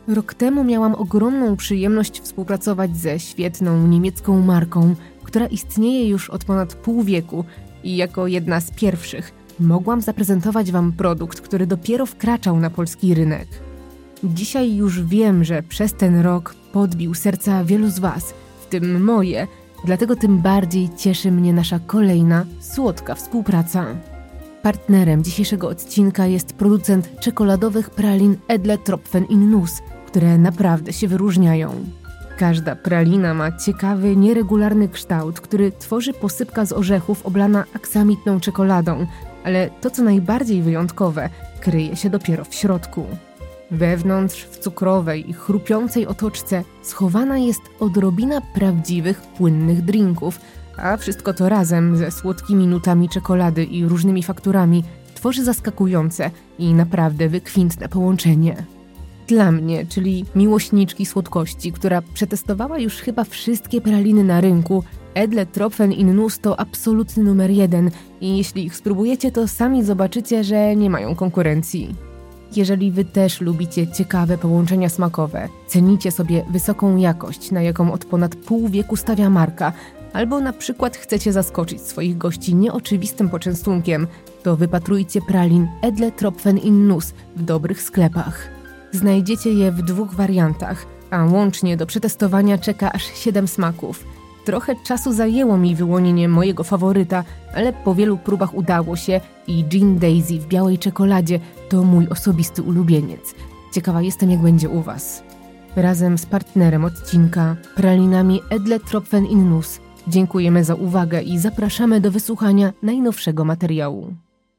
Rok temu miałam ogromną przyjemność współpracować ze świetną niemiecką marką, która istnieje już od ponad pół wieku i jako jedna z pierwszych mogłam zaprezentować Wam produkt, który dopiero wkraczał na polski rynek. Dzisiaj już wiem, że przez ten rok podbił serca wielu z Was, w tym moje, dlatego tym bardziej cieszy mnie nasza kolejna, słodka współpraca. Partnerem dzisiejszego odcinka jest producent czekoladowych pralin Edle Tropfen in Nuss, które naprawdę się wyróżniają. Każda pralina ma ciekawy, nieregularny kształt, który tworzy posypka z orzechów oblana aksamitną czekoladą, ale to, co najbardziej wyjątkowe, kryje się dopiero w środku. Wewnątrz, w cukrowej i chrupiącej otoczce schowana jest odrobina prawdziwych, płynnych drinków, a wszystko to razem ze słodkimi nutami czekolady i różnymi fakturami tworzy zaskakujące i naprawdę wykwintne połączenie. Dla mnie, czyli miłośniczki słodkości, która przetestowała już chyba wszystkie praliny na rynku, Edle Tropfen in Nuss to absolutny numer 1 i jeśli ich spróbujecie, to sami zobaczycie, że nie mają konkurencji. Jeżeli Wy też lubicie ciekawe połączenia smakowe, cenicie sobie wysoką jakość, na jaką od ponad pół wieku stawia marka, albo na przykład chcecie zaskoczyć swoich gości nieoczywistym poczęstunkiem, to wypatrujcie pralin Edle Tropfen in Nuss w dobrych sklepach. Znajdziecie je w 2 wariantach, a łącznie do przetestowania czeka aż 7 smaków. Trochę czasu zajęło mi wyłonienie mojego faworyta, ale po wielu próbach udało się i Gin Daisy w białej czekoladzie to mój osobisty ulubieniec. Ciekawa jestem, jak będzie u Was. Razem z partnerem odcinka, pralinami Edle Tropfen in Nuss, dziękujemy za uwagę i zapraszamy do wysłuchania najnowszego materiału.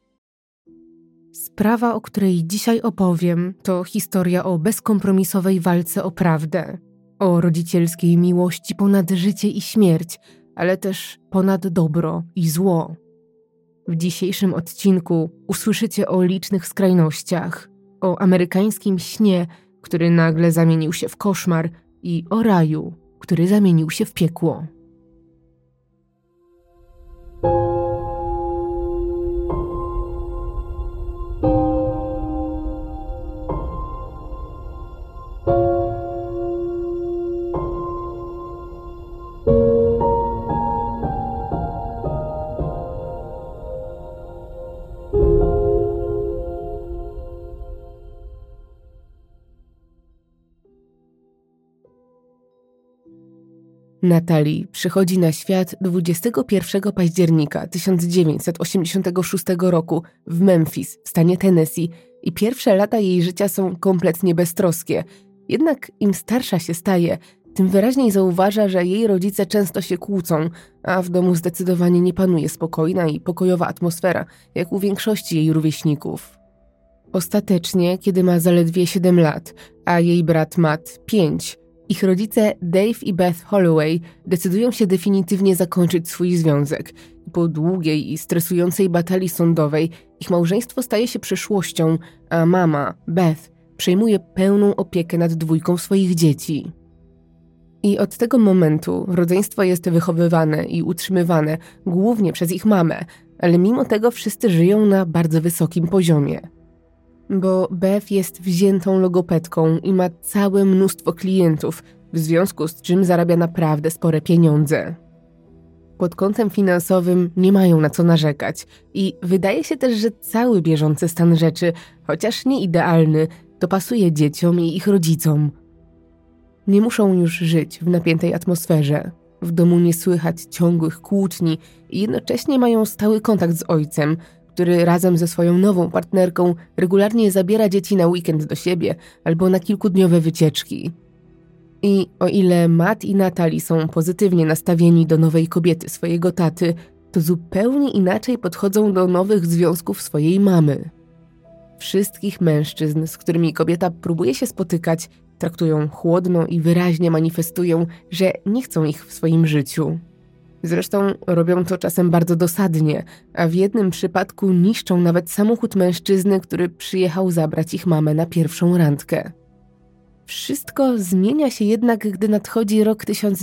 Sprawa, o której dzisiaj opowiem, to historia o bezkompromisowej walce o prawdę, o rodzicielskiej miłości ponad życie i śmierć, ale też ponad dobro i zło. W dzisiejszym odcinku usłyszycie o licznych skrajnościach, o amerykańskim śnie, który nagle zamienił się w koszmar, i o raju, który zamienił się w piekło. Natalie przychodzi na świat 21 października 1986 roku w Memphis, w stanie Tennessee, i pierwsze lata jej życia są kompletnie beztroskie. Jednak im starsza się staje, tym wyraźniej zauważa, że jej rodzice często się kłócą, a w domu zdecydowanie nie panuje spokojna i pokojowa atmosfera, jak u większości jej rówieśników. Ostatecznie, kiedy ma zaledwie 7 lat, a jej brat Matt 5, ich rodzice Dave i Beth Holloway decydują się definitywnie zakończyć swój związek. Po długiej i stresującej batalii sądowej ich małżeństwo staje się przeszłością, a mama, Beth, przejmuje pełną opiekę nad 2 swoich dzieci. I od tego momentu rodzeństwo jest wychowywane i utrzymywane głównie przez ich mamę, ale mimo tego wszyscy żyją na bardzo wysokim poziomie. Bo Beth jest wziętą logopedką i ma całe mnóstwo klientów, w związku z czym zarabia naprawdę spore pieniądze. Pod kątem finansowym nie mają na co narzekać i wydaje się też, że cały bieżący stan rzeczy, chociaż nie idealny, dopasuje dzieciom i ich rodzicom. Nie muszą już żyć w napiętej atmosferze. W domu nie słychać ciągłych kłótni i jednocześnie mają stały kontakt z ojcem, który razem ze swoją nową partnerką regularnie zabiera dzieci na weekend do siebie albo na kilkudniowe wycieczki. I o ile Matt i Natalie są pozytywnie nastawieni do nowej kobiety swojego taty, to zupełnie inaczej podchodzą do nowych związków swojej mamy. Wszystkich mężczyzn, z którymi kobieta próbuje się spotykać, traktują chłodno i wyraźnie manifestują, że nie chcą ich w swoim życiu. Zresztą robią to czasem bardzo dosadnie, a w jednym przypadku niszczą nawet samochód mężczyzny, który przyjechał zabrać ich mamę na pierwszą randkę. Wszystko zmienia się jednak, gdy nadchodzi rok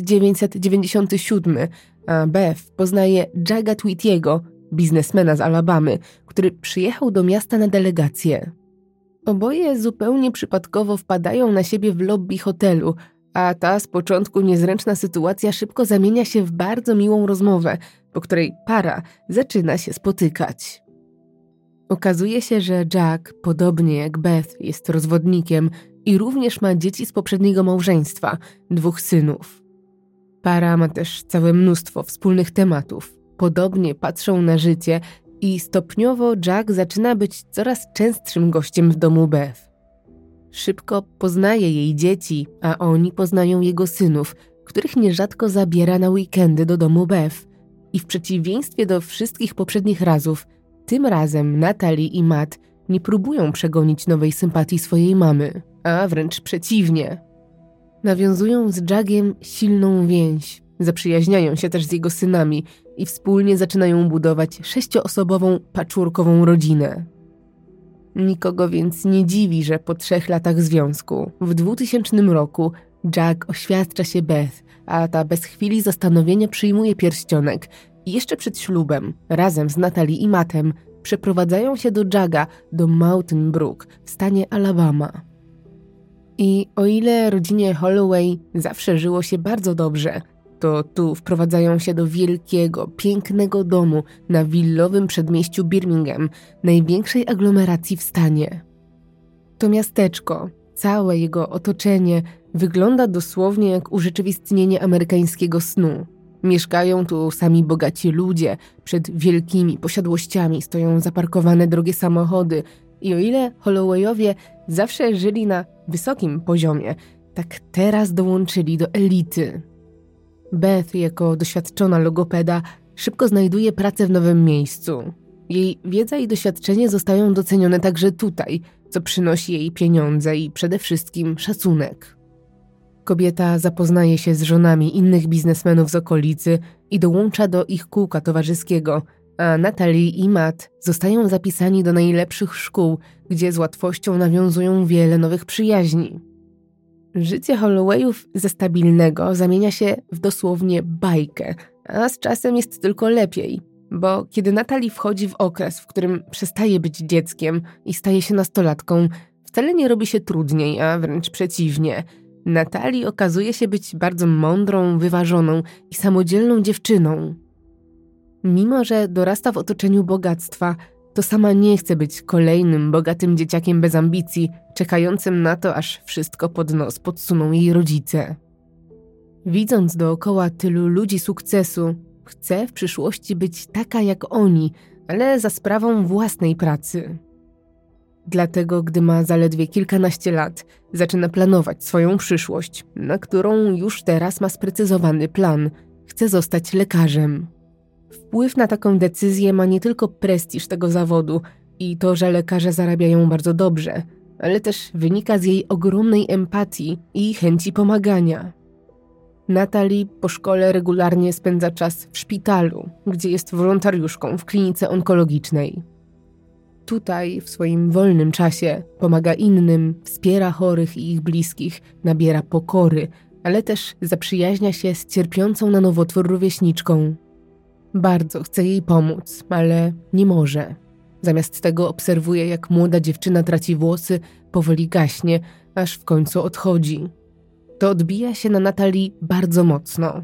1997, a Beth poznaje Jagga Tweetiego, biznesmena z Alabamy, który przyjechał do miasta na delegację. Oboje zupełnie przypadkowo wpadają na siebie w lobby hotelu, a ta z początku niezręczna sytuacja szybko zamienia się w bardzo miłą rozmowę, po której para zaczyna się spotykać. Okazuje się, że Jack, podobnie jak Beth, jest rozwodnikiem i również ma dzieci z poprzedniego małżeństwa, 2 synów. Para ma też całe mnóstwo wspólnych tematów. Podobnie patrzą na życie i stopniowo Jack zaczyna być coraz częstszym gościem w domu Beth. Szybko poznaje jej dzieci, a oni poznają jego synów, których nierzadko zabiera na weekendy do domu Beth. I w przeciwieństwie do wszystkich poprzednich razów, tym razem Natalie i Matt nie próbują przegonić nowej sympatii swojej mamy, a wręcz przeciwnie. Nawiązują z Jaggiem silną więź, zaprzyjaźniają się też z jego synami i wspólnie zaczynają budować 6-osobową patchworkową rodzinę. Nikogo więc nie dziwi, że po 3 latach związku, w 2000 roku, Jack oświadcza się Beth, a ta bez chwili zastanowienia przyjmuje pierścionek i jeszcze przed ślubem, razem z Natalie i Mattem, przeprowadzają się do Jagga do Mountain Brook w stanie Alabama. I o ile rodzinie Holloway zawsze żyło się bardzo dobrze, to tu wprowadzają się do wielkiego, pięknego domu na willowym przedmieściu Birmingham, największej aglomeracji w stanie. To miasteczko, całe jego otoczenie wygląda dosłownie jak urzeczywistnienie amerykańskiego snu. Mieszkają tu sami bogaci ludzie, przed wielkimi posiadłościami stoją zaparkowane drogie samochody i o ile Hollowayowie zawsze żyli na wysokim poziomie, tak teraz dołączyli do elity. Beth, jako doświadczona logopeda, szybko znajduje pracę w nowym miejscu. Jej wiedza i doświadczenie zostają docenione także tutaj, co przynosi jej pieniądze i przede wszystkim szacunek. Kobieta zapoznaje się z żonami innych biznesmenów z okolicy i dołącza do ich kółka towarzyskiego, a Natalie i Matt zostają zapisani do najlepszych szkół, gdzie z łatwością nawiązują wiele nowych przyjaźni. Życie Hollowayów ze stabilnego zamienia się w dosłownie bajkę, a z czasem jest tylko lepiej, bo kiedy Natalie wchodzi w okres, w którym przestaje być dzieckiem i staje się nastolatką, wcale nie robi się trudniej, a wręcz przeciwnie. Natalie okazuje się być bardzo mądrą, wyważoną i samodzielną dziewczyną. Mimo że dorasta w otoczeniu bogactwa, to sama nie chce być kolejnym bogatym dzieciakiem bez ambicji, czekającym na to, aż wszystko pod nos podsuną jej rodzice. Widząc dookoła tylu ludzi sukcesu, chce w przyszłości być taka jak oni, ale za sprawą własnej pracy. Dlatego, gdy ma zaledwie kilkanaście lat, zaczyna planować swoją przyszłość, na którą już teraz ma sprecyzowany plan. Chce zostać lekarzem. Wpływ na taką decyzję ma nie tylko prestiż tego zawodu i to, że lekarze zarabiają bardzo dobrze, ale też wynika z jej ogromnej empatii i chęci pomagania. Natalie po szkole regularnie spędza czas w szpitalu, gdzie jest wolontariuszką w klinice onkologicznej. Tutaj, w swoim wolnym czasie, pomaga innym, wspiera chorych i ich bliskich, nabiera pokory, ale też zaprzyjaźnia się z cierpiącą na nowotwór rówieśniczką. Bardzo chce jej pomóc, ale nie może. Zamiast tego obserwuje, jak młoda dziewczyna traci włosy, powoli gaśnie, aż w końcu odchodzi. To odbija się na Natalie bardzo mocno.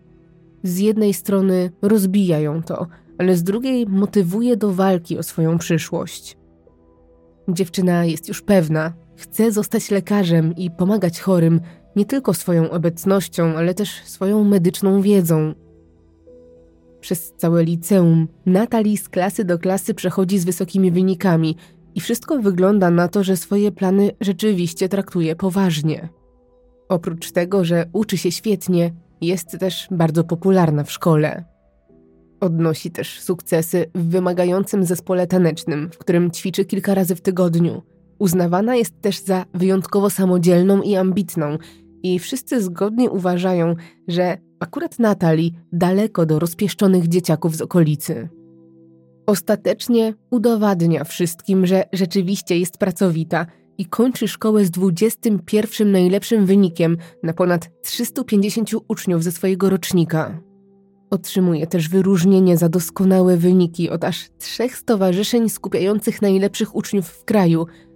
Z jednej strony rozbija ją to, ale z drugiej motywuje do walki o swoją przyszłość. Dziewczyna jest już pewna, chce zostać lekarzem i pomagać chorym nie tylko swoją obecnością, ale też swoją medyczną wiedzą. Przez całe liceum Natalie z klasy do klasy przechodzi z wysokimi wynikami i wszystko wygląda na to, że swoje plany rzeczywiście traktuje poważnie. Oprócz tego, że uczy się świetnie, jest też bardzo popularna w szkole. Odnosi też sukcesy w wymagającym zespole tanecznym, w którym ćwiczy kilka razy w tygodniu. Uznawana jest też za wyjątkowo samodzielną i ambitną i wszyscy zgodnie uważają, że akurat Natalie daleko do rozpieszczonych dzieciaków z okolicy. Ostatecznie udowadnia wszystkim, że rzeczywiście jest pracowita i kończy szkołę z 21 najlepszym wynikiem na ponad 350 uczniów ze swojego rocznika. Otrzymuje też wyróżnienie za doskonałe wyniki od aż 3 stowarzyszeń skupiających najlepszych uczniów w kraju,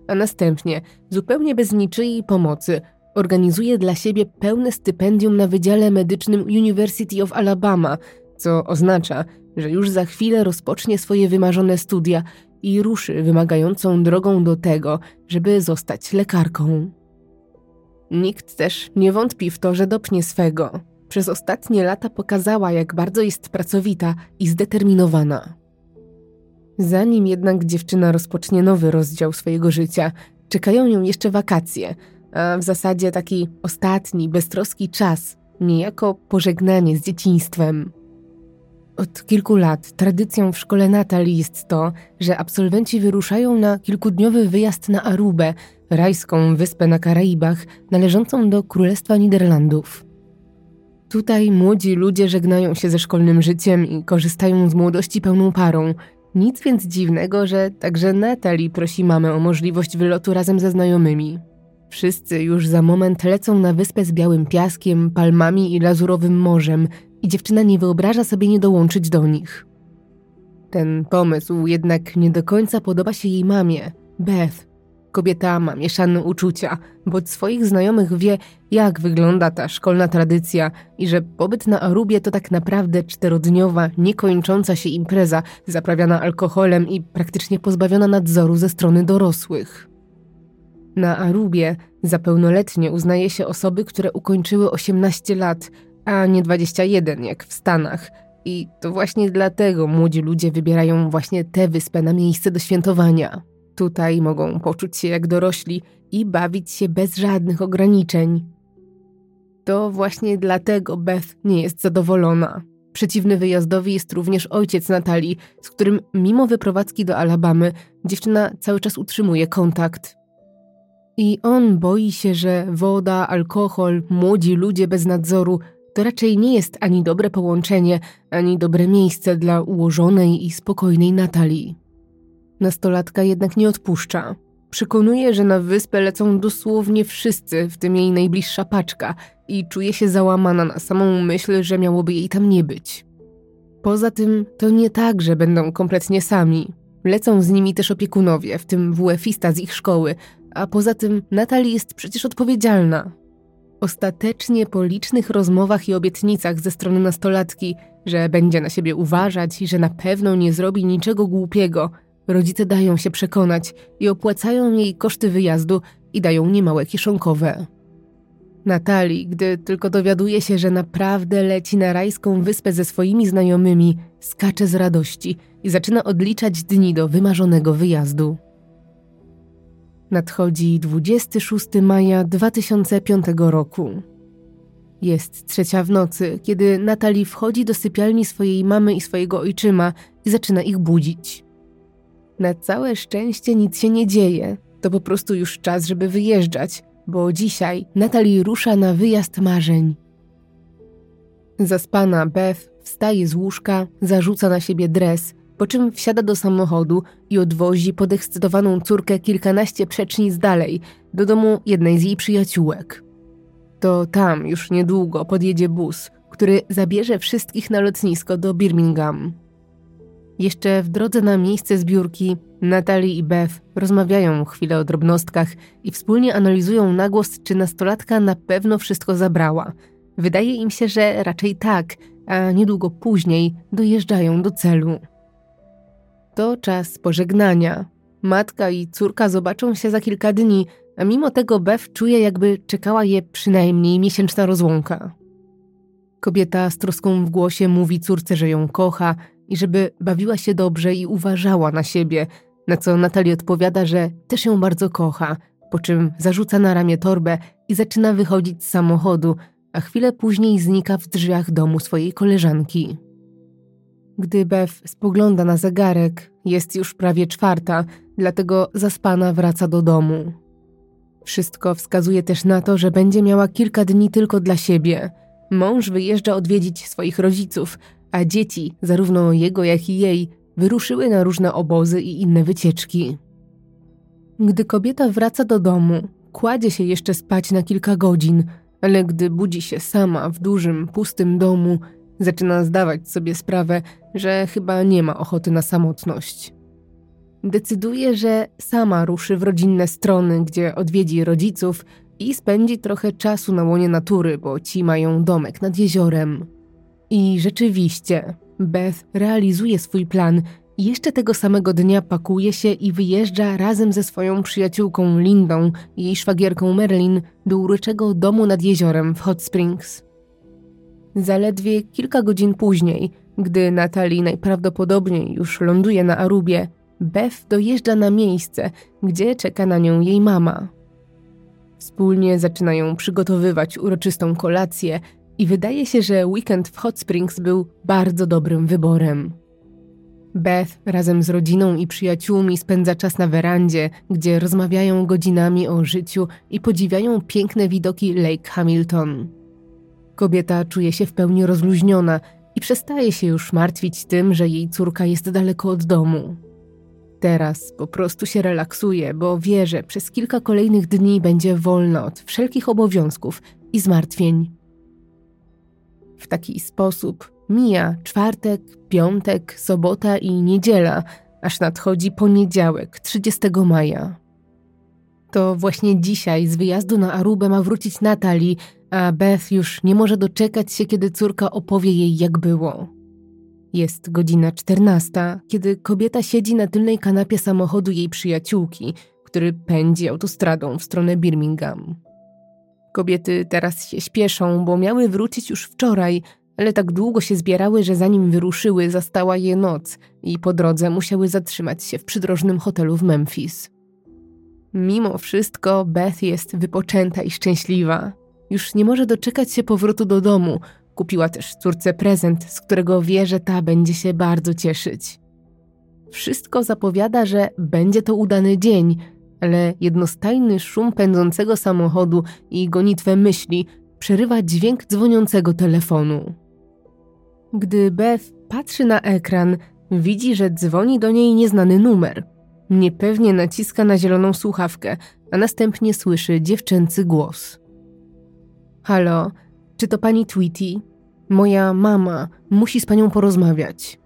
a następnie, zupełnie bez niczyjej pomocy, organizuje dla siebie pełne stypendium na Wydziale Medycznym University of Alabama, co oznacza, że już za chwilę rozpocznie swoje wymarzone studia i ruszy wymagającą drogą do tego, żeby zostać lekarką. Nikt też nie wątpi w to, że dopnie swego. Przez ostatnie lata pokazała, jak bardzo jest pracowita i zdeterminowana. Zanim jednak dziewczyna rozpocznie nowy rozdział swojego życia, czekają ją jeszcze wakacje, a w zasadzie taki ostatni, beztroski czas, niejako pożegnanie z dzieciństwem. Od kilku lat tradycją w szkole Natalii jest to, że absolwenci wyruszają na kilkudniowy wyjazd na Arubę, rajską wyspę na Karaibach, należącą do Królestwa Niderlandów. Tutaj młodzi ludzie żegnają się ze szkolnym życiem i korzystają z młodości pełną parą. Nic więc dziwnego, że także Natalie prosi mamę o możliwość wylotu razem ze znajomymi. Wszyscy już za moment lecą na wyspę z białym piaskiem, palmami i lazurowym morzem i dziewczyna nie wyobraża sobie nie dołączyć do nich. Ten pomysł jednak nie do końca podoba się jej mamie, Beth. Kobieta ma mieszane uczucia, bo od swoich znajomych wie, jak wygląda ta szkolna tradycja i że pobyt na Arubie to tak naprawdę 4-dniowa, niekończąca się impreza zaprawiana alkoholem i praktycznie pozbawiona nadzoru ze strony dorosłych. Na Arubie za pełnoletnie uznaje się osoby, które ukończyły 18 lat, a nie 21 jak w Stanach. I to właśnie dlatego młodzi ludzie wybierają właśnie tę wyspę na miejsce do świętowania. Tutaj mogą poczuć się jak dorośli i bawić się bez żadnych ograniczeń. To właśnie dlatego Beth nie jest zadowolona. Przeciwny wyjazdowi jest również ojciec Natalii, z którym mimo wyprowadzki do Alabamy dziewczyna cały czas utrzymuje kontakt. I on boi się, że woda, alkohol, młodzi ludzie bez nadzoru to raczej nie jest ani dobre połączenie, ani dobre miejsce dla ułożonej i spokojnej Natalii. Nastolatka jednak nie odpuszcza. Przekonuje, że na wyspę lecą dosłownie wszyscy, w tym jej najbliższa paczka i czuje się załamana na samą myśl, że miałoby jej tam nie być. Poza tym to nie tak, że będą kompletnie sami. Lecą z nimi też opiekunowie, w tym WF-ista z ich szkoły, a poza tym Natalie jest przecież odpowiedzialna. Ostatecznie po licznych rozmowach i obietnicach ze strony nastolatki, że będzie na siebie uważać i że na pewno nie zrobi niczego głupiego, rodzice dają się przekonać i opłacają jej koszty wyjazdu i dają niemałe kieszonkowe. Natalii, gdy tylko dowiaduje się, że naprawdę leci na rajską wyspę ze swoimi znajomymi, skacze z radości i zaczyna odliczać dni do wymarzonego wyjazdu. Nadchodzi 26 maja 2005 roku. Jest 3 w nocy, kiedy Natalie wchodzi do sypialni swojej mamy i swojego ojczyma i zaczyna ich budzić. Na całe szczęście nic się nie dzieje, to po prostu już czas, żeby wyjeżdżać, bo dzisiaj Natalie rusza na wyjazd marzeń. Zaspana Beth wstaje z łóżka, zarzuca na siebie dres, po czym wsiada do samochodu i odwozi podekscytowaną córkę kilkanaście przecznic dalej, do domu jednej z jej przyjaciółek. To tam już niedługo podjedzie bus, który zabierze wszystkich na lotnisko do Birmingham. Jeszcze w drodze na miejsce zbiórki Natalie i Beth rozmawiają chwilę o drobnostkach i wspólnie analizują na głos, czy nastolatka na pewno wszystko zabrała. Wydaje im się, że raczej tak, a niedługo później dojeżdżają do celu. To czas pożegnania. Matka i córka zobaczą się za kilka dni, a mimo tego Beth czuje, jakby czekała je przynajmniej miesięczna rozłąka. Kobieta z troską w głosie mówi córce, że ją kocha i żeby bawiła się dobrze i uważała na siebie, na co Natalie odpowiada, że też ją bardzo kocha, po czym zarzuca na ramię torbę i zaczyna wychodzić z samochodu, a chwilę później znika w drzwiach domu swojej koleżanki. Gdy Beth spogląda na zegarek, jest już prawie 4, dlatego zaspana wraca do domu. Wszystko wskazuje też na to, że będzie miała kilka dni tylko dla siebie. Mąż wyjeżdża odwiedzić swoich rodziców, a dzieci, zarówno jego jak i jej, wyruszyły na różne obozy i inne wycieczki. Gdy kobieta wraca do domu, kładzie się jeszcze spać na kilka godzin, ale gdy budzi się sama w dużym, pustym domu, zaczyna zdawać sobie sprawę, że chyba nie ma ochoty na samotność. Decyduje, że sama ruszy w rodzinne strony, gdzie odwiedzi rodziców i spędzi trochę czasu na łonie natury, bo ci mają domek nad jeziorem. I rzeczywiście, Beth realizuje swój plan i jeszcze tego samego dnia pakuje się i wyjeżdża razem ze swoją przyjaciółką Lindą i jej szwagierką Marilyn do uroczego domu nad jeziorem w Hot Springs. Zaledwie kilka godzin później, gdy Natalie najprawdopodobniej już ląduje na Arubie, Beth dojeżdża na miejsce, gdzie czeka na nią jej mama. Wspólnie zaczynają przygotowywać uroczystą kolację i wydaje się, że weekend w Hot Springs był bardzo dobrym wyborem. Beth razem z rodziną i przyjaciółmi spędza czas na werandzie, gdzie rozmawiają godzinami o życiu i podziwiają piękne widoki Lake Hamilton. Kobieta czuje się w pełni rozluźniona i przestaje się już martwić tym, że jej córka jest daleko od domu. Teraz po prostu się relaksuje, bo wie, że przez kilka kolejnych dni będzie wolna od wszelkich obowiązków i zmartwień. W taki sposób mija czwartek, piątek, sobota i niedziela, aż nadchodzi poniedziałek, 30 maja. To właśnie dzisiaj z wyjazdu na Arubę ma wrócić Natalie, a Beth już nie może doczekać się, kiedy córka opowie jej, jak było. Jest godzina 14, kiedy kobieta siedzi na tylnej kanapie samochodu jej przyjaciółki, który pędzi autostradą w stronę Birmingham. Kobiety teraz się śpieszą, bo miały wrócić już wczoraj, ale tak długo się zbierały, że zanim wyruszyły, zastała je noc i po drodze musiały zatrzymać się w przydrożnym hotelu w Memphis. Mimo wszystko Beth jest wypoczęta i szczęśliwa. Już nie może doczekać się powrotu do domu. Kupiła też córce prezent, z którego wie, że ta będzie się bardzo cieszyć. Wszystko zapowiada, że będzie to udany dzień, ale jednostajny szum pędzącego samochodu i gonitwę myśli przerywa dźwięk dzwoniącego telefonu. Gdy Beth patrzy na ekran, widzi, że dzwoni do niej nieznany numer. Niepewnie naciska na zieloną słuchawkę, a następnie słyszy dziewczęcy głos. Halo, czy to pani Tweety? Moja mama musi z panią porozmawiać.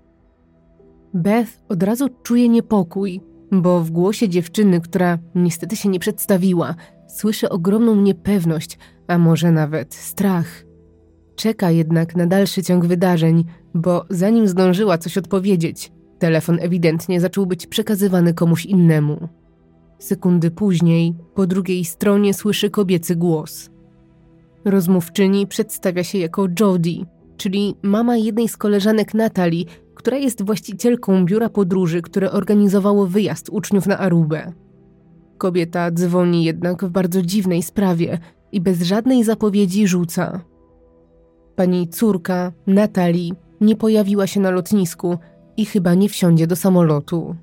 Beth od razu czuje niepokój, bo w głosie dziewczyny, która niestety się nie przedstawiła, słyszy ogromną niepewność, a może nawet strach. Czeka jednak na dalszy ciąg wydarzeń, bo zanim zdążyła coś odpowiedzieć, telefon ewidentnie zaczął być przekazywany komuś innemu. Sekundy później, po drugiej stronie słyszy kobiecy głos. Rozmówczyni przedstawia się jako Jodie, czyli mama jednej z koleżanek Natalie, która jest właścicielką biura podróży, które organizowało wyjazd uczniów na Arubę. Kobieta dzwoni jednak w bardzo dziwnej sprawie i bez żadnej zapowiedzi rzuca. Pani córka, Natalie, nie pojawiła się na lotnisku i chyba nie wsiądzie do samolotu.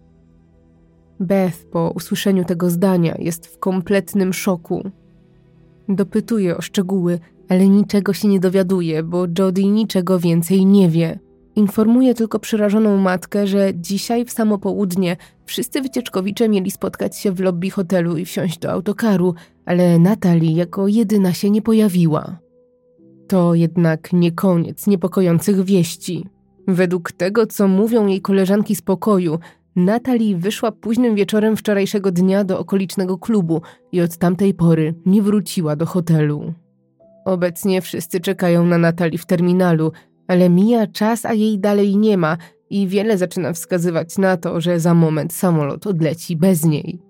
Beth po usłyszeniu tego zdania jest w kompletnym szoku. Dopytuje o szczegóły, ale niczego się nie dowiaduje, bo Jodie niczego więcej nie wie. Informuje tylko przerażoną matkę, że dzisiaj w samo południe wszyscy wycieczkowicze mieli spotkać się w lobby hotelu i wsiąść do autokaru, ale Natalie jako jedyna się nie pojawiła. To jednak nie koniec niepokojących wieści. Według tego, co mówią jej koleżanki z pokoju, Natalie wyszła późnym wieczorem wczorajszego dnia do okolicznego klubu i od tamtej pory nie wróciła do hotelu. Obecnie wszyscy czekają na Natalie w terminalu, ale mija czas, a jej dalej nie ma i wiele zaczyna wskazywać na to, że za moment samolot odleci bez niej.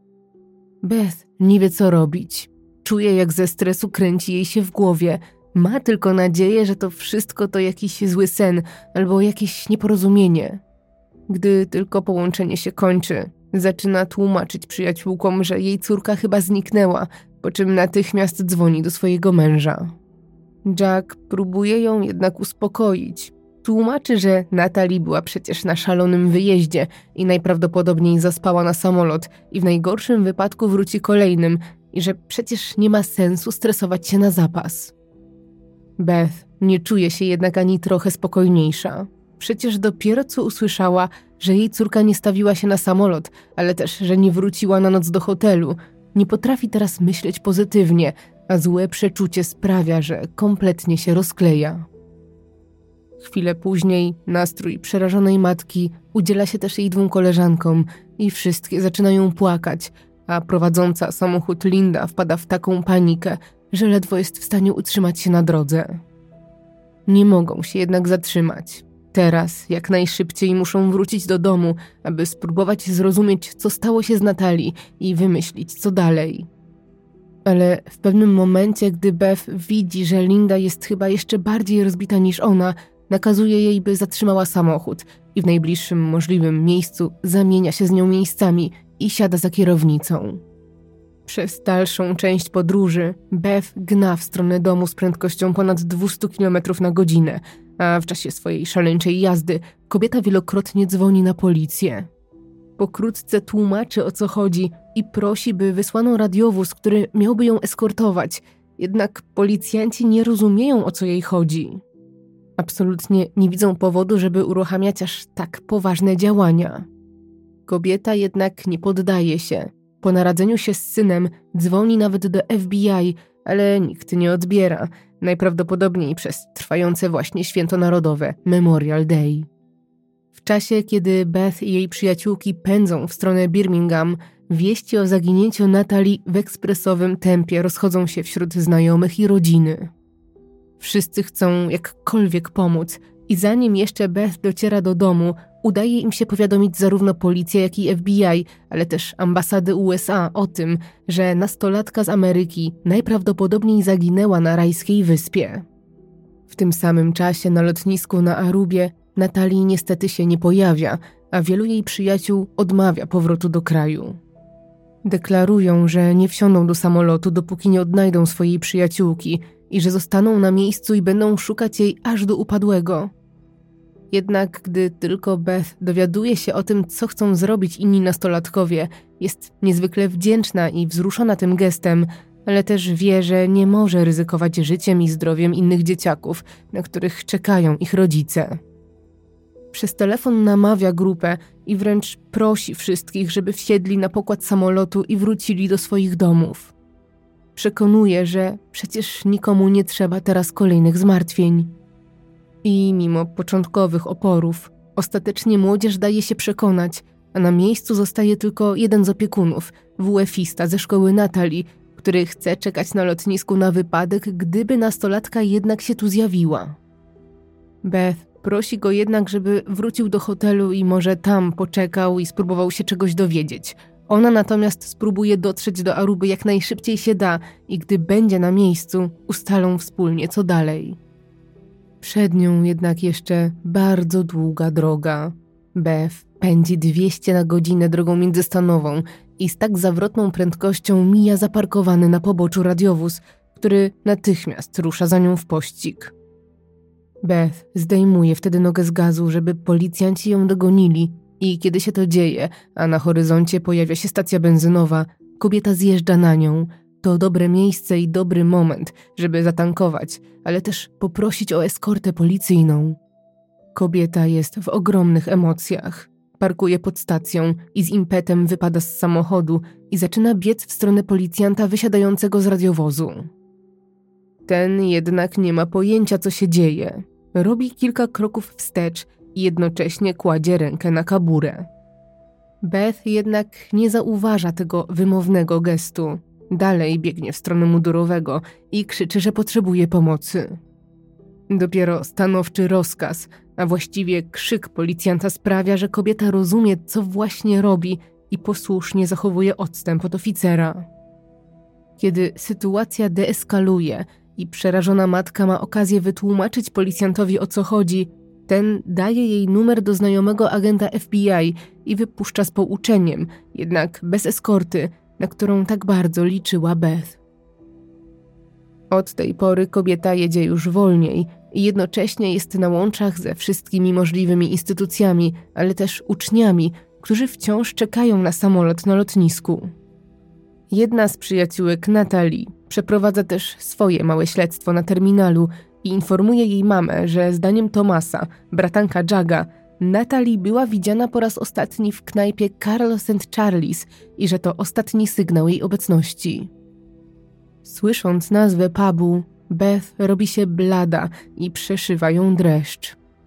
Beth nie wie, co robić. Czuje, jak ze stresu kręci jej się w głowie. Ma tylko nadzieję, że to wszystko to jakiś zły sen albo jakieś nieporozumienie. Gdy tylko połączenie się kończy, zaczyna tłumaczyć przyjaciółkom, że jej córka chyba zniknęła, po czym natychmiast dzwoni do swojego męża. Jack próbuje ją jednak uspokoić. Tłumaczy, że Natalie była przecież na szalonym wyjeździe i najprawdopodobniej zaspała na samolot i w najgorszym wypadku wróci kolejnym i że przecież nie ma sensu stresować się na zapas. Beth nie czuje się jednak ani trochę spokojniejsza. Przecież dopiero co usłyszała, że jej córka nie stawiła się na samolot, ale też, że nie wróciła na noc do hotelu. Nie potrafi teraz myśleć pozytywnie, a złe przeczucie sprawia, że kompletnie się rozkleja. Chwilę później nastrój przerażonej matki udziela się też jej 2 koleżankom i wszystkie zaczynają płakać, a prowadząca samochód Linda wpada w taką panikę, że ledwo jest w stanie utrzymać się na drodze. Nie mogą się jednak zatrzymać. Teraz jak najszybciej muszą wrócić do domu, aby spróbować zrozumieć, co stało się z Natalie i wymyślić, co dalej. Ale w pewnym momencie, gdy Beth widzi, że Linda jest chyba jeszcze bardziej rozbita niż ona, nakazuje jej, by zatrzymała samochód i w najbliższym możliwym miejscu zamienia się z nią miejscami i siada za kierownicą. Przez dalszą część podróży Beth gna w stronę domu z prędkością ponad 200 km na godzinę, a w czasie swojej szaleńczej jazdy kobieta wielokrotnie dzwoni na policję. Pokrótce tłumaczy, o co chodzi i prosi, by wysłano radiowóz, który miałby ją eskortować, jednak policjanci nie rozumieją, o co jej chodzi. Absolutnie nie widzą powodu, żeby uruchamiać aż tak poważne działania. Kobieta jednak nie poddaje się. Po naradzeniu się z synem dzwoni nawet do FBI, ale nikt nie odbiera, najprawdopodobniej przez trwające właśnie święto narodowe Memorial Day. W czasie, kiedy Beth i jej przyjaciółki pędzą w stronę Birmingham, wieści o zaginięciu Natalie w ekspresowym tempie rozchodzą się wśród znajomych i rodziny. Wszyscy chcą jakkolwiek pomóc i zanim jeszcze Beth dociera do domu, udaje im się powiadomić zarówno policję, jak i FBI, ale też ambasady USA o tym, że nastolatka z Ameryki najprawdopodobniej zaginęła na rajskiej wyspie. W tym samym czasie na lotnisku na Arubie Natalie niestety się nie pojawia, a wielu jej przyjaciół odmawia powrotu do kraju. Deklarują, że nie wsiądą do samolotu, dopóki nie odnajdą swojej przyjaciółki i że zostaną na miejscu i będą szukać jej aż do upadłego. Jednak gdy tylko Beth dowiaduje się o tym, co chcą zrobić inni nastolatkowie, jest niezwykle wdzięczna i wzruszona tym gestem, ale też wie, że nie może ryzykować życiem i zdrowiem innych dzieciaków, na których czekają ich rodzice. Przez telefon namawia grupę i wręcz prosi wszystkich, żeby wsiedli na pokład samolotu i wrócili do swoich domów. Przekonuje, że przecież nikomu nie trzeba teraz kolejnych zmartwień. I mimo początkowych oporów, ostatecznie młodzież daje się przekonać, a na miejscu zostaje tylko jeden z opiekunów, WF-ista ze szkoły Natalie, który chce czekać na lotnisku na wypadek, gdyby nastolatka jednak się tu zjawiła. Beth prosi go jednak, żeby wrócił do hotelu i może tam poczekał i spróbował się czegoś dowiedzieć. Ona natomiast spróbuje dotrzeć do Aruby jak najszybciej się da i gdy będzie na miejscu, ustalą wspólnie co dalej. Przed nią jednak jeszcze bardzo długa droga. Beth pędzi 200 na godzinę drogą międzystanową i z tak zawrotną prędkością mija zaparkowany na poboczu radiowóz, który natychmiast rusza za nią w pościg. Beth zdejmuje wtedy nogę z gazu, żeby policjanci ją dogonili i kiedy się to dzieje, a na horyzoncie pojawia się stacja benzynowa, kobieta zjeżdża na nią. To dobre miejsce i dobry moment, żeby zatankować, ale też poprosić o eskortę policyjną. Kobieta jest w ogromnych emocjach. Parkuje pod stacją i z impetem wypada z samochodu i zaczyna biec w stronę policjanta wysiadającego z radiowozu. Ten jednak nie ma pojęcia, co się dzieje. Robi kilka kroków wstecz i jednocześnie kładzie rękę na kaburę. Beth jednak nie zauważa tego wymownego gestu. Dalej biegnie w stronę mundurowego i krzyczy, że potrzebuje pomocy. Dopiero stanowczy rozkaz, a właściwie krzyk policjanta sprawia, że kobieta rozumie, co właśnie robi i posłusznie zachowuje odstęp od oficera. Kiedy sytuacja deeskaluje i przerażona matka ma okazję wytłumaczyć policjantowi, o co chodzi, ten daje jej numer do znajomego agenta FBI i wypuszcza z pouczeniem, jednak bez eskorty, na którą tak bardzo liczyła Beth. Od tej pory kobieta jedzie już wolniej i jednocześnie jest na łączach ze wszystkimi możliwymi instytucjami, ale też uczniami, którzy wciąż czekają na samolot na lotnisku. Jedna z przyjaciółek Natalie przeprowadza też swoje małe śledztwo na terminalu i informuje jej mamę, że zdaniem Thomasa, bratanka Jaga, Natalie była widziana po raz ostatni w knajpie Carlo St. Charlie's i że to ostatni sygnał jej obecności. Słysząc nazwę pubu, Beth robi się blada i przeszywa ją dreszcz.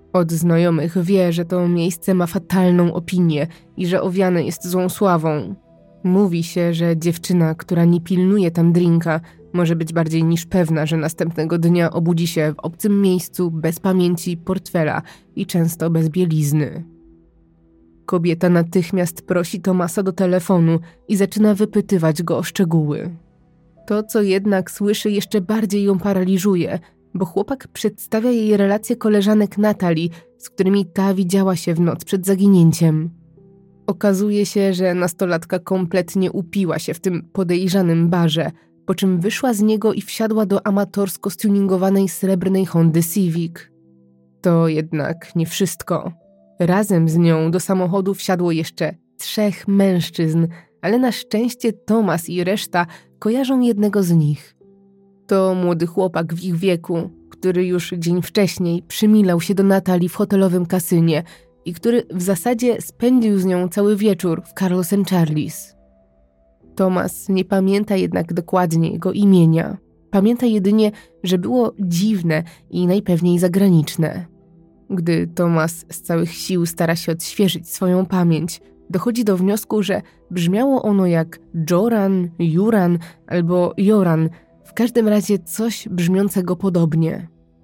Od znajomych wie, że to miejsce ma fatalną opinię i że owiane jest złą sławą. Mówi się, że dziewczyna, która nie pilnuje tam drinka, może być bardziej niż pewna, że następnego dnia obudzi się w obcym miejscu, bez pamięci, portfela i często bez bielizny. Kobieta natychmiast prosi Thomasa do telefonu i zaczyna wypytywać go o szczegóły. To, co jednak słyszy, jeszcze bardziej ją paraliżuje, bo chłopak przedstawia jej relacje koleżanek Natalii, z którymi ta widziała się w noc przed zaginięciem. Okazuje się, że nastolatka kompletnie upiła się w tym podejrzanym barze, po czym wyszła z niego i wsiadła do amatorsko stuningowanej srebrnej Hondy Civic. To jednak nie wszystko. Razem z nią do samochodu wsiadło jeszcze 3 mężczyzn, ale na szczęście Thomas i reszta kojarzą jednego z nich. To młody chłopak w ich wieku, który już dzień wcześniej przymilał się do Natalii w hotelowym kasynie i który w zasadzie spędził z nią cały wieczór w Carlos & Charlie's. Thomas nie pamięta jednak dokładnie jego imienia. Pamięta jedynie, że było dziwne i najpewniej zagraniczne. Gdy Thomas z całych sił stara się odświeżyć swoją pamięć, dochodzi do wniosku, że brzmiało ono jak Joran, Juran albo Joran, w każdym razie coś brzmiącego podobnie.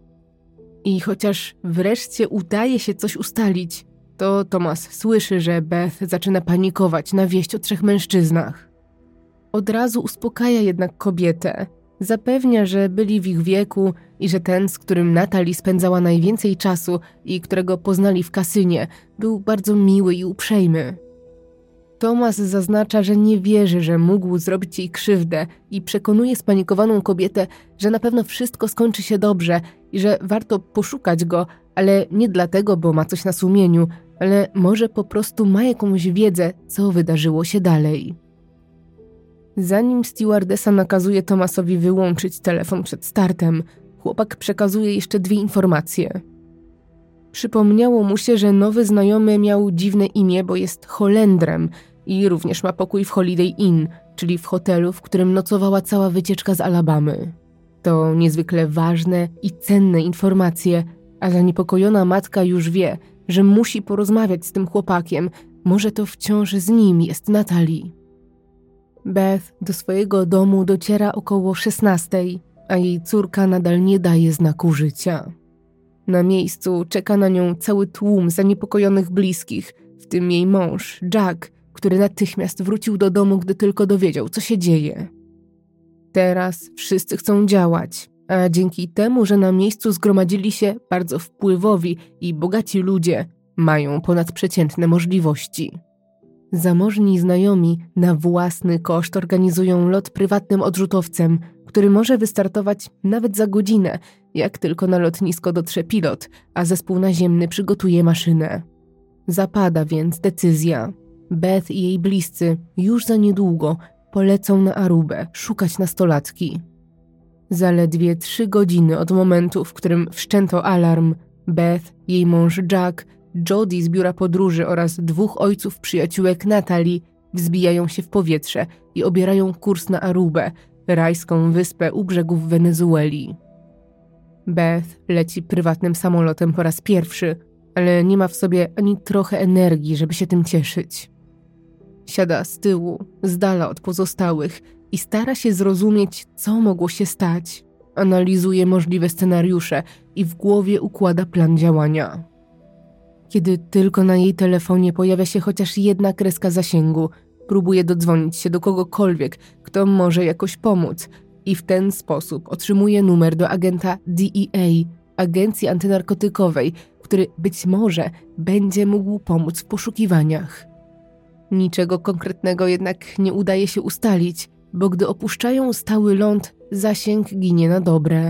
I chociaż wreszcie udaje się coś ustalić, to Thomas słyszy, że Beth zaczyna panikować na wieść o 3 mężczyznach. Od razu uspokaja jednak kobietę. Zapewnia, że byli w ich wieku i że ten, z którym Natalie spędzała najwięcej czasu i którego poznali w kasynie, był bardzo miły i uprzejmy. Thomas zaznacza, że nie wierzy, że mógł zrobić jej krzywdę i przekonuje spanikowaną kobietę, że na pewno wszystko skończy się dobrze i że warto poszukać go, ale nie dlatego, bo ma coś na sumieniu, ale może po prostu ma jakąś wiedzę, co wydarzyło się dalej. Zanim stewardesa nakazuje Thomasowi wyłączyć telefon przed startem, chłopak przekazuje jeszcze 2 informacje. Przypomniało mu się, że nowy znajomy miał dziwne imię, bo jest Holendrem i również ma pokój w Holiday Inn, czyli w hotelu, w którym nocowała cała wycieczka z Alabamy. To niezwykle ważne i cenne informacje, a zaniepokojona matka już wie, że musi porozmawiać z tym chłopakiem, może to wciąż z nim jest Natalie. Beth do swojego domu dociera około 16:00, a jej córka nadal nie daje znaku życia. Na miejscu czeka na nią cały tłum zaniepokojonych bliskich, w tym jej mąż, Jack, który natychmiast wrócił do domu, gdy tylko dowiedział, co się dzieje. Teraz wszyscy chcą działać, a dzięki temu, że na miejscu zgromadzili się bardzo wpływowi i bogaci ludzie, mają ponadprzeciętne możliwości. Zamożni znajomi na własny koszt organizują lot prywatnym odrzutowcem, który może wystartować nawet za godzinę, jak tylko na lotnisko dotrze pilot, a zespół naziemny przygotuje maszynę. Zapada więc decyzja. Beth i jej bliscy już za niedługo polecą na Arubę szukać nastolatki. Zaledwie 3 godziny od momentu, w którym wszczęto alarm, Beth, jej mąż Jack, Jody z biura podróży oraz 2 ojców przyjaciółek Natalii wzbijają się w powietrze i obierają kurs na Arubę, rajską wyspę u brzegów Wenezueli. Beth leci prywatnym samolotem po raz pierwszy, ale nie ma w sobie ani trochę energii, żeby się tym cieszyć. Siada z tyłu, z dala od pozostałych i stara się zrozumieć, co mogło się stać. Analizuje możliwe scenariusze i w głowie układa plan działania. Kiedy tylko na jej telefonie pojawia się chociaż jedna kreska zasięgu, próbuje dodzwonić się do kogokolwiek, kto może jakoś pomóc i w ten sposób otrzymuje numer do agenta DEA, agencji antynarkotykowej, który być może będzie mógł pomóc w poszukiwaniach. Niczego konkretnego jednak nie udaje się ustalić, bo gdy opuszczają stały ląd, zasięg ginie na dobre.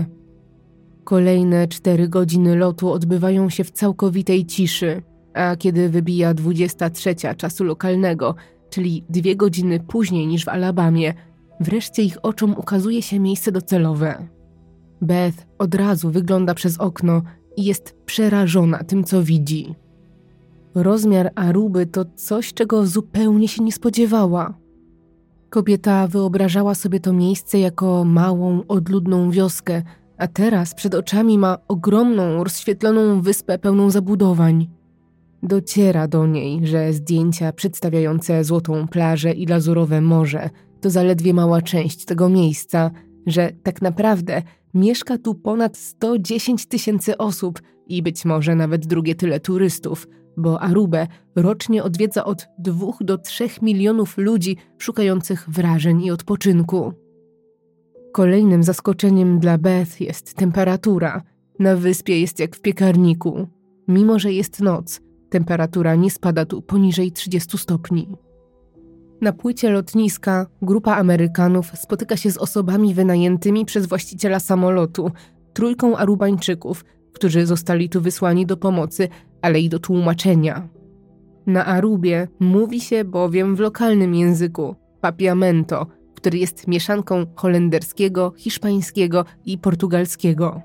Kolejne 4 godziny lotu odbywają się w całkowitej ciszy, a kiedy wybija 23 czasu lokalnego, czyli 2 godziny później niż w Alabamie, wreszcie ich oczom ukazuje się miejsce docelowe. Beth od razu wygląda przez okno i jest przerażona tym, co widzi. Rozmiar Aruby to coś, czego zupełnie się nie spodziewała. Kobieta wyobrażała sobie to miejsce jako małą, odludną wioskę, a teraz przed oczami ma ogromną, rozświetloną wyspę pełną zabudowań. Dociera do niej, że zdjęcia przedstawiające złotą plażę i lazurowe morze to zaledwie mała część tego miejsca, że tak naprawdę mieszka tu ponad 110 000 osób i być może nawet drugie tyle turystów, bo Arubę rocznie odwiedza od 2 do 3 milionów ludzi szukających wrażeń i odpoczynku. Kolejnym zaskoczeniem dla Beth jest temperatura. Na wyspie jest jak w piekarniku. Mimo że jest noc, temperatura nie spada tu poniżej 30 stopni. Na płycie lotniska grupa Amerykanów spotyka się z osobami wynajętymi przez właściciela samolotu, 3 Arubańczyków, którzy zostali tu wysłani do pomocy, ale i do tłumaczenia. Na Arubie mówi się bowiem w lokalnym języku papiamento, który jest mieszanką holenderskiego, hiszpańskiego i portugalskiego.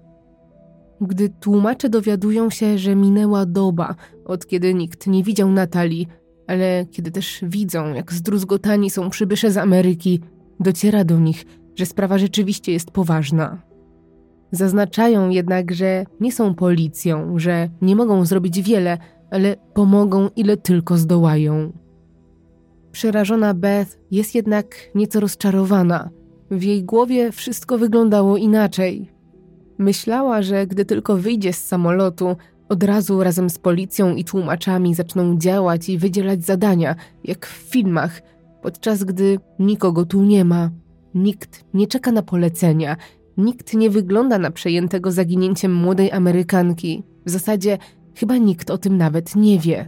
Gdy tłumacze dowiadują się, że minęła doba, od kiedy nikt nie widział Natalii, ale kiedy też widzą, jak zdruzgotani są przybysze z Ameryki, dociera do nich, że sprawa rzeczywiście jest poważna. Zaznaczają jednak, że nie są policją, że nie mogą zrobić wiele, ale pomogą ile tylko zdołają. Przerażona Beth jest jednak nieco rozczarowana. W jej głowie wszystko wyglądało inaczej. Myślała, że gdy tylko wyjdzie z samolotu, od razu razem z policją i tłumaczami zaczną działać i wydzielać zadania, jak w filmach, podczas gdy nikogo tu nie ma. Nikt nie czeka na polecenia, nikt nie wygląda na przejętego zaginięciem młodej Amerykanki. W zasadzie chyba nikt o tym nawet nie wie.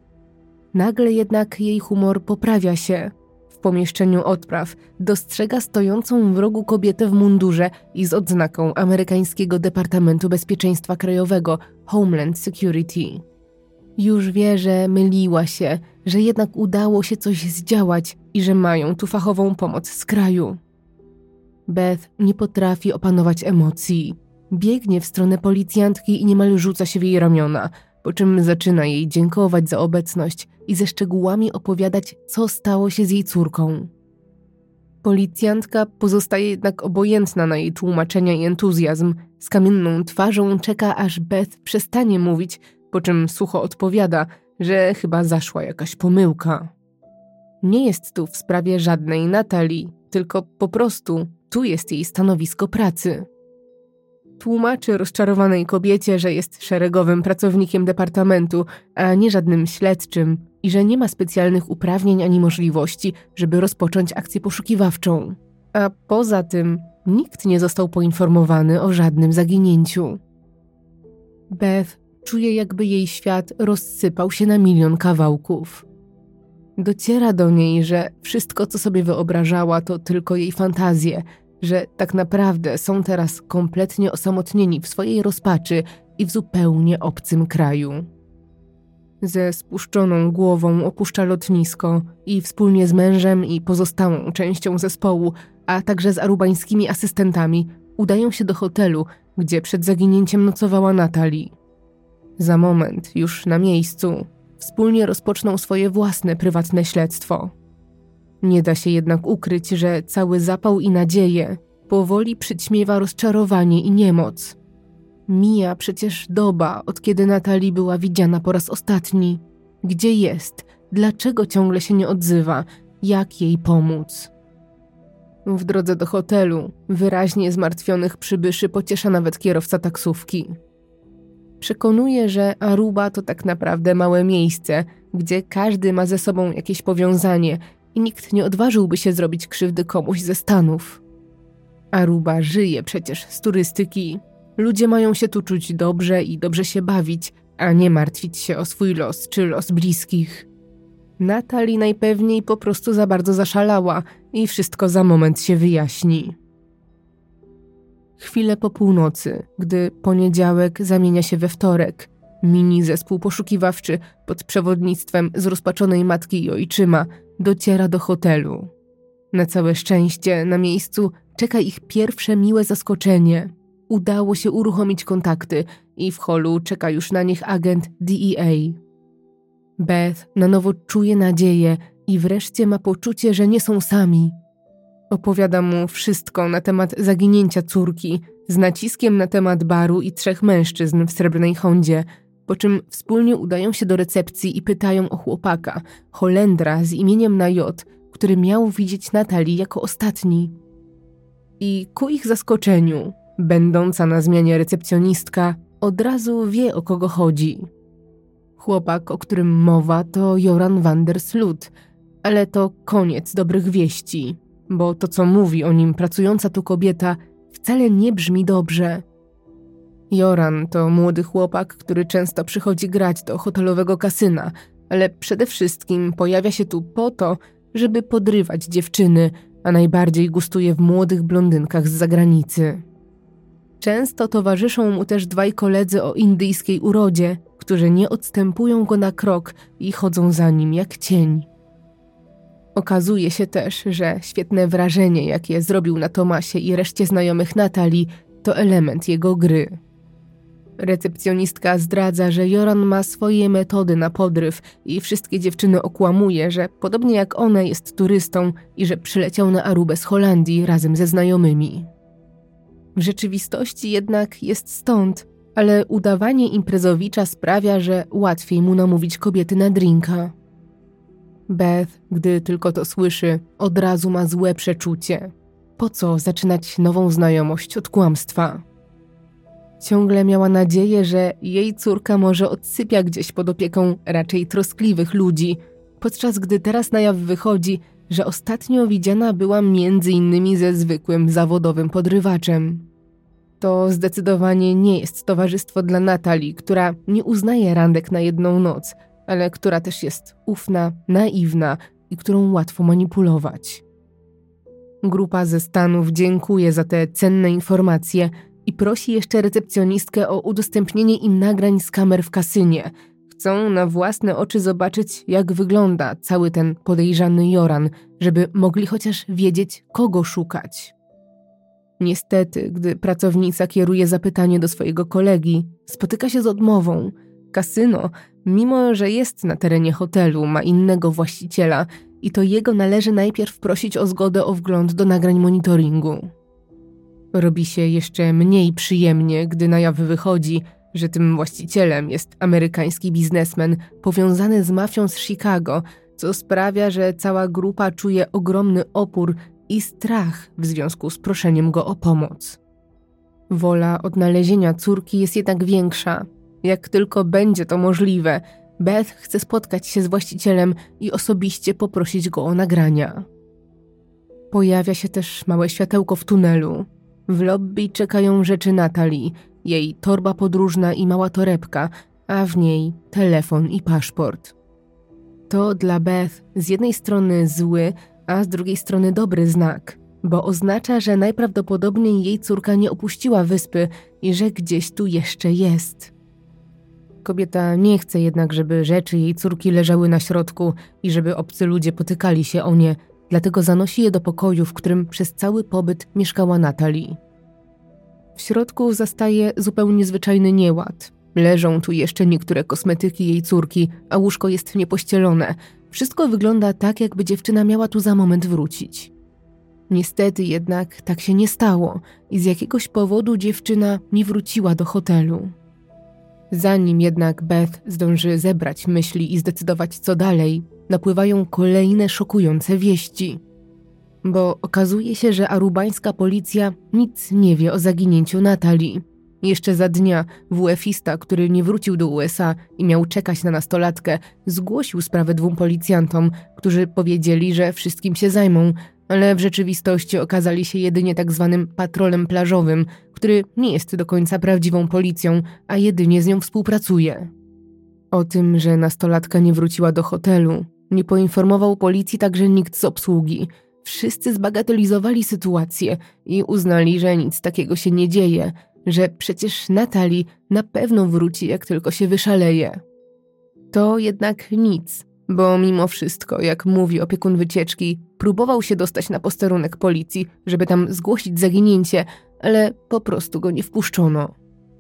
Nagle jednak jej humor poprawia się. W pomieszczeniu odpraw dostrzega stojącą w rogu kobietę w mundurze i z odznaką amerykańskiego Departamentu Bezpieczeństwa Krajowego Homeland Security. Już wie, że myliła się, że jednak udało się coś zdziałać i że mają tu fachową pomoc z kraju. Beth nie potrafi opanować emocji. Biegnie w stronę policjantki i niemal rzuca się w jej ramiona, po czym zaczyna jej dziękować za obecność i ze szczegółami opowiadać, co stało się z jej córką. Policjantka pozostaje jednak obojętna na jej tłumaczenia i entuzjazm. Z kamienną twarzą czeka, aż Beth przestanie mówić, po czym sucho odpowiada, że chyba zaszła jakaś pomyłka. Nie jest tu w sprawie żadnej Natalii, tylko po prostu tu jest jej stanowisko pracy. Tłumaczy rozczarowanej kobiecie, że jest szeregowym pracownikiem departamentu, a nie żadnym śledczym i że nie ma specjalnych uprawnień ani możliwości, żeby rozpocząć akcję poszukiwawczą. A poza tym nikt nie został poinformowany o żadnym zaginięciu. Beth czuje, jakby jej świat rozsypał się na 1 000 000 kawałków. Dociera do niej, że wszystko, co sobie wyobrażała, to tylko jej fantazje, że tak naprawdę są teraz kompletnie osamotnieni w swojej rozpaczy i w zupełnie obcym kraju. Ze spuszczoną głową opuszcza lotnisko i wspólnie z mężem i pozostałą częścią zespołu, a także z arubańskimi asystentami udają się do hotelu, gdzie przed zaginięciem nocowała Natalii. Za moment, już na miejscu, wspólnie rozpoczną swoje własne prywatne śledztwo. Nie da się jednak ukryć, że cały zapał i nadzieję powoli przyćmiewa rozczarowanie i niemoc. Mija przecież doba, od kiedy Natalii była widziana po raz ostatni. Gdzie jest? Dlaczego ciągle się nie odzywa? Jak jej pomóc? W drodze do hotelu wyraźnie zmartwionych przybyszy pociesza nawet kierowca taksówki. Przekonuje, że Aruba to tak naprawdę małe miejsce, gdzie każdy ma ze sobą jakieś powiązanie i nikt nie odważyłby się zrobić krzywdy komuś ze Stanów. Aruba żyje przecież z turystyki. Ludzie mają się tu czuć dobrze i dobrze się bawić, a nie martwić się o swój los czy los bliskich. Natalii najpewniej po prostu za bardzo zaszalała i wszystko za moment się wyjaśni. Chwilę po północy, gdy poniedziałek zamienia się we wtorek, mini zespół poszukiwawczy pod przewodnictwem zrozpaczonej matki i ojczyma dociera do hotelu. Na całe szczęście na miejscu czeka ich pierwsze miłe zaskoczenie. Udało się uruchomić kontakty i w holu czeka już na nich agent DEA. Beth na nowo czuje nadzieję i wreszcie ma poczucie, że nie są sami. Opowiada mu wszystko na temat zaginięcia córki, z naciskiem na temat baru i 3 mężczyzn w srebrnej Hondzie, po czym wspólnie udają się do recepcji i pytają o chłopaka, Holendra z imieniem na J, który miał widzieć Natalii jako ostatni. I ku ich zaskoczeniu, będąca na zmianie recepcjonistka od razu wie, o kogo chodzi. Chłopak, o którym mowa, to Joran van der Sloot, ale to koniec dobrych wieści, bo to, co mówi o nim pracująca tu kobieta, wcale nie brzmi dobrze. Joran to młody chłopak, który często przychodzi grać do hotelowego kasyna, ale przede wszystkim pojawia się tu po to, żeby podrywać dziewczyny, a najbardziej gustuje w młodych blondynkach z zagranicy. Często towarzyszą mu też 2 koledzy o indyjskiej urodzie, którzy nie odstępują go na krok i chodzą za nim jak cień. Okazuje się też, że świetne wrażenie, jakie zrobił na Tomasie i reszcie znajomych Natalii, to element jego gry. Recepcjonistka zdradza, że Joran ma swoje metody na podryw i wszystkie dziewczyny okłamuje, że podobnie jak one jest turystą i że przyleciał na Arubę z Holandii razem ze znajomymi. W rzeczywistości jednak jest stąd, ale udawanie imprezowicza sprawia, że łatwiej mu namówić kobiety na drinka. Beth, gdy tylko to słyszy, od razu ma złe przeczucie. Po co zaczynać nową znajomość od kłamstwa? Ciągle miała nadzieję, że jej córka może odsypia gdzieś pod opieką raczej troskliwych ludzi, podczas gdy teraz na jaw wychodzi, że ostatnio widziana była między innymi ze zwykłym zawodowym podrywaczem. To zdecydowanie nie jest towarzystwo dla Natalii, która nie uznaje randek na jedną noc, ale która też jest ufna, naiwna i którą łatwo manipulować. Grupa ze Stanów dziękuje za te cenne informacje i prosi jeszcze recepcjonistkę o udostępnienie im nagrań z kamer w kasynie. Chcą na własne oczy zobaczyć, jak wygląda cały ten podejrzany Joran, żeby mogli chociaż wiedzieć, kogo szukać. Niestety, gdy pracownica kieruje zapytanie do swojego kolegi, spotyka się z odmową. Kasyno, mimo że jest na terenie hotelu, ma innego właściciela i to jego należy najpierw prosić o zgodę o wgląd do nagrań monitoringu. Robi się jeszcze mniej przyjemnie, gdy na jaw wychodzi, że tym właścicielem jest amerykański biznesmen powiązany z mafią z Chicago, co sprawia, że cała grupa czuje ogromny opór i strach w związku z proszeniem go o pomoc. Wola odnalezienia córki jest jednak większa. Jak tylko będzie to możliwe, Beth chce spotkać się z właścicielem i osobiście poprosić go o nagrania. Pojawia się też małe światełko w tunelu. W lobby czekają rzeczy Natalii, jej torba podróżna i mała torebka, a w niej telefon i paszport. To dla Beth z jednej strony zły, a z drugiej strony dobry znak, bo oznacza, że najprawdopodobniej jej córka nie opuściła wyspy i że gdzieś tu jeszcze jest. Kobieta nie chce jednak, żeby rzeczy jej córki leżały na środku i żeby obcy ludzie potykali się o nie, dlatego zanosi je do pokoju, w którym przez cały pobyt mieszkała Natalii. W środku zastaje zupełnie zwyczajny nieład. Leżą tu jeszcze niektóre kosmetyki jej córki, a łóżko jest niepościelone. Wszystko wygląda tak, jakby dziewczyna miała tu za moment wrócić. Niestety jednak tak się nie stało i z jakiegoś powodu dziewczyna nie wróciła do hotelu. Zanim jednak Beth zdąży zebrać myśli i zdecydować co dalej, napływają kolejne szokujące wieści. Bo okazuje się, że arubańska policja nic nie wie o zaginięciu Natalii. Jeszcze za dnia WF-ista, który nie wrócił do USA i miał czekać na nastolatkę, zgłosił sprawę 2 policjantom, którzy powiedzieli, że wszystkim się zajmą, ale w rzeczywistości okazali się jedynie tak zwanym patrolem plażowym, który nie jest do końca prawdziwą policją, a jedynie z nią współpracuje. O tym, że nastolatka nie wróciła do hotelu, nie poinformował policji także nikt z obsługi. Wszyscy zbagatelizowali sytuację i uznali, że nic takiego się nie dzieje, że przecież Natalii na pewno wróci, jak tylko się wyszaleje. To jednak nic, bo mimo wszystko, jak mówi opiekun wycieczki, próbował się dostać na posterunek policji, żeby tam zgłosić zaginięcie, ale po prostu go nie wpuszczono.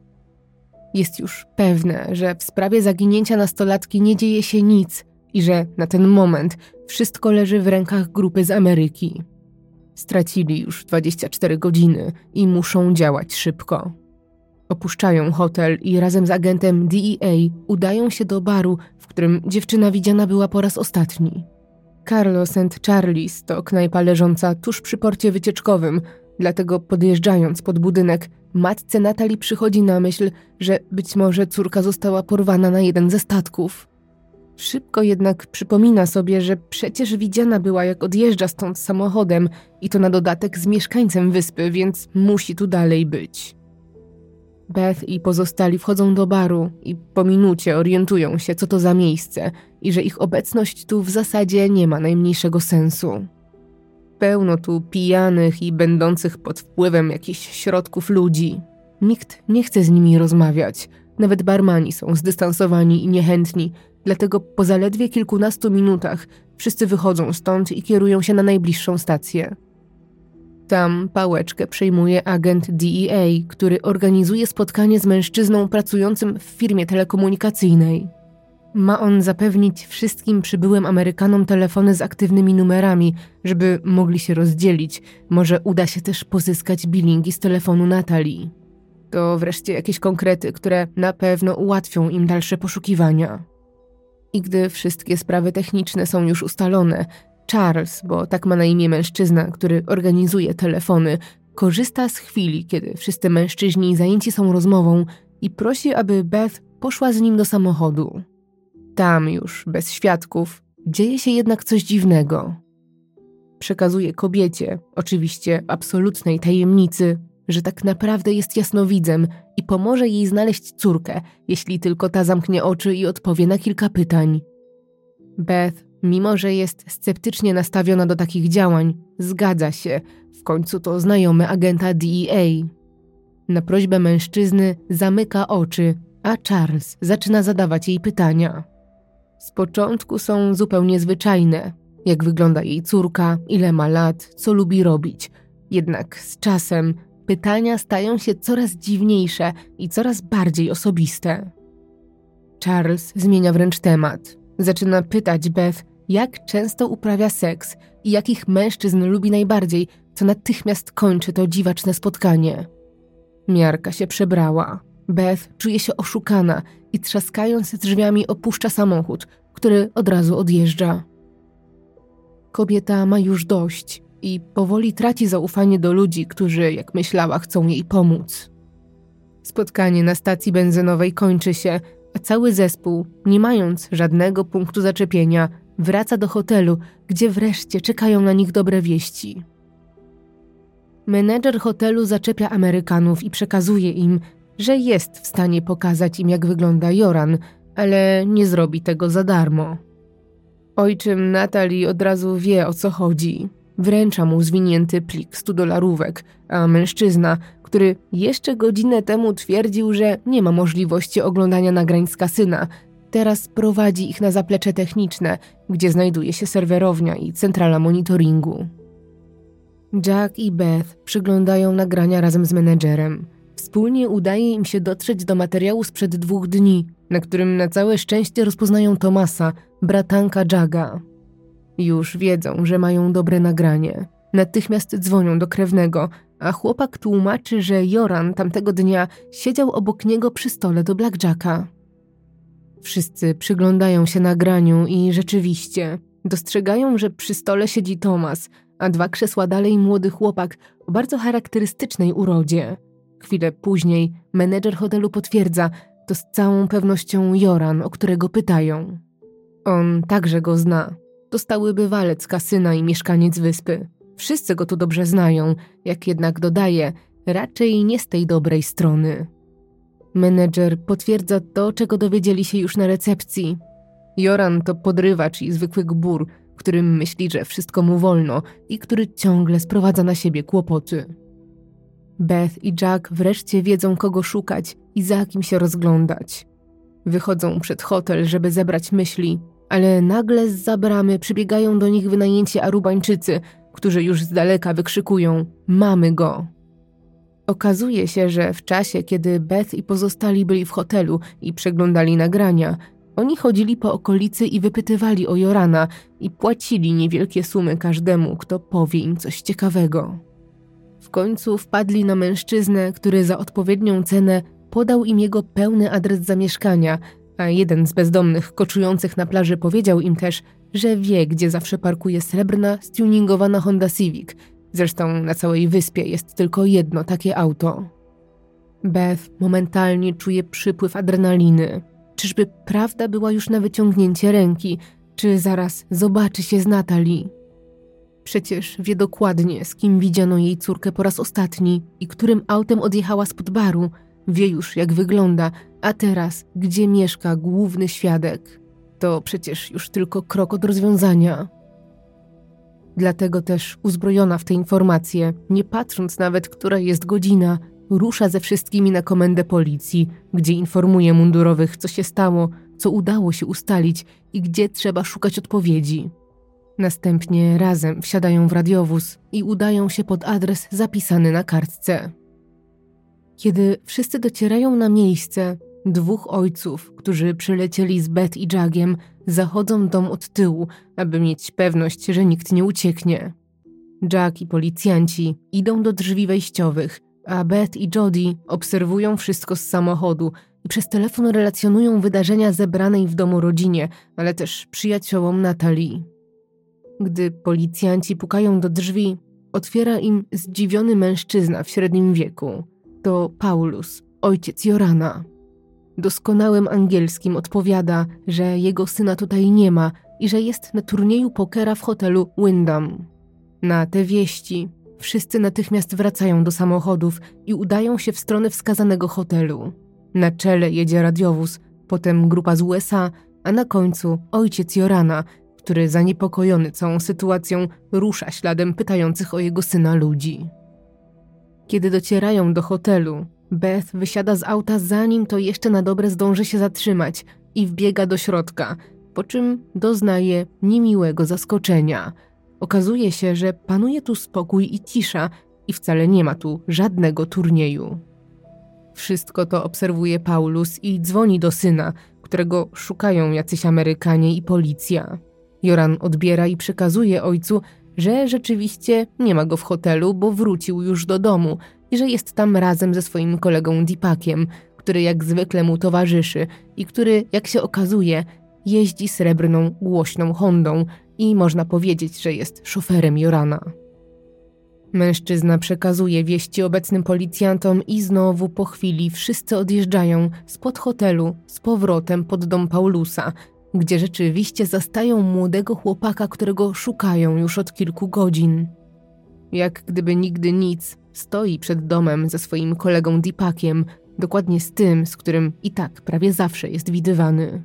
Jest już pewne, że w sprawie zaginięcia nastolatki nie dzieje się nic i że na ten moment wszystko leży w rękach grupy z Ameryki. Stracili już 24 godziny i muszą działać szybko. Opuszczają hotel i razem z agentem DEA udają się do baru, w którym dziewczyna widziana była po raz ostatni. Carlos and Charlie's to knajpa leżąca tuż przy porcie wycieczkowym, dlatego podjeżdżając pod budynek, matce Natalie przychodzi na myśl, że być może córka została porwana na jeden ze statków. Szybko jednak przypomina sobie, że przecież widziana była, jak odjeżdża stąd samochodem i to na dodatek z mieszkańcem wyspy, więc musi tu dalej być. Beth i pozostali wchodzą do baru i po minucie orientują się, co to za miejsce i że ich obecność tu w zasadzie nie ma najmniejszego sensu. Pełno tu pijanych i będących pod wpływem jakichś środków ludzi. Nikt nie chce z nimi rozmawiać. Nawet barmani są zdystansowani i niechętni, dlatego po zaledwie kilkunastu minutach wszyscy wychodzą stąd i kierują się na najbliższą stację. Tam pałeczkę przejmuje agent DEA, który organizuje spotkanie z mężczyzną pracującym w firmie telekomunikacyjnej. Ma on zapewnić wszystkim przybyłym Amerykanom telefony z aktywnymi numerami, żeby mogli się rozdzielić. Może uda się też pozyskać bilingi z telefonu Natalie. To wreszcie jakieś konkrety, które na pewno ułatwią im dalsze poszukiwania. I gdy wszystkie sprawy techniczne są już ustalone, Charles, bo tak ma na imię mężczyzna, który organizuje telefony, korzysta z chwili, kiedy wszyscy mężczyźni zajęci są rozmową i prosi, aby Beth poszła z nim do samochodu. Tam już, bez świadków, dzieje się jednak coś dziwnego. Przekazuje kobiecie, oczywiście absolutnej tajemnicy, że tak naprawdę jest jasnowidzem i pomoże jej znaleźć córkę, jeśli tylko ta zamknie oczy i odpowie na kilka pytań. Beth, mimo że jest sceptycznie nastawiona do takich działań, zgadza się, w końcu to znajomy agenta DEA. Na prośbę mężczyzny zamyka oczy, a Charles zaczyna zadawać jej pytania. Z początku są zupełnie zwyczajne, jak wygląda jej córka, ile ma lat, co lubi robić. Jednak z czasem pytania stają się coraz dziwniejsze i coraz bardziej osobiste. Charles zmienia wręcz temat. Zaczyna pytać Beth, jak często uprawia seks i jakich mężczyzn lubi najbardziej, co natychmiast kończy to dziwaczne spotkanie. Miarka się przebrała. Beth czuje się oszukana i trzaskając drzwiami opuszcza samochód, który od razu odjeżdża. Kobieta ma już dość i powoli traci zaufanie do ludzi, którzy, jak myślała, chcą jej pomóc. Spotkanie na stacji benzynowej kończy się, a cały zespół, nie mając żadnego punktu zaczepienia, wraca do hotelu, gdzie wreszcie czekają na nich dobre wieści. Menedżer hotelu zaczepia Amerykanów i przekazuje im, że jest w stanie pokazać im, jak wygląda Joran, ale nie zrobi tego za darmo. Ojczym Natalie od razu wie, o co chodzi. Wręcza mu zwinięty plik $100, a mężczyzna, który jeszcze godzinę temu twierdził, że nie ma możliwości oglądania nagrań z kasyna, teraz prowadzi ich na zaplecze techniczne, gdzie znajduje się serwerownia i centrala monitoringu. Jack i Beth przyglądają nagrania razem z menedżerem. Wspólnie udaje im się dotrzeć do materiału sprzed 2 dni, na którym na całe szczęście rozpoznają Thomasa, bratanka Jacka. Już wiedzą, że mają dobre nagranie. Natychmiast dzwonią do krewnego, a chłopak tłumaczy, że Joran tamtego dnia siedział obok niego przy stole do blackjacka. Wszyscy przyglądają się nagraniu i rzeczywiście dostrzegają, że przy stole siedzi Thomas, a 2 krzesła dalej młody chłopak o bardzo charakterystycznej urodzie. Chwilę później menedżer hotelu potwierdza, to z całą pewnością Joran, o którego pytają. On także go zna. To stały bywalec kasyna i mieszkaniec wyspy. Wszyscy go tu dobrze znają, jak jednak dodaje, raczej nie z tej dobrej strony. Menedżer potwierdza to, czego dowiedzieli się już na recepcji. Joran to podrywacz i zwykły gbur, którym myśli, że wszystko mu wolno i który ciągle sprowadza na siebie kłopoty. Beth i Jack wreszcie wiedzą, kogo szukać i za kim się rozglądać. Wychodzą przed hotel, żeby zebrać myśli, ale nagle zza bramy przybiegają do nich wynajęci Arubańczycy, którzy już z daleka wykrzykują: mamy go! Okazuje się, że w czasie, kiedy Beth i pozostali byli w hotelu i przeglądali nagrania, Oni chodzili po okolicy i wypytywali o Jorana i płacili niewielkie sumy każdemu, kto powie im coś ciekawego. W końcu wpadli na mężczyznę, który za odpowiednią cenę podał im jego pełny adres zamieszkania, a jeden z bezdomnych koczujących na plaży powiedział im też, że wie, gdzie zawsze parkuje srebrna, stuningowana Honda Civic. Zresztą na całej wyspie jest tylko jedno takie auto. Beth momentalnie czuje przypływ adrenaliny. Czyżby prawda była już na wyciągnięcie ręki, czy zaraz zobaczy się z Natalie? Przecież wie dokładnie, z kim widziano jej córkę po raz ostatni i którym autem odjechała spod baru. Wie już, jak wygląda, a teraz, gdzie mieszka główny świadek. To przecież już tylko krok od rozwiązania. Dlatego też uzbrojona w te informacje, nie patrząc nawet, która jest godzina, rusza ze wszystkimi na komendę policji, gdzie informuje mundurowych, co się stało, co udało się ustalić i gdzie trzeba szukać odpowiedzi. Następnie razem wsiadają w radiowóz i udają się pod adres zapisany na kartce. Kiedy wszyscy docierają na miejsce, dwóch ojców, którzy przylecieli z Beth i Jackiem, zachodzą dom od tyłu, aby mieć pewność, że nikt nie ucieknie. Jack i policjanci idą do drzwi wejściowych, a Beth i Jody obserwują wszystko z samochodu i przez telefon relacjonują wydarzenia zebranej w domu rodzinie, ale też przyjaciołom Natalie. Gdy policjanci pukają do drzwi, otwiera im zdziwiony mężczyzna w średnim wieku. To Paulus, ojciec Jorana. Doskonałym angielskim odpowiada, że jego syna tutaj nie ma i że jest na turnieju pokera w hotelu Wyndham. Na te wieści wszyscy natychmiast wracają do samochodów i udają się w stronę wskazanego hotelu. Na czele jedzie radiowóz, potem grupa z USA, a na końcu ojciec Jorana, który zaniepokojony całą sytuacją rusza śladem pytających o jego syna ludzi. Kiedy docierają do hotelu, Beth wysiada z auta, zanim to jeszcze na dobre zdąży się zatrzymać i wbiega do środka, po czym doznaje niemiłego zaskoczenia. Okazuje się, że panuje tu spokój i cisza i wcale nie ma tu żadnego turnieju. Wszystko to obserwuje Paulus i dzwoni do syna, którego szukają jacyś Amerykanie i policja. Joran odbiera i przekazuje ojcu, że rzeczywiście nie ma go w hotelu, bo wrócił już do domu i że jest tam razem ze swoim kolegą Deepakiem, który jak zwykle mu towarzyszy i który, jak się okazuje, jeździ srebrną, głośną Hondą i można powiedzieć, że jest szoferem Jorana. Mężczyzna przekazuje wieści obecnym policjantom i znowu po chwili wszyscy odjeżdżają spod hotelu z powrotem pod dom Paulusa, gdzie rzeczywiście zastają młodego chłopaka, którego szukają już od kilku godzin. Jak gdyby nigdy nic, stoi przed domem ze swoim kolegą Deepakiem, dokładnie z tym, z którym i tak prawie zawsze jest widywany.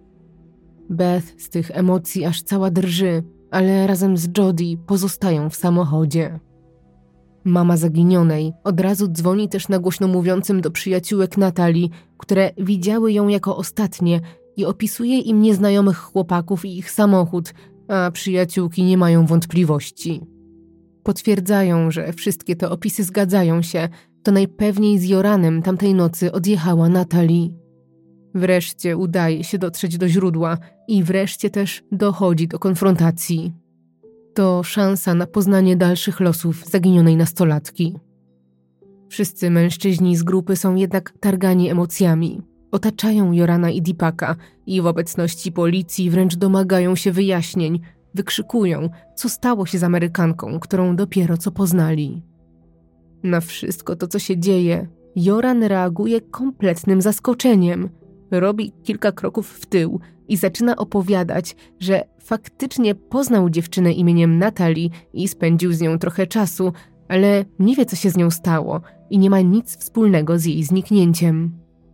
Beth z tych emocji aż cała drży, ale razem z Jody pozostają w samochodzie. Mama zaginionej od razu dzwoni też na głośno mówiącym do przyjaciółek Natalie, które widziały ją jako ostatnie i opisuje im nieznajomych chłopaków i ich samochód, a przyjaciółki nie mają wątpliwości. Potwierdzają, że wszystkie te opisy zgadzają się, to najpewniej z Joranem tamtej nocy odjechała Natalie. Wreszcie udaje się dotrzeć do źródła i wreszcie też dochodzi do konfrontacji. To szansa na poznanie dalszych losów zaginionej nastolatki. Wszyscy mężczyźni z grupy są jednak targani emocjami. Otaczają Jorana i Deepaka i w obecności policji wręcz domagają się wyjaśnień, wykrzykują, co stało się z Amerykanką, którą dopiero co poznali. Na wszystko to, co się dzieje, Joran reaguje kompletnym zaskoczeniem. Robi kilka kroków w tył i zaczyna opowiadać, że faktycznie poznał dziewczynę imieniem Natalie i spędził z nią trochę czasu, ale nie wie, co się z nią stało i nie ma nic wspólnego z jej zniknięciem.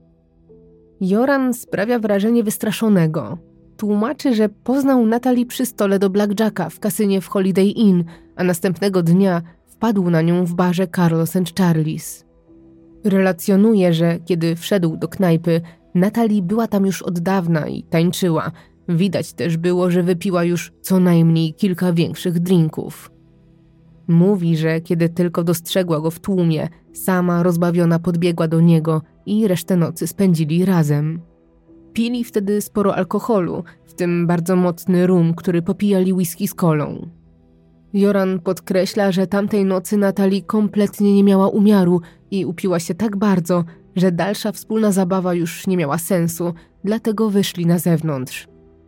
Joran sprawia wrażenie wystraszonego. Tłumaczy, że poznał Natalie przy stole do blackjacka w kasynie w Holiday Inn, a następnego dnia wpadł na nią w barze Carlos & Charlie's. Relacjonuje, że kiedy wszedł do knajpy, Natalie była tam już od dawna i tańczyła. Widać też było, że wypiła już co najmniej kilka większych drinków. Mówi, że kiedy tylko dostrzegła go w tłumie, sama rozbawiona podbiegła do niego i resztę nocy spędzili razem. Pili wtedy sporo alkoholu, w tym bardzo mocny rum, który popijali whisky z kolą. Joran podkreśla, że tamtej nocy Natalie kompletnie nie miała umiaru i upiła się tak bardzo, że dalsza wspólna zabawa już nie miała sensu, dlatego wyszli na zewnątrz.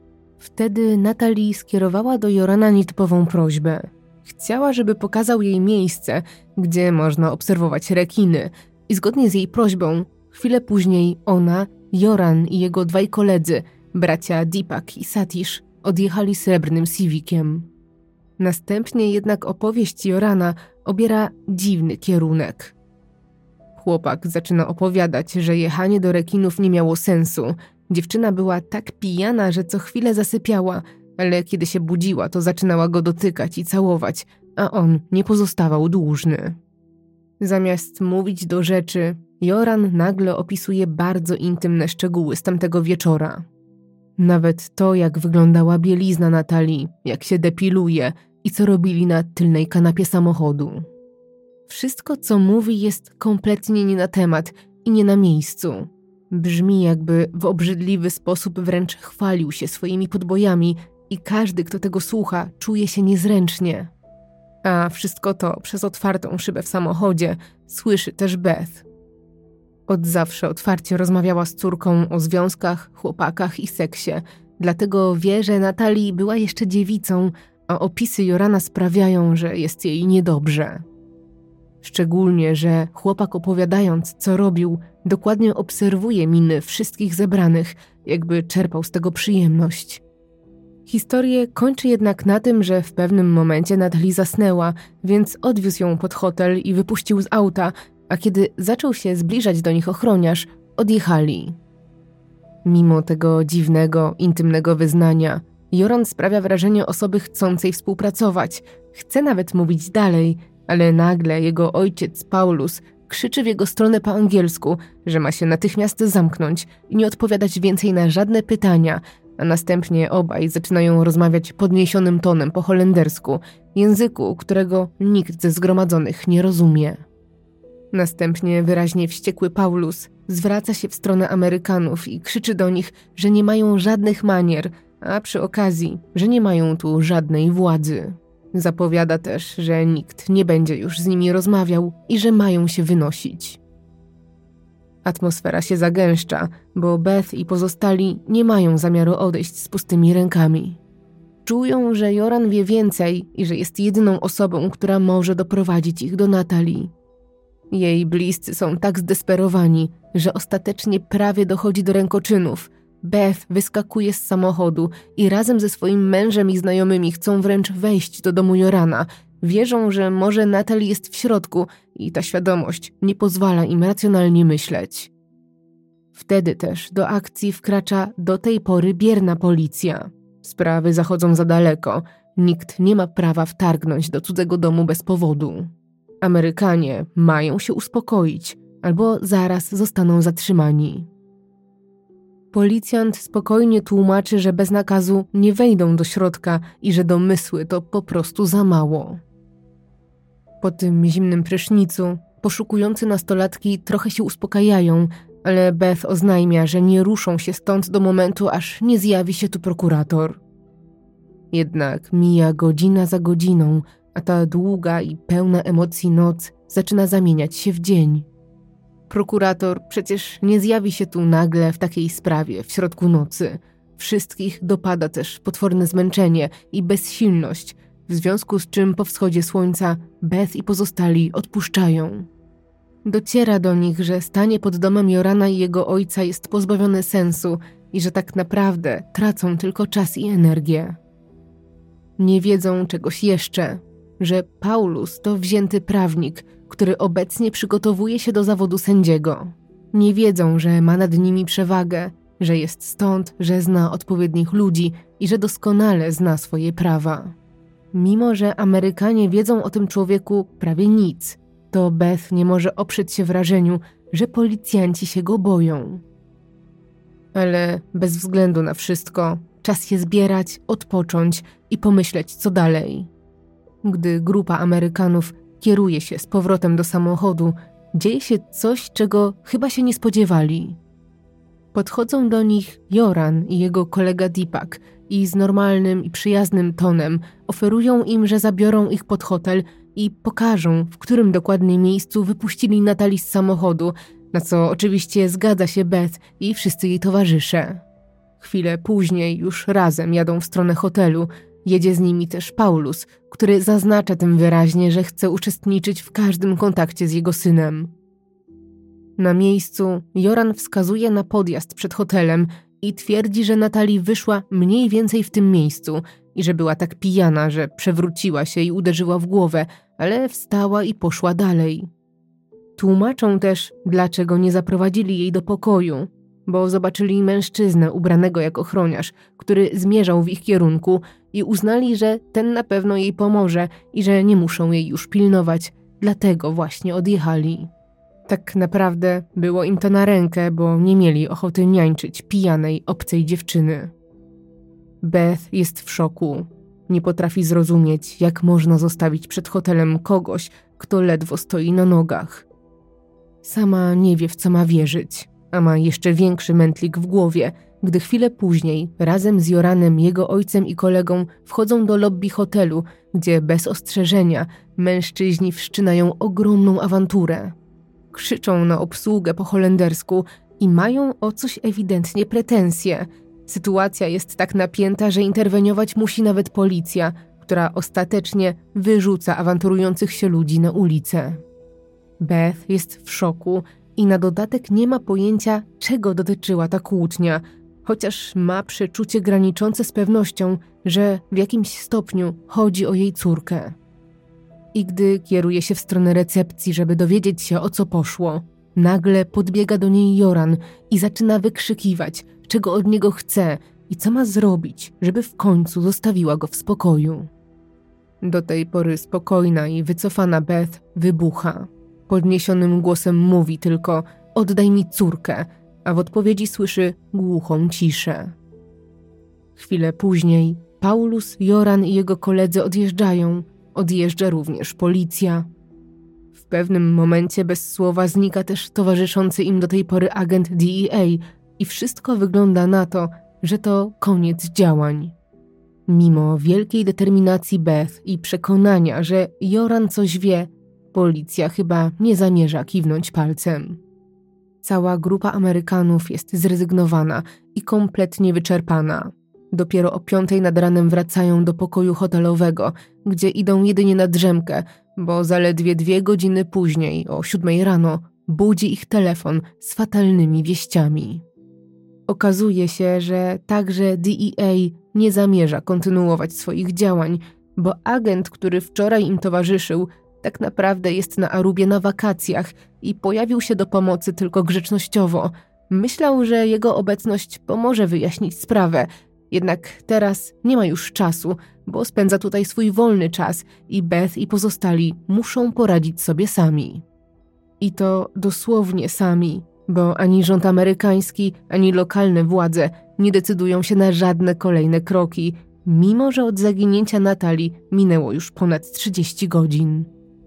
Wtedy Natalie skierowała do Jorana nietypową prośbę. Chciała, żeby pokazał jej miejsce, gdzie można obserwować rekiny i zgodnie z jej prośbą, chwilę później ona, Joran i jego dwaj koledzy, bracia Deepak i Satish, odjechali srebrnym Civiciem. Następnie jednak opowieść Jorana obiera dziwny kierunek. Chłopak zaczyna opowiadać, że jechanie do rekinów nie miało sensu. Dziewczyna była tak pijana, że co chwilę zasypiała, ale kiedy się budziła, to zaczynała go dotykać i całować, a on nie pozostawał dłużny. Zamiast mówić do rzeczy, Joran nagle opisuje bardzo intymne szczegóły z tamtego wieczora. Nawet to, jak wyglądała bielizna Natalie, jak się depiluje i co robili na tylnej kanapie samochodu. Wszystko, co mówi, jest kompletnie nie na temat i nie na miejscu. Brzmi, jakby w obrzydliwy sposób wręcz chwalił się swoimi podbojami i każdy, kto tego słucha, czuje się niezręcznie. A wszystko to przez otwartą szybę w samochodzie słyszy też Beth. Od zawsze otwarcie rozmawiała z córką o związkach, chłopakach i seksie, dlatego wie, że Natalie była jeszcze dziewicą, a opisy Jorana sprawiają, że jest jej niedobrze. Szczególnie, że chłopak opowiadając, co robił, dokładnie obserwuje miny wszystkich zebranych, jakby czerpał z tego przyjemność. Historię kończy jednak na tym, że w pewnym momencie Natalie zasnęła, więc odwiózł ją pod hotel i wypuścił z auta, a kiedy zaczął się zbliżać do nich ochroniarz, odjechali. Mimo tego dziwnego, intymnego wyznania, Joran sprawia wrażenie osoby chcącej współpracować, chce nawet mówić dalej, ale nagle jego ojciec, Paulus, krzyczy w jego stronę po angielsku, że ma się natychmiast zamknąć i nie odpowiadać więcej na żadne pytania, a następnie obaj zaczynają rozmawiać podniesionym tonem po holendersku, języku, którego nikt ze zgromadzonych nie rozumie. Następnie wyraźnie wściekły Paulus zwraca się w stronę Amerykanów i krzyczy do nich, że nie mają żadnych manier, a przy okazji, że nie mają tu żadnej władzy. Zapowiada też, że nikt nie będzie już z nimi rozmawiał i że mają się wynosić. Atmosfera się zagęszcza, bo Beth i pozostali nie mają zamiaru odejść z pustymi rękami. Czują, że Joran wie więcej i że jest jedyną osobą, która może doprowadzić ich do Natalie. Jej bliscy są tak zdesperowani, że ostatecznie prawie dochodzi do rękoczynów. Beth wyskakuje z samochodu i razem ze swoim mężem i znajomymi chcą wręcz wejść do domu Jorana. Wierzą, że może Natalie jest w środku i ta świadomość nie pozwala im racjonalnie myśleć. Wtedy też do akcji wkracza do tej pory bierna policja. Sprawy zachodzą za daleko. Nikt nie ma prawa wtargnąć do cudzego domu bez powodu. Amerykanie mają się uspokoić, albo zaraz zostaną zatrzymani. Policjant spokojnie tłumaczy, że bez nakazu nie wejdą do środka i że domysły to po prostu za mało. Po tym zimnym prysznicu poszukujący nastolatki trochę się uspokajają, ale Beth oznajmia, że nie ruszą się stąd do momentu, aż nie zjawi się tu prokurator. Jednak mija godzina za godziną, a ta długa i pełna emocji noc zaczyna zamieniać się w dzień. Prokurator przecież nie zjawi się tu nagle w takiej sprawie w środku nocy. Wszystkich dopada też potworne zmęczenie i bezsilność, w związku z czym po wschodzie słońca Beth i pozostali odpuszczają. Dociera do nich, że stanie pod domem Jorana i jego ojca jest pozbawione sensu i że tak naprawdę tracą tylko czas i energię. Nie wiedzą czegoś jeszcze, że Paulus to wzięty prawnik, który obecnie przygotowuje się do zawodu sędziego. Nie wiedzą, że ma nad nimi przewagę, że jest stąd, że zna odpowiednich ludzi i że doskonale zna swoje prawa. Mimo że Amerykanie wiedzą o tym człowieku prawie nic, to Beth nie może oprzeć się wrażeniu, że policjanci się go boją. Ale bez względu na wszystko, czas się zbierać, odpocząć i pomyśleć, co dalej. Gdy grupa Amerykanów kieruje się z powrotem do samochodu, dzieje się coś, czego chyba się nie spodziewali. Podchodzą do nich Joran i jego kolega Deepak i z normalnym i przyjaznym tonem oferują im, że zabiorą ich pod hotel i pokażą, w którym dokładnie miejscu wypuścili Natalie z samochodu, na co oczywiście zgadza się Beth i wszyscy jej towarzysze. Chwilę później już razem jadą w stronę hotelu. Jedzie z nimi też Paulus, który zaznacza tym wyraźnie, że chce uczestniczyć w każdym kontakcie z jego synem. Na miejscu Joran wskazuje na podjazd przed hotelem i twierdzi, że Natalie wyszła mniej więcej w tym miejscu i że była tak pijana, że przewróciła się i uderzyła w głowę, ale wstała i poszła dalej. Tłumaczą też, dlaczego nie zaprowadzili jej do pokoju, bo zobaczyli mężczyznę ubranego jak ochroniarz, który zmierzał w ich kierunku i uznali, że ten na pewno jej pomoże i że nie muszą jej już pilnować, dlatego właśnie odjechali. Tak naprawdę było im to na rękę, bo nie mieli ochoty niańczyć pijanej, obcej dziewczyny. Beth jest w szoku. Nie potrafi zrozumieć, jak można zostawić przed hotelem kogoś, kto ledwo stoi na nogach. Sama nie wie, w co ma wierzyć, a ma jeszcze większy mętlik w głowie, gdy chwilę później razem z Joranem, jego ojcem i kolegą wchodzą do lobby hotelu, gdzie bez ostrzeżenia mężczyźni wszczynają ogromną awanturę. Krzyczą na obsługę po holendersku i mają o coś ewidentnie pretensje. Sytuacja jest tak napięta, że interweniować musi nawet policja, która ostatecznie wyrzuca awanturujących się ludzi na ulicę. Beth jest w szoku i na dodatek nie ma pojęcia, czego dotyczyła ta kłótnia, chociaż ma przeczucie graniczące z pewnością, że w jakimś stopniu chodzi o jej córkę. I gdy kieruje się w stronę recepcji, żeby dowiedzieć się, o co poszło, nagle podbiega do niej Joran i zaczyna wykrzykiwać, czego od niego chce i co ma zrobić, żeby w końcu zostawiła go w spokoju. Do tej pory spokojna i wycofana Beth wybucha. Podniesionym głosem mówi tylko: oddaj mi córkę, a w odpowiedzi słyszy głuchą ciszę. Chwilę później Paulus, Joran i jego koledzy odjeżdżają. Odjeżdża również policja. W pewnym momencie bez słowa znika też towarzyszący im do tej pory agent DEA i wszystko wygląda na to, że to koniec działań. Mimo wielkiej determinacji Beth i przekonania, że Joran coś wie, policja chyba nie zamierza kiwnąć palcem. Cała grupa Amerykanów jest zrezygnowana i kompletnie wyczerpana. Dopiero o 5:00 nad ranem wracają do pokoju hotelowego, gdzie idą jedynie na drzemkę, bo zaledwie 2 godziny później, o 7:00 rano, budzi ich telefon z fatalnymi wieściami. Okazuje się, że także DEA nie zamierza kontynuować swoich działań, bo agent, który wczoraj im towarzyszył, tak naprawdę jest na Arubie na wakacjach i pojawił się do pomocy tylko grzecznościowo. Myślał, że jego obecność pomoże wyjaśnić sprawę, jednak teraz nie ma już czasu, bo spędza tutaj swój wolny czas i Beth i pozostali muszą poradzić sobie sami. I to dosłownie sami, bo ani rząd amerykański, ani lokalne władze nie decydują się na żadne kolejne kroki, mimo że od zaginięcia Natalie minęło już ponad 30 godzin.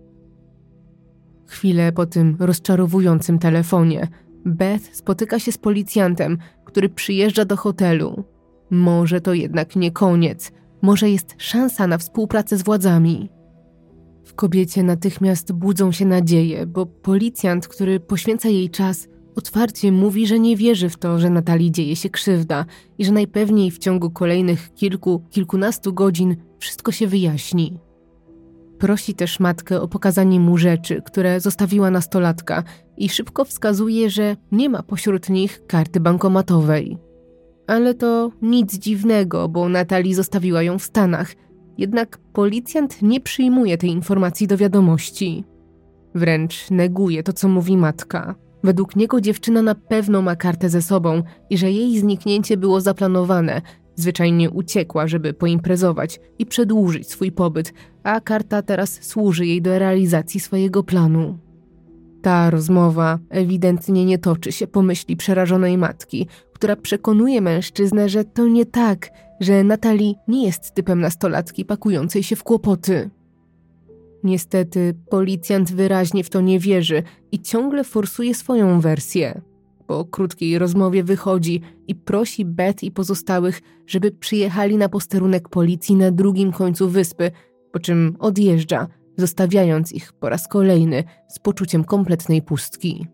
Chwilę po tym rozczarowującym telefonie Beth spotyka się z policjantem, który przyjeżdża do hotelu. Może to jednak nie koniec, może jest szansa na współpracę z władzami. W kobiecie natychmiast budzą się nadzieje, bo policjant, który poświęca jej czas, otwarcie mówi, że nie wierzy w to, że Natalie dzieje się krzywda i że najpewniej w ciągu kolejnych kilkunastu godzin wszystko się wyjaśni. Prosi też matkę o pokazanie mu rzeczy, które zostawiła nastolatka i szybko wskazuje, że nie ma pośród nich karty bankomatowej. Ale to nic dziwnego, bo Natalie zostawiła ją w Stanach. Jednak policjant nie przyjmuje tej informacji do wiadomości. Wręcz neguje to, co mówi matka. Według niego dziewczyna na pewno ma kartę ze sobą i że jej zniknięcie było zaplanowane. Zwyczajnie uciekła, żeby poimprezować i przedłużyć swój pobyt, a karta teraz służy jej do realizacji swojego planu. Ta rozmowa ewidentnie nie toczy się po myśli przerażonej matki, która przekonuje mężczyznę, że to nie tak, że Natalie nie jest typem nastolatki pakującej się w kłopoty. Niestety policjant wyraźnie w to nie wierzy i ciągle forsuje swoją wersję. Po krótkiej rozmowie wychodzi i prosi Beth i pozostałych, żeby przyjechali na posterunek policji na drugim końcu wyspy, po czym odjeżdża, zostawiając ich po raz kolejny z poczuciem kompletnej pustki.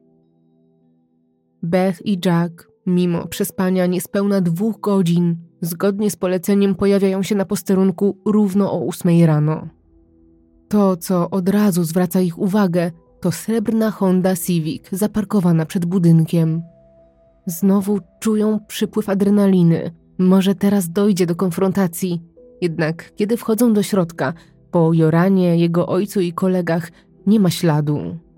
Beth i Jack, mimo przespania niespełna 2 godzin, zgodnie z poleceniem pojawiają się na posterunku równo o 8 rano. To, co od razu zwraca ich uwagę, to srebrna Honda Civic zaparkowana przed budynkiem. Znowu czują przypływ adrenaliny. Może teraz dojdzie do konfrontacji. Jednak kiedy wchodzą do środka, po Joranie, jego ojcu i kolegach nie ma śladu.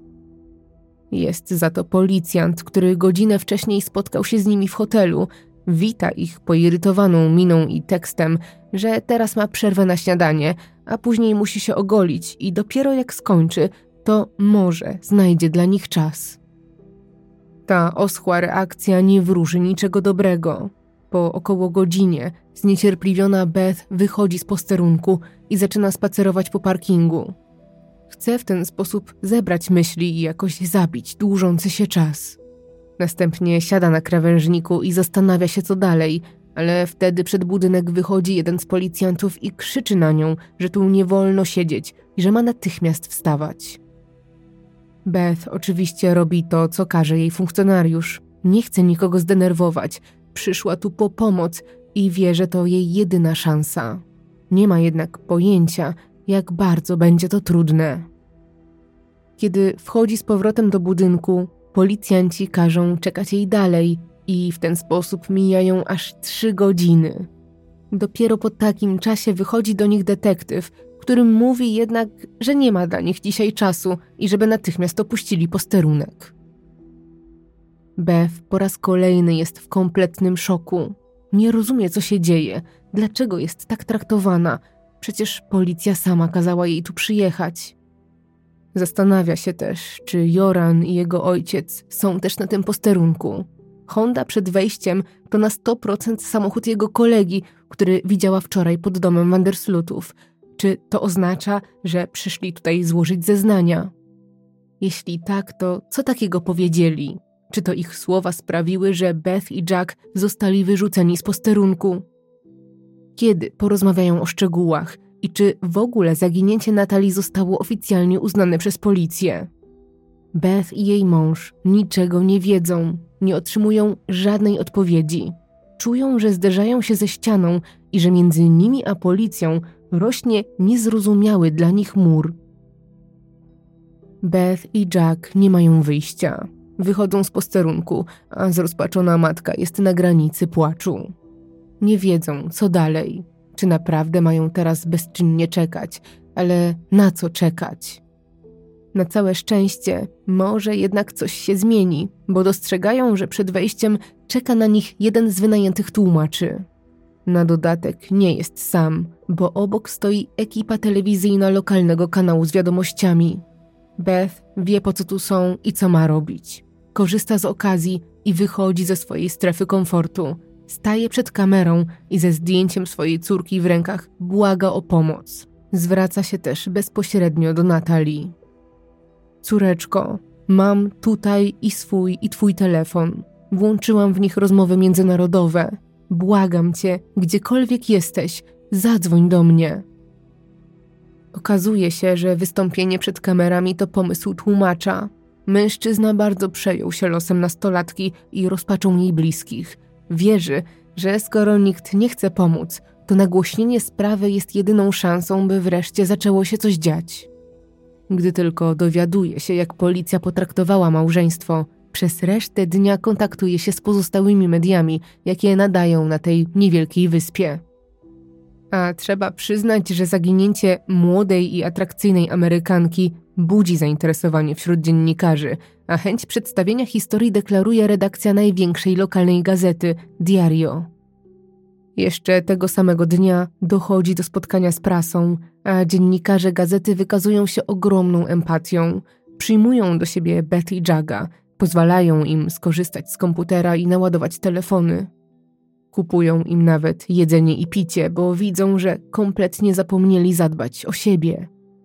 Jest za to policjant, który godzinę wcześniej spotkał się z nimi w hotelu. Wita ich poirytowaną miną i tekstem, że teraz ma przerwę na śniadanie, a później musi się ogolić i dopiero jak skończy, to może znajdzie dla nich czas. Ta oschła reakcja nie wróży niczego dobrego. Po około godzinie zniecierpliwiona Beth wychodzi z posterunku i zaczyna spacerować po parkingu. Chce w ten sposób zebrać myśli i jakoś zabić dłużący się czas. Następnie siada na krawężniku i zastanawia się, co dalej, ale wtedy przed budynek wychodzi jeden z policjantów i krzyczy na nią, że tu nie wolno siedzieć i że ma natychmiast wstawać. Beth oczywiście robi to, co każe jej funkcjonariusz. Nie chce nikogo zdenerwować. Przyszła tu po pomoc i wie, że to jej jedyna szansa. Nie ma jednak pojęcia, jak bardzo będzie to trudne. Kiedy wchodzi z powrotem do budynku, policjanci każą czekać jej dalej i w ten sposób mijają aż 3 godziny. Dopiero po takim czasie wychodzi do nich detektyw, którym mówi jednak, że nie ma dla nich dzisiaj czasu i żeby natychmiast opuścili posterunek. Beth po raz kolejny jest w kompletnym szoku. Nie rozumie, co się dzieje, dlaczego jest tak traktowana. Przecież policja sama kazała jej tu przyjechać. Zastanawia się też, czy Joran i jego ojciec są też na tym posterunku. Honda przed wejściem to na 100% samochód jego kolegi, który widziała wczoraj pod domem Vanderslutów. Czy to oznacza, że przyszli tutaj złożyć zeznania? Jeśli tak, to co takiego powiedzieli? Czy to ich słowa sprawiły, że Beth i Jack zostali wyrzuceni z posterunku? Kiedy porozmawiają o szczegółach i czy w ogóle zaginięcie Natalii zostało oficjalnie uznane przez policję? Beth i jej mąż niczego nie wiedzą, nie otrzymują żadnej odpowiedzi. Czują, że zderzają się ze ścianą i że między nimi a policją rośnie niezrozumiały dla nich mur. Beth i Jack nie mają wyjścia. Wychodzą z posterunku, a zrozpaczona matka jest na granicy płaczu. Nie wiedzą, co dalej. Czy naprawdę mają teraz bezczynnie czekać, ale na co czekać? Na całe szczęście może jednak coś się zmieni, bo dostrzegają, że przed wejściem czeka na nich jeden z wynajętych tłumaczy. Na dodatek nie jest sam, bo obok stoi ekipa telewizyjna lokalnego kanału z wiadomościami. Beth wie, po co tu są i co ma robić. Korzysta z okazji i wychodzi ze swojej strefy komfortu. Staje przed kamerą i ze zdjęciem swojej córki w rękach błaga o pomoc. Zwraca się też bezpośrednio do Natalii. Córeczko, mam tutaj i swój i twój telefon. Włączyłam w nich rozmowy międzynarodowe. Błagam cię, gdziekolwiek jesteś, zadzwoń do mnie. Okazuje się, że wystąpienie przed kamerami to pomysł tłumacza. Mężczyzna bardzo przejął się losem nastolatki i rozpaczą jej bliskich. Wierzy, że skoro nikt nie chce pomóc, to nagłośnienie sprawy jest jedyną szansą, by wreszcie zaczęło się coś dziać. Gdy tylko dowiaduje się, jak policja potraktowała małżeństwo, przez resztę dnia kontaktuje się z pozostałymi mediami, jakie nadają na tej niewielkiej wyspie. A trzeba przyznać, że zaginięcie młodej i atrakcyjnej Amerykanki budzi zainteresowanie wśród dziennikarzy, a chęć przedstawienia historii deklaruje redakcja największej lokalnej gazety Diario. Jeszcze tego samego dnia dochodzi do spotkania z prasą, a dziennikarze gazety wykazują się ogromną empatią. Przyjmują do siebie Beth i Jacka, pozwalają im skorzystać z komputera i naładować telefony. Kupują im nawet jedzenie i picie, bo widzą, że kompletnie zapomnieli zadbać o siebie.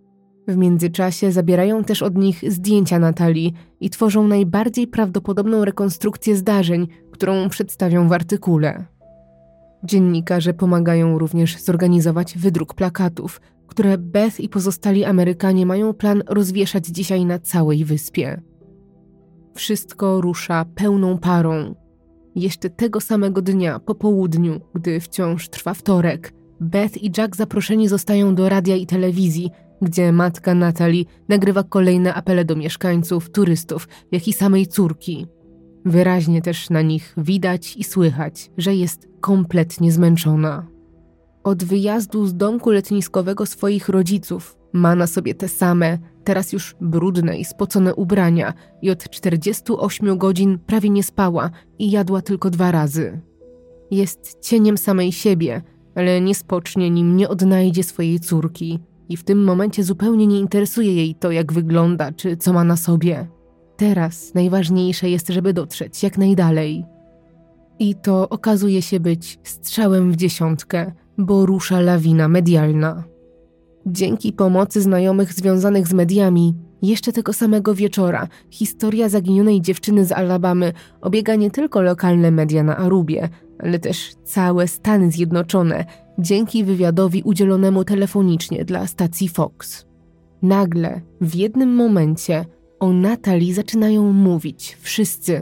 W międzyczasie zabierają też od nich zdjęcia Natalii i tworzą najbardziej prawdopodobną rekonstrukcję zdarzeń, którą przedstawią w artykule. Dziennikarze pomagają również zorganizować wydruk plakatów, które Beth i pozostali Amerykanie mają plan rozwieszać dzisiaj na całej wyspie. Wszystko rusza pełną parą. Jeszcze tego samego dnia, po południu, gdy wciąż trwa wtorek, Beth i Jack zaproszeni zostają do radia i telewizji, gdzie matka Natalii nagrywa kolejne apele do mieszkańców, turystów, jak i samej córki. Wyraźnie też na nich widać i słychać, że jest kompletnie zmęczona. Od wyjazdu z domku letniskowego swoich rodziców ma na sobie te same, teraz już brudne i spocone ubrania i od 48 godzin prawie nie spała i jadła tylko 2 razy. Jest cieniem samej siebie, ale nie spocznie, nim nie odnajdzie swojej córki i w tym momencie zupełnie nie interesuje jej to, jak wygląda czy co ma na sobie. Teraz najważniejsze jest, żeby dotrzeć jak najdalej. I to okazuje się być strzałem w dziesiątkę, bo rusza lawina medialna. Dzięki pomocy znajomych związanych z mediami, jeszcze tego samego wieczora historia zaginionej dziewczyny z Alabamy obiega nie tylko lokalne media na Arubie, ale też całe Stany Zjednoczone dzięki wywiadowi udzielonemu telefonicznie dla stacji Fox. Nagle, w jednym momencie, o Natalii zaczynają mówić wszyscy.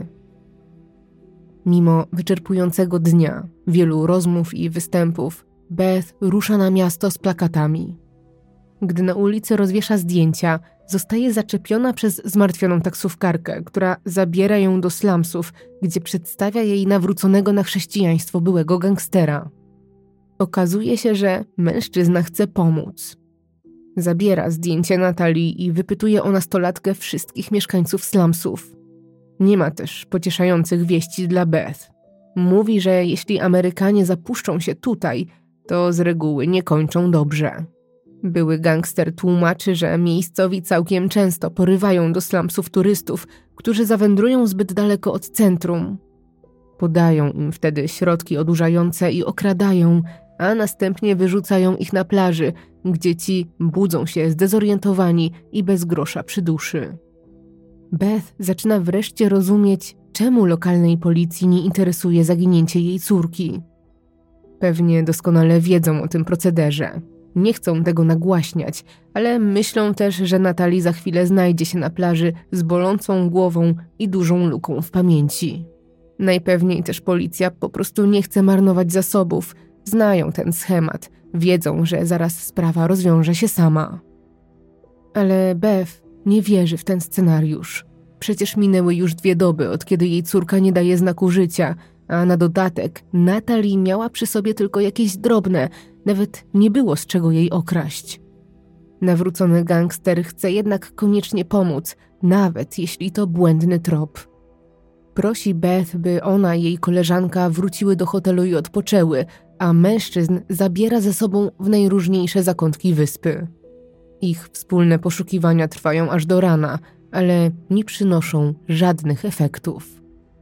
Mimo wyczerpującego dnia, wielu rozmów i występów, Beth rusza na miasto z plakatami. Gdy na ulicy rozwiesza zdjęcia, zostaje zaczepiona przez zmartwioną taksówkarkę, która zabiera ją do slumsów, gdzie przedstawia jej nawróconego na chrześcijaństwo byłego gangstera. Okazuje się, że mężczyzna chce pomóc. Zabiera zdjęcie Natalii i wypytuje o nastolatkę wszystkich mieszkańców slumsów. Nie ma też pocieszających wieści dla Beth. Mówi, że jeśli Amerykanie zapuszczą się tutaj, to z reguły nie kończą dobrze. Były gangster tłumaczy, że miejscowi całkiem często porywają do slumsów turystów, którzy zawędrują zbyt daleko od centrum. Podają im wtedy środki odurzające i okradają, a następnie wyrzucają ich na plaży, gdzie ci budzą się zdezorientowani i bez grosza przy duszy. Beth zaczyna wreszcie rozumieć, czemu lokalnej policji nie interesuje zaginięcie jej córki. Pewnie doskonale wiedzą o tym procederze. Nie chcą tego nagłaśniać, ale myślą też, że Natalii za chwilę znajdzie się na plaży z bolącą głową i dużą luką w pamięci. Najpewniej też policja po prostu nie chce marnować zasobów. Znają ten schemat, wiedzą, że zaraz sprawa rozwiąże się sama. Ale Beth nie wierzy w ten scenariusz. Przecież minęły już 2 doby, od kiedy jej córka nie daje znaku życia, a na dodatek Natalii miała przy sobie tylko jakieś drobne, nawet nie było z czego jej okraść. Nawrócony gangster chce jednak koniecznie pomóc, nawet jeśli to błędny trop. Prosi Beth, by ona i jej koleżanka wróciły do hotelu i odpoczęły, a mężczyzn zabiera ze sobą w najróżniejsze zakątki wyspy. Ich wspólne poszukiwania trwają aż do rana, ale nie przynoszą żadnych efektów.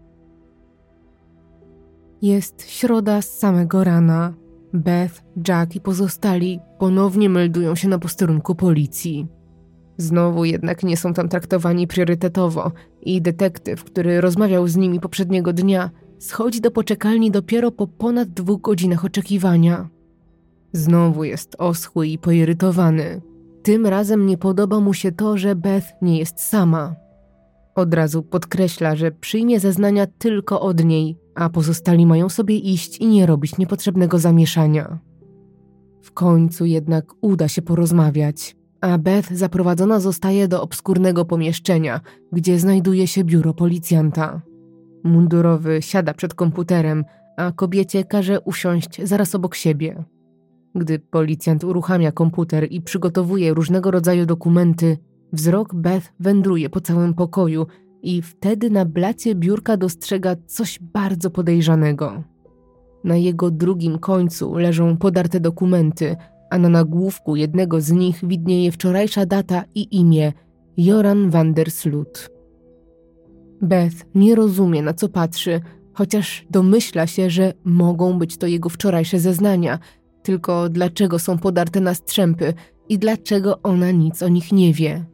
Jest środa z samego rana. Beth, Jack i pozostali ponownie meldują się na posterunku policji. Znowu jednak nie są tam traktowani priorytetowo i detektyw, który rozmawiał z nimi poprzedniego dnia, schodzi do poczekalni dopiero po ponad 2 godzinach oczekiwania. Znowu jest oschły i poirytowany. Tym razem nie podoba mu się to, że Beth nie jest sama. Od razu podkreśla, że przyjmie zeznania tylko od niej, a pozostali mają sobie iść i nie robić niepotrzebnego zamieszania. W końcu jednak uda się porozmawiać, a Beth zaprowadzona zostaje do obskurnego pomieszczenia, gdzie znajduje się biuro policjanta. Mundurowy siada przed komputerem, a kobiecie każe usiąść zaraz obok siebie. Gdy policjant uruchamia komputer i przygotowuje różnego rodzaju dokumenty, wzrok Beth wędruje po całym pokoju i wtedy na blacie biurka dostrzega coś bardzo podejrzanego. Na jego drugim końcu leżą podarte dokumenty, a na nagłówku jednego z nich widnieje wczorajsza data i imię Joran van der Sloot. Beth nie rozumie, na co patrzy, chociaż domyśla się, że mogą być to jego wczorajsze zeznania, tylko dlaczego są podarte na strzępy i dlaczego ona nic o nich nie wie.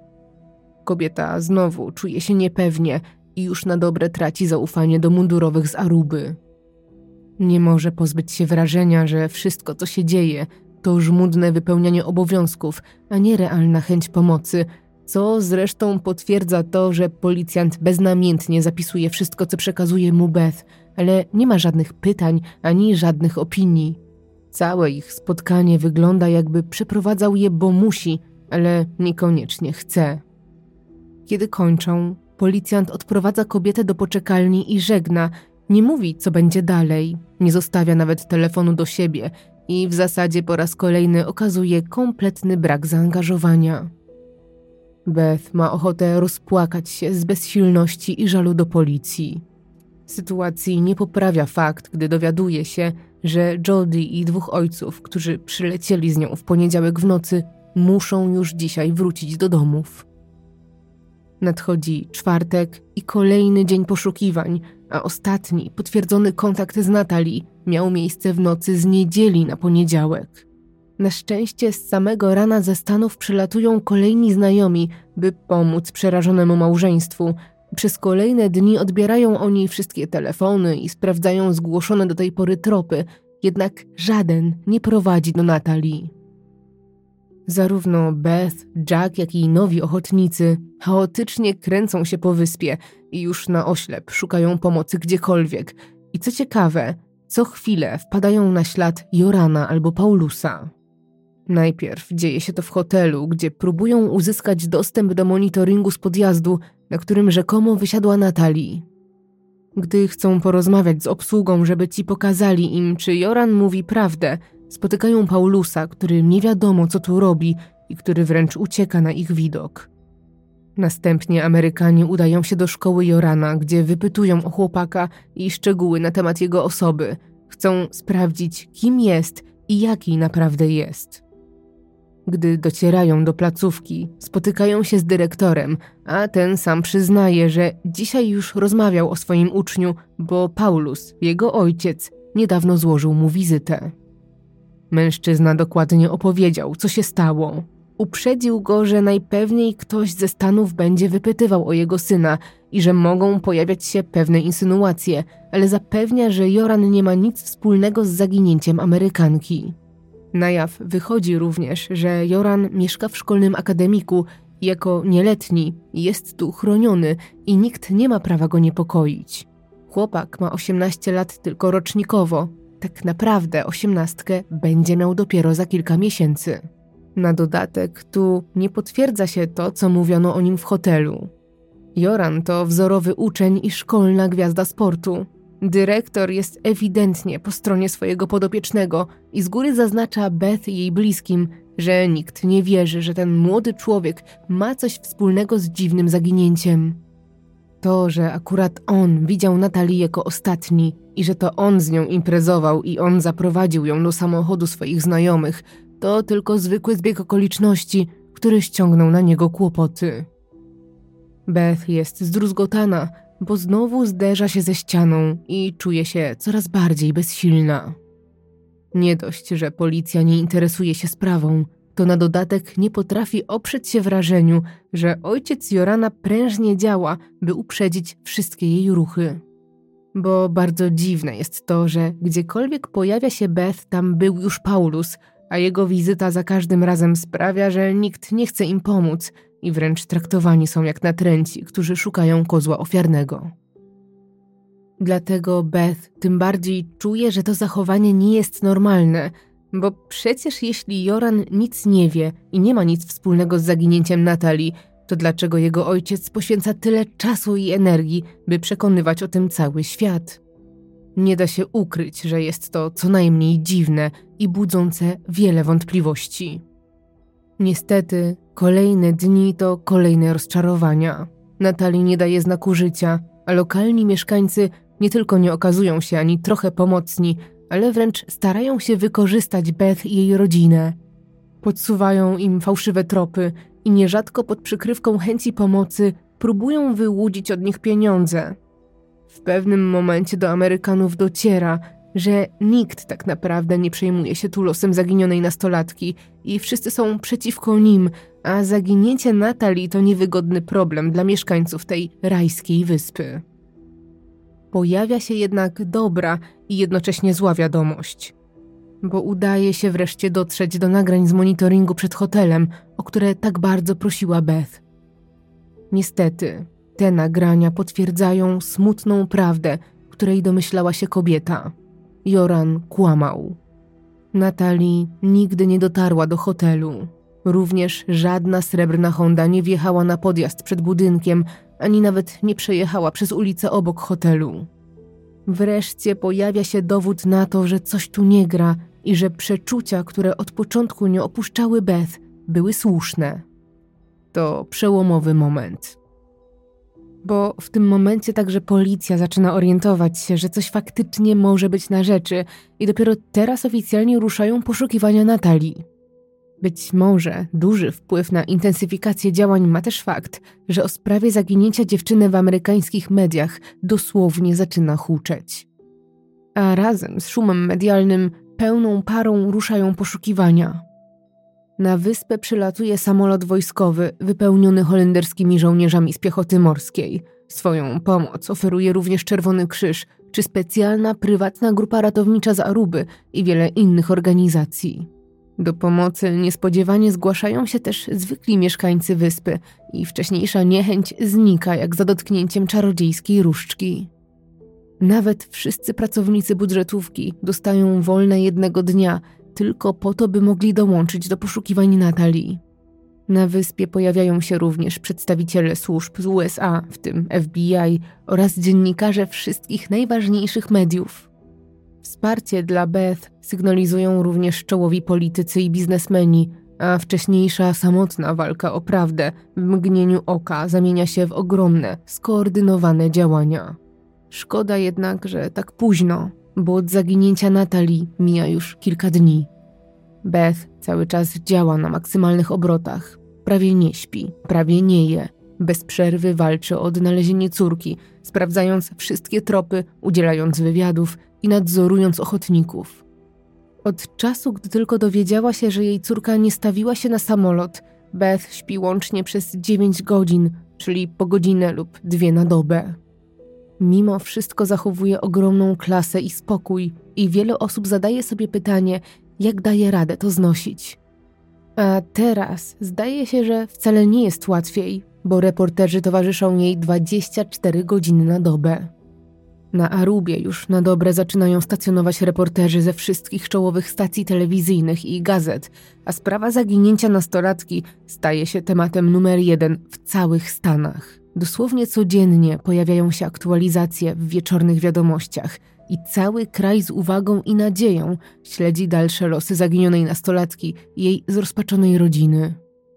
Kobieta znowu czuje się niepewnie i już na dobre traci zaufanie do mundurowych z Aruby. Nie może pozbyć się wrażenia, że wszystko, co się dzieje, to żmudne wypełnianie obowiązków, a nie realna chęć pomocy, co zresztą potwierdza to, że policjant beznamiętnie zapisuje wszystko, co przekazuje mu Beth, ale nie ma żadnych pytań ani żadnych opinii. Całe ich spotkanie wygląda, jakby przeprowadzał je, bo musi, ale niekoniecznie chce. Kiedy kończą, policjant odprowadza kobietę do poczekalni i żegna, nie mówi, co będzie dalej, nie zostawia nawet telefonu do siebie i w zasadzie po raz kolejny okazuje kompletny brak zaangażowania. Beth ma ochotę rozpłakać się z bezsilności i żalu do policji. Sytuacji nie poprawia fakt, gdy dowiaduje się, że Jody i 2 ojców, którzy przylecieli z nią w poniedziałek w nocy, muszą już dzisiaj wrócić do domów. Nadchodzi czwartek i kolejny dzień poszukiwań, a ostatni potwierdzony kontakt z Natalie miał miejsce w nocy z niedzieli na poniedziałek. Na szczęście z samego rana ze Stanów przylatują kolejni znajomi, by pomóc przerażonemu małżeństwu. Przez kolejne dni odbierają oni wszystkie telefony i sprawdzają zgłoszone do tej pory tropy, jednak żaden nie prowadzi do Natalie. Zarówno Beth, Jack, jak i nowi ochotnicy chaotycznie kręcą się po wyspie i już na oślep szukają pomocy gdziekolwiek. I co ciekawe, co chwilę wpadają na ślad Jorana albo Paulusa. Najpierw dzieje się to w hotelu, gdzie próbują uzyskać dostęp do monitoringu z podjazdu, na którym rzekomo wysiadła Natalie. Gdy chcą porozmawiać z obsługą, żeby ci pokazali im, czy Joran mówi prawdę, spotykają Paulusa, który nie wiadomo, co tu robi i który wręcz ucieka na ich widok. Następnie Amerykanie udają się do szkoły Jorana, gdzie wypytują o chłopaka i szczegóły na temat jego osoby. Chcą sprawdzić, kim jest i jaki naprawdę jest. Gdy docierają do placówki, spotykają się z dyrektorem, a ten sam przyznaje, że dzisiaj już rozmawiał o swoim uczniu, bo Paulus, jego ojciec, niedawno złożył mu wizytę. Mężczyzna dokładnie opowiedział, co się stało. Uprzedził go, że najpewniej ktoś ze Stanów będzie wypytywał o jego syna i że mogą pojawiać się pewne insynuacje, ale zapewnia, że Joran nie ma nic wspólnego z zaginięciem Amerykanki. Na jaw wychodzi również, że Joran mieszka w szkolnym akademiku i jako nieletni jest tu chroniony i nikt nie ma prawa go niepokoić. Chłopak ma 18 lat tylko rocznikowo, tak naprawdę 18 będzie miał dopiero za kilka miesięcy. Na dodatek tu nie potwierdza się to, co mówiono o nim w hotelu. Joran to wzorowy uczeń i szkolna gwiazda sportu. Dyrektor jest ewidentnie po stronie swojego podopiecznego i z góry zaznacza Beth i jej bliskim, że nikt nie wierzy, że ten młody człowiek ma coś wspólnego z dziwnym zaginięciem. To, że akurat on widział Natalię jako ostatni i że to on z nią imprezował i on zaprowadził ją do samochodu swoich znajomych, to tylko zwykły zbieg okoliczności, który ściągnął na niego kłopoty. Beth jest zdruzgotana, bo znowu zderza się ze ścianą i czuje się coraz bardziej bezsilna. Nie dość, że policja nie interesuje się sprawą, to na dodatek nie potrafi oprzeć się wrażeniu, że ojciec Jorana prężnie działa, by uprzedzić wszystkie jej ruchy. Bo bardzo dziwne jest to, że gdziekolwiek pojawia się Beth, tam był już Paulus, a jego wizyta za każdym razem sprawia, że nikt nie chce im pomóc i wręcz traktowani są jak natręci, którzy szukają kozła ofiarnego. Dlatego Beth tym bardziej czuje, że to zachowanie nie jest normalne, bo przecież jeśli Joran nic nie wie i nie ma nic wspólnego z zaginięciem Natalie, to dlaczego jego ojciec poświęca tyle czasu i energii, by przekonywać o tym cały świat? Nie da się ukryć, że jest to co najmniej dziwne i budzące wiele wątpliwości. Niestety, kolejne dni to kolejne rozczarowania. Natalie nie daje znaku życia, a lokalni mieszkańcy nie tylko nie okazują się ani trochę pomocni, ale wręcz starają się wykorzystać Beth i jej rodzinę. Podsuwają im fałszywe tropy i nierzadko pod przykrywką chęci pomocy próbują wyłudzić od nich pieniądze. W pewnym momencie do Amerykanów dociera, że nikt tak naprawdę nie przejmuje się tu losem zaginionej nastolatki i wszyscy są przeciwko nim, a zaginięcie Natalii to niewygodny problem dla mieszkańców tej rajskiej wyspy. Pojawia się jednak dobra i jednocześnie zła wiadomość, bo udaje się wreszcie dotrzeć do nagrań z monitoringu przed hotelem, o które tak bardzo prosiła Beth. Niestety, te nagrania potwierdzają smutną prawdę, której domyślała się kobieta. Joran kłamał. Natalie nigdy nie dotarła do hotelu. Również żadna srebrna Honda nie wjechała na podjazd przed budynkiem, ani nawet nie przejechała przez ulicę obok hotelu. Wreszcie pojawia się dowód na to, że coś tu nie gra i że przeczucia, które od początku nie opuszczały Beth, były słuszne. To przełomowy moment. Bo w tym momencie także policja zaczyna orientować się, że coś faktycznie może być na rzeczy i dopiero teraz oficjalnie ruszają poszukiwania Natalii. Być może duży wpływ na intensyfikację działań ma też fakt, że o sprawie zaginięcia dziewczyny w amerykańskich mediach dosłownie zaczyna huczeć. A razem z szumem medialnym pełną parą ruszają poszukiwania. Na wyspę przylatuje samolot wojskowy wypełniony holenderskimi żołnierzami z piechoty morskiej. Swoją pomoc oferuje również Czerwony Krzyż, czy specjalna prywatna grupa ratownicza z Aruby i wiele innych organizacji. Do pomocy niespodziewanie zgłaszają się też zwykli mieszkańcy wyspy i wcześniejsza niechęć znika jak za dotknięciem czarodziejskiej różdżki. Nawet wszyscy pracownicy budżetówki dostają wolne jednego dnia, tylko po to, by mogli dołączyć do poszukiwań Natalii. Na wyspie pojawiają się również przedstawiciele służb z USA, w tym FBI, oraz dziennikarze wszystkich najważniejszych mediów. Wsparcie dla Beth sygnalizują również czołowi politycy i biznesmeni, a wcześniejsza samotna walka o prawdę w mgnieniu oka zamienia się w ogromne, skoordynowane działania. Szkoda jednak, że tak późno, bo od zaginięcia Natalii mija już kilka dni. Beth cały czas działa na maksymalnych obrotach. Prawie nie śpi, prawie nie je. Bez przerwy walczy o odnalezienie córki, sprawdzając wszystkie tropy, udzielając wywiadów i nadzorując ochotników. Od czasu, gdy tylko dowiedziała się, że jej córka nie stawiła się na samolot, Beth śpi łącznie przez 9 godzin, czyli po godzinę lub 2 na dobę. Mimo wszystko zachowuje ogromną klasę i spokój i wiele osób zadaje sobie pytanie, jak daje radę to znosić. A teraz zdaje się, że wcale nie jest łatwiej, bo reporterzy towarzyszą jej 24 godziny na dobę. Na Arubie już na dobre zaczynają stacjonować reporterzy ze wszystkich czołowych stacji telewizyjnych i gazet, a sprawa zaginięcia nastolatki staje się tematem numer 1 w całych Stanach. Dosłownie codziennie pojawiają się aktualizacje w wieczornych wiadomościach i cały kraj z uwagą i nadzieją śledzi dalsze losy zaginionej nastolatki i jej zrozpaczonej rodziny.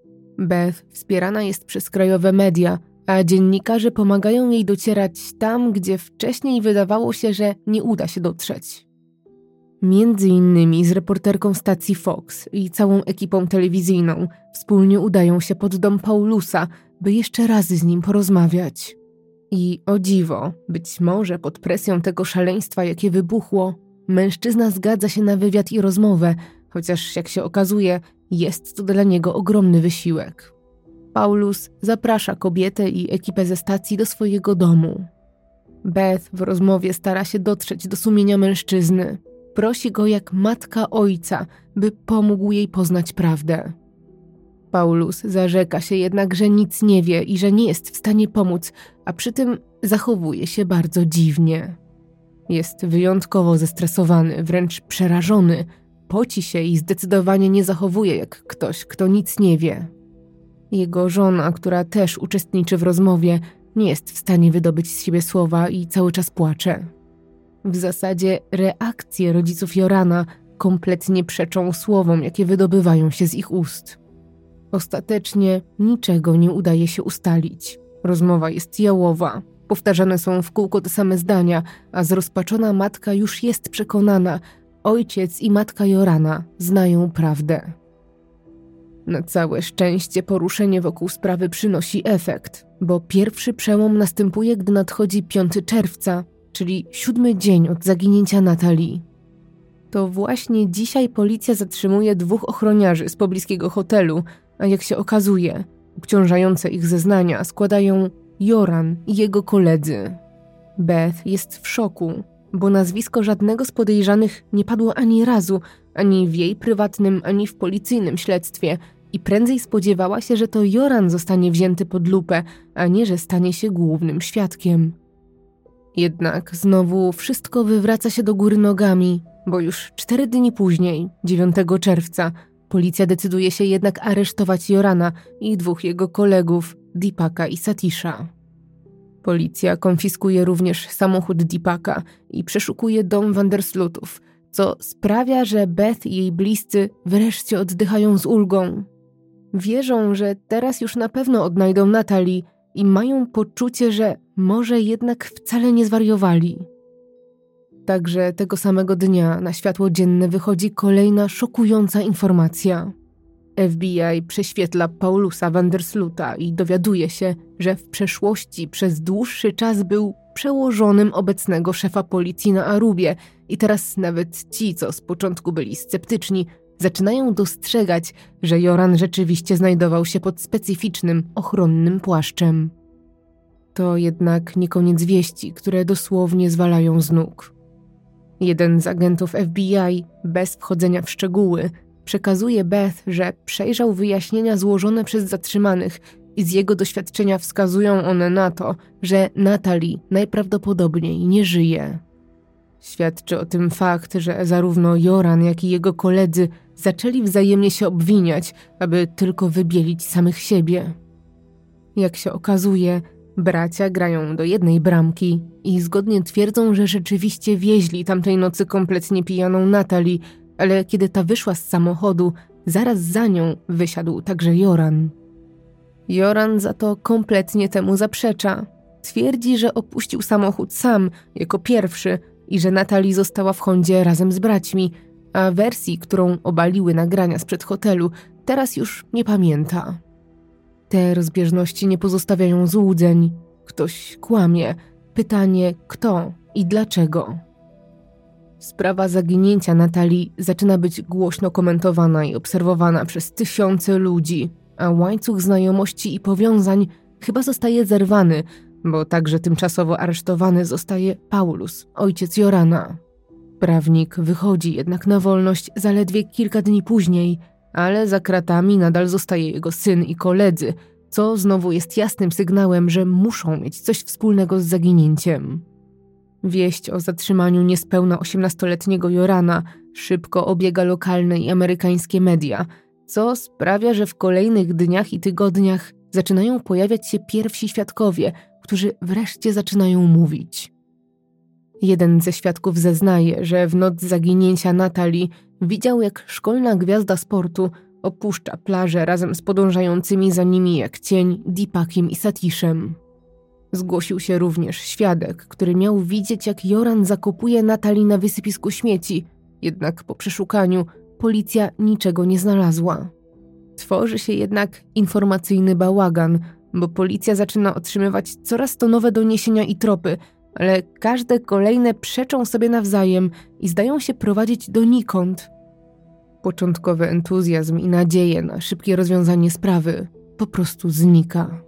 Beth wspierana jest przez krajowe media, a dziennikarze pomagają jej docierać tam, gdzie wcześniej wydawało się, że nie uda się dotrzeć. Między innymi z reporterką stacji Fox i całą ekipą telewizyjną wspólnie udają się pod dom Paulusa, by jeszcze raz z nim porozmawiać. I o dziwo, być może pod presją tego szaleństwa, jakie wybuchło, mężczyzna zgadza się na wywiad i rozmowę, chociaż jak się okazuje, jest to dla niego ogromny wysiłek. Paulus zaprasza kobietę i ekipę ze stacji do swojego domu. Beth w rozmowie stara się dotrzeć do sumienia mężczyzny. Prosi go jak matka ojca, by pomógł jej poznać prawdę. Paulus zarzeka się jednak, że nic nie wie i że nie jest w stanie pomóc, a przy tym zachowuje się bardzo dziwnie. Jest wyjątkowo zestresowany, wręcz przerażony, poci się i zdecydowanie nie zachowuje jak ktoś, kto nic nie wie. Jego żona, która też uczestniczy w rozmowie, nie jest w stanie wydobyć z siebie słowa i cały czas płacze. W zasadzie reakcje rodziców Jorana kompletnie przeczą słowom, jakie wydobywają się z ich ust. Ostatecznie niczego nie udaje się ustalić. Rozmowa jest jałowa. Powtarzane są w kółko te same zdania, a zrozpaczona matka już jest przekonana, ojciec i matka Jorana znają prawdę. Na całe szczęście poruszenie wokół sprawy przynosi efekt, bo pierwszy przełom następuje, gdy nadchodzi 5 czerwca, czyli 7 dzień od zaginięcia Natalii. To właśnie dzisiaj policja zatrzymuje 2 ochroniarzy z pobliskiego hotelu, a jak się okazuje, obciążające ich zeznania składają Joran i jego koledzy. Beth jest w szoku, bo nazwisko żadnego z podejrzanych nie padło ani razu, ani w jej prywatnym, ani w policyjnym śledztwie i prędzej spodziewała się, że to Joran zostanie wzięty pod lupę, a nie, że stanie się głównym świadkiem. Jednak znowu wszystko wywraca się do góry nogami, bo już 4 dni później, 9 czerwca, policja decyduje się jednak aresztować Jorana i 2 jego kolegów, Deepaka i Satisha. Policja konfiskuje również samochód Deepaka i przeszukuje dom Vanderslutów, co sprawia, że Beth i jej bliscy wreszcie oddychają z ulgą. Wierzą, że teraz już na pewno odnajdą Natalie i mają poczucie, że może jednak wcale nie zwariowali. Także tego samego dnia na światło dzienne wychodzi kolejna szokująca informacja. FBI prześwietla Paulusa Vandersluta i dowiaduje się, że w przeszłości przez dłuższy czas był przełożonym obecnego szefa policji na Arubie i teraz nawet ci, co z początku byli sceptyczni, zaczynają dostrzegać, że Joran rzeczywiście znajdował się pod specyficznym, ochronnym płaszczem. To jednak nie koniec wieści, które dosłownie zwalają z nóg. Jeden z agentów FBI, bez wchodzenia w szczegóły, przekazuje Beth, że przejrzał wyjaśnienia złożone przez zatrzymanych i z jego doświadczenia wskazują one na to, że Natalie najprawdopodobniej nie żyje. Świadczy o tym fakt, że zarówno Joran, jak i jego koledzy zaczęli wzajemnie się obwiniać, aby tylko wybielić samych siebie. Jak się okazuje, bracia grają do jednej bramki i zgodnie twierdzą, że rzeczywiście wieźli tamtej nocy kompletnie pijaną Natalie, ale kiedy ta wyszła z samochodu, zaraz za nią wysiadł także Joran. Joran za to kompletnie temu zaprzecza. Twierdzi, że opuścił samochód sam, jako pierwszy i że Natalie została w Hondzie razem z braćmi, a wersji, którą obaliły nagrania sprzed hotelu, teraz już nie pamięta. Te rozbieżności nie pozostawiają złudzeń. Ktoś kłamie. Pytanie kto i dlaczego. Sprawa zaginięcia Natalie zaczyna być głośno komentowana i obserwowana przez tysiące ludzi, a łańcuch znajomości i powiązań chyba zostaje zerwany, bo także tymczasowo aresztowany zostaje Paulus, ojciec Jorana. Prawnik wychodzi jednak na wolność zaledwie kilka dni później, ale za kratami nadal zostaje jego syn i koledzy, co znowu jest jasnym sygnałem, że muszą mieć coś wspólnego z zaginięciem. Wieść o zatrzymaniu niespełna 18-letniego Jorana szybko obiega lokalne i amerykańskie media, co sprawia, że w kolejnych dniach i tygodniach zaczynają pojawiać się pierwsi świadkowie, którzy wreszcie zaczynają mówić. Jeden ze świadków zeznaje, że w noc zaginięcia Natalie widział, jak szkolna gwiazda sportu opuszcza plażę razem z podążającymi za nimi jak cień Deepakiem i Satishem. Zgłosił się również świadek, który miał widzieć, jak Joran zakopuje Natalie na wysypisku śmieci, jednak po przeszukaniu policja niczego nie znalazła. Tworzy się jednak informacyjny bałagan, bo policja zaczyna otrzymywać coraz to nowe doniesienia i tropy, ale każde kolejne przeczą sobie nawzajem i zdają się prowadzić donikąd. Początkowy entuzjazm i nadzieje na szybkie rozwiązanie sprawy po prostu znika.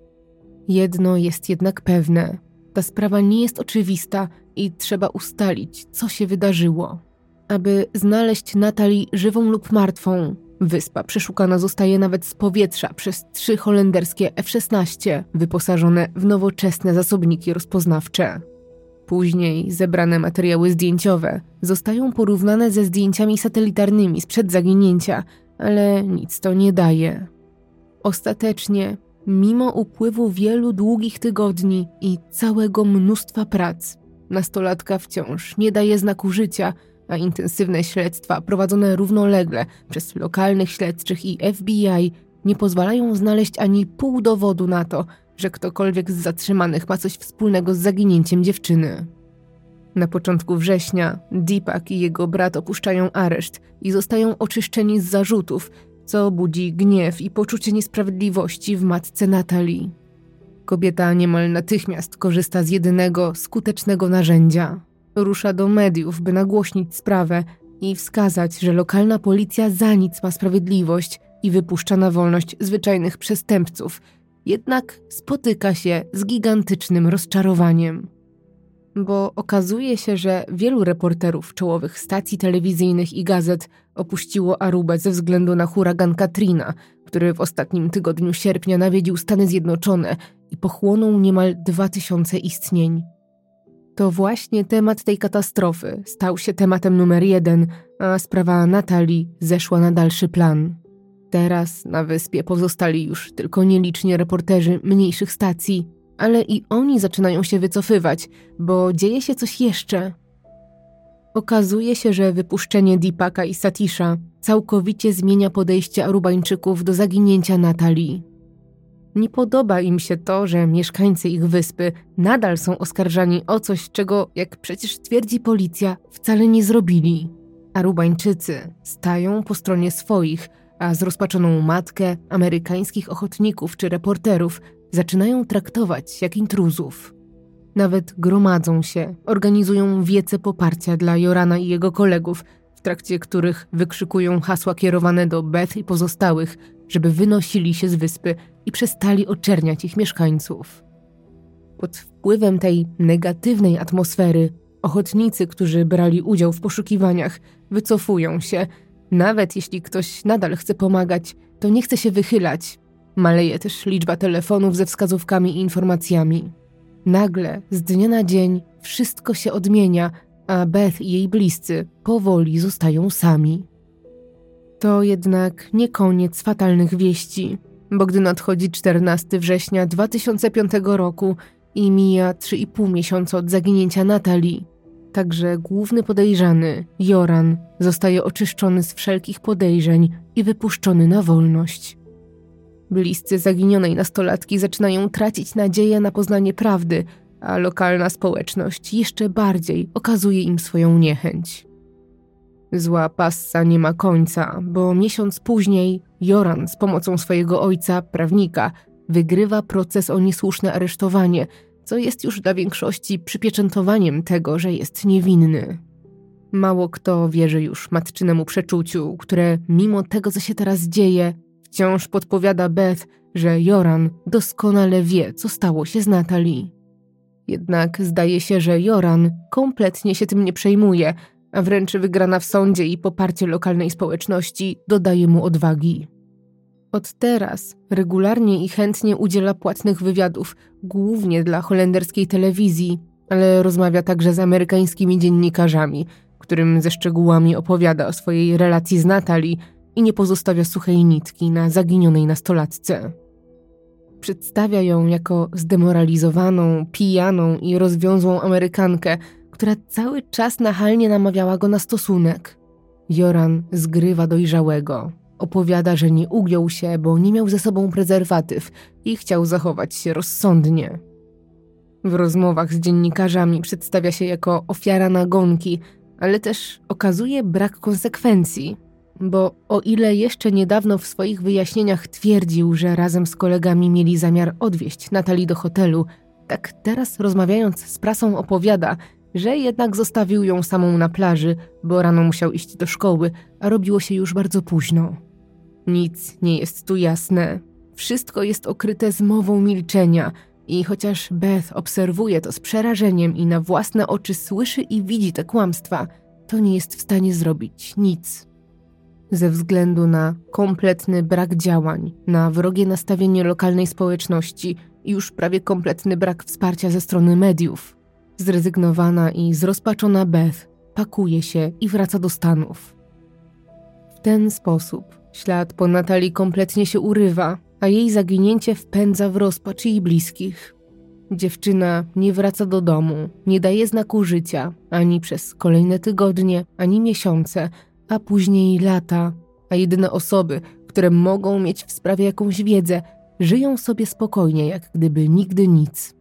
Jedno jest jednak pewne. Ta sprawa nie jest oczywista i trzeba ustalić, co się wydarzyło. Aby znaleźć Natalie żywą lub martwą, wyspa przeszukana zostaje nawet z powietrza przez 3 holenderskie F-16 wyposażone w nowoczesne zasobniki rozpoznawcze. Później zebrane materiały zdjęciowe zostają porównane ze zdjęciami satelitarnymi sprzed zaginięcia, ale nic to nie daje. Ostatecznie, mimo upływu wielu długich tygodni i całego mnóstwa prac, nastolatka wciąż nie daje znaku życia, a intensywne śledztwa prowadzone równolegle przez lokalnych śledczych i FBI nie pozwalają znaleźć ani pół dowodu na to, że ktokolwiek z zatrzymanych ma coś wspólnego z zaginięciem dziewczyny. Na początku września Deepak i jego brat opuszczają areszt i zostają oczyszczeni z zarzutów, co budzi gniew i poczucie niesprawiedliwości w matce Natalie. Kobieta niemal natychmiast korzysta z jedynego skutecznego narzędzia. Rusza do mediów, by nagłośnić sprawę i wskazać, że lokalna policja za nic ma sprawiedliwość i wypuszcza na wolność zwyczajnych przestępców, jednak spotyka się z gigantycznym rozczarowaniem. Bo okazuje się, że wielu reporterów czołowych stacji telewizyjnych i gazet opuściło Arubę ze względu na huragan Katrina, który w ostatnim tygodniu sierpnia nawiedził Stany Zjednoczone i pochłonął niemal 2000 istnień. To właśnie temat tej katastrofy stał się tematem numer 1, a sprawa Natalii zeszła na dalszy plan. Teraz na wyspie pozostali już tylko nieliczni reporterzy mniejszych stacji, ale i oni zaczynają się wycofywać, bo dzieje się coś jeszcze. Okazuje się, że wypuszczenie Deepaka i Satisha całkowicie zmienia podejście Arubańczyków do zaginięcia Natalii. Nie podoba im się to, że mieszkańcy ich wyspy nadal są oskarżani o coś, czego, jak przecież twierdzi policja, wcale nie zrobili. Arubańczycy stają po stronie swoich, a zrozpaczoną matkę amerykańskich ochotników czy reporterów zaczynają traktować jak intruzów. Nawet gromadzą się, organizują wiece poparcia dla Jorana i jego kolegów, w trakcie których wykrzykują hasła kierowane do Beth i pozostałych, żeby wynosili się z wyspy i przestali oczerniać ich mieszkańców. Pod wpływem tej negatywnej atmosfery ochotnicy, którzy brali udział w poszukiwaniach, wycofują się. Nawet jeśli ktoś nadal chce pomagać, to nie chce się wychylać. Maleje też liczba telefonów ze wskazówkami i informacjami. Nagle, z dnia na dzień, wszystko się odmienia, a Beth i jej bliscy powoli zostają sami. To jednak nie koniec fatalnych wieści, bo gdy nadchodzi 14 września 2005 roku i mija 3,5 miesiąca od zaginięcia Natalii, także główny podejrzany, Joran, zostaje oczyszczony z wszelkich podejrzeń i wypuszczony na wolność. Bliscy zaginionej nastolatki zaczynają tracić nadzieję na poznanie prawdy, a lokalna społeczność jeszcze bardziej okazuje im swoją niechęć. Zła passa nie ma końca, bo miesiąc później Joran z pomocą swojego ojca, prawnika, wygrywa proces o niesłuszne aresztowanie, co jest już dla większości przypieczętowaniem tego, że jest niewinny. Mało kto wierzy już matczynemu przeczuciu, które mimo tego, co się teraz dzieje, wciąż podpowiada Beth, że Joran doskonale wie, co stało się z Natalii. Jednak zdaje się, że Joran kompletnie się tym nie przejmuje, a wręcz wygrana w sądzie i poparcie lokalnej społeczności dodaje mu odwagi. Od teraz regularnie i chętnie udziela płatnych wywiadów, głównie dla holenderskiej telewizji, ale rozmawia także z amerykańskimi dziennikarzami, którym ze szczegółami opowiada o swojej relacji z Natalii i nie pozostawia suchej nitki na zaginionej nastolatce. Przedstawia ją jako zdemoralizowaną, pijaną i rozwiązłą Amerykankę, która cały czas nachalnie namawiała go na stosunek. Joran zgrywa dojrzałego. Opowiada, że nie ugiął się, bo nie miał ze sobą prezerwatyw i chciał zachować się rozsądnie. W rozmowach z dziennikarzami przedstawia się jako ofiara nagonki, ale też okazuje brak konsekwencji, bo o ile jeszcze niedawno w swoich wyjaśnieniach twierdził, że razem z kolegami mieli zamiar odwieźć Natalii do hotelu, tak teraz rozmawiając z prasą opowiada, że jednak zostawił ją samą na plaży, bo rano musiał iść do szkoły, a robiło się już bardzo późno. Nic nie jest tu jasne. Wszystko jest okryte zmową milczenia i chociaż Beth obserwuje to z przerażeniem i na własne oczy słyszy i widzi te kłamstwa, to nie jest w stanie zrobić nic. Ze względu na kompletny brak działań, na wrogie nastawienie lokalnej społeczności i już prawie kompletny brak wsparcia ze strony mediów, zrezygnowana i zrozpaczona Beth pakuje się i wraca do Stanów. W ten sposób ślad po Natalii kompletnie się urywa, a jej zaginięcie wpędza w rozpacz jej bliskich. Dziewczyna nie wraca do domu, nie daje znaku życia ani przez kolejne tygodnie, ani miesiące, a później lata, a jedyne osoby, które mogą mieć w sprawie jakąś wiedzę, żyją sobie spokojnie, jak gdyby nigdy nic.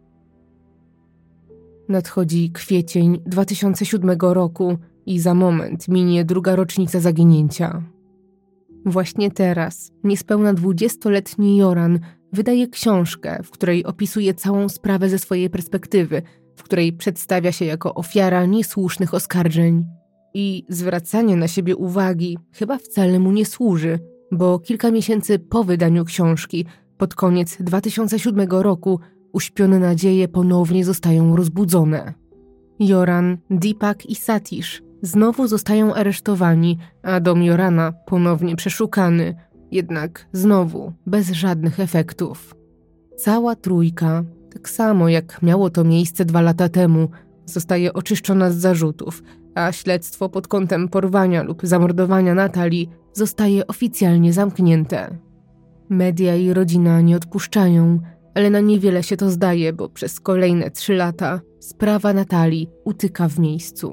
Nadchodzi kwiecień 2007 roku i za moment minie 2. rocznica zaginięcia. Właśnie teraz niespełna 20-letni Joran wydaje książkę, w której opisuje całą sprawę ze swojej perspektywy, w której przedstawia się jako ofiara niesłusznych oskarżeń. I zwracanie na siebie uwagi chyba wcale mu nie służy, bo kilka miesięcy po wydaniu książki, pod koniec 2007 roku, uśpione nadzieje ponownie zostają rozbudzone. Joran, Deepak i Satish znowu zostają aresztowani, a dom Jorana ponownie przeszukany, jednak znowu bez żadnych efektów. Cała trójka, tak samo jak miało to miejsce 2 lata temu, zostaje oczyszczona z zarzutów, a śledztwo pod kątem porwania lub zamordowania Natalii zostaje oficjalnie zamknięte. Media i rodzina nie odpuszczają, ale na niewiele się to zdaje, bo przez kolejne 3 lata sprawa Natalii utyka w miejscu.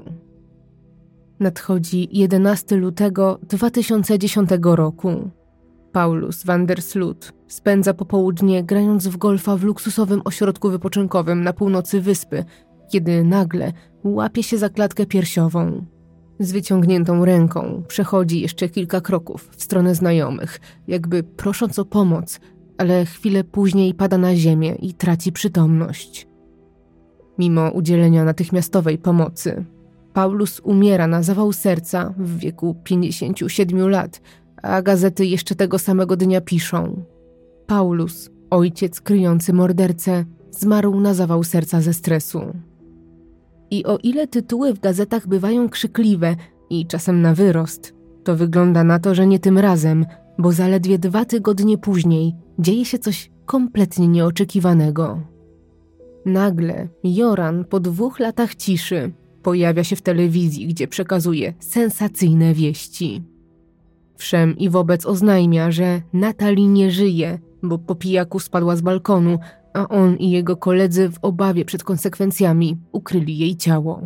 Nadchodzi 11 lutego 2010 roku. Paulus van der Sloot spędza popołudnie grając w golfa w luksusowym ośrodku wypoczynkowym na północy wyspy, kiedy nagle łapie się za klatkę piersiową. Z wyciągniętą ręką przechodzi jeszcze kilka kroków w stronę znajomych, jakby prosząc o pomoc, ale chwilę później pada na ziemię i traci przytomność. Mimo udzielenia natychmiastowej pomocy, Paulus umiera na zawał serca w wieku 57 lat, a gazety jeszcze tego samego dnia piszą: Paulus, ojciec kryjący mordercę, zmarł na zawał serca ze stresu. I o ile tytuły w gazetach bywają krzykliwe i czasem na wyrost, to wygląda na to, że nie tym razem, bo zaledwie 2 tygodnie później dzieje się coś kompletnie nieoczekiwanego. Nagle Joran po 2 latach ciszy pojawia się w telewizji, gdzie przekazuje sensacyjne wieści. Wszem i wobec oznajmia, że Natalie nie żyje, bo po pijaku spadła z balkonu, a on i jego koledzy w obawie przed konsekwencjami ukryli jej ciało.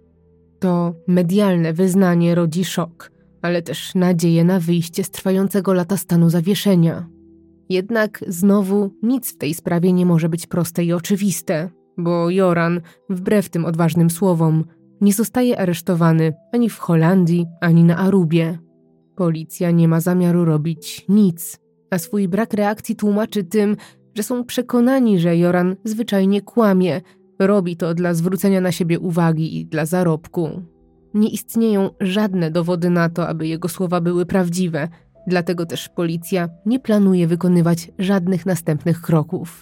To medialne wyznanie rodzi szok, ale też nadzieję na wyjście z trwającego lata stanu zawieszenia. Jednak znowu nic w tej sprawie nie może być proste i oczywiste, bo Joran, wbrew tym odważnym słowom, nie zostaje aresztowany ani w Holandii, ani na Arubie. Policja nie ma zamiaru robić nic, a swój brak reakcji tłumaczy tym, że są przekonani, że Joran zwyczajnie kłamie, robi to dla zwrócenia na siebie uwagi i dla zarobku. Nie istnieją żadne dowody na to, aby jego słowa były prawdziwe, dlatego też policja nie planuje wykonywać żadnych następnych kroków.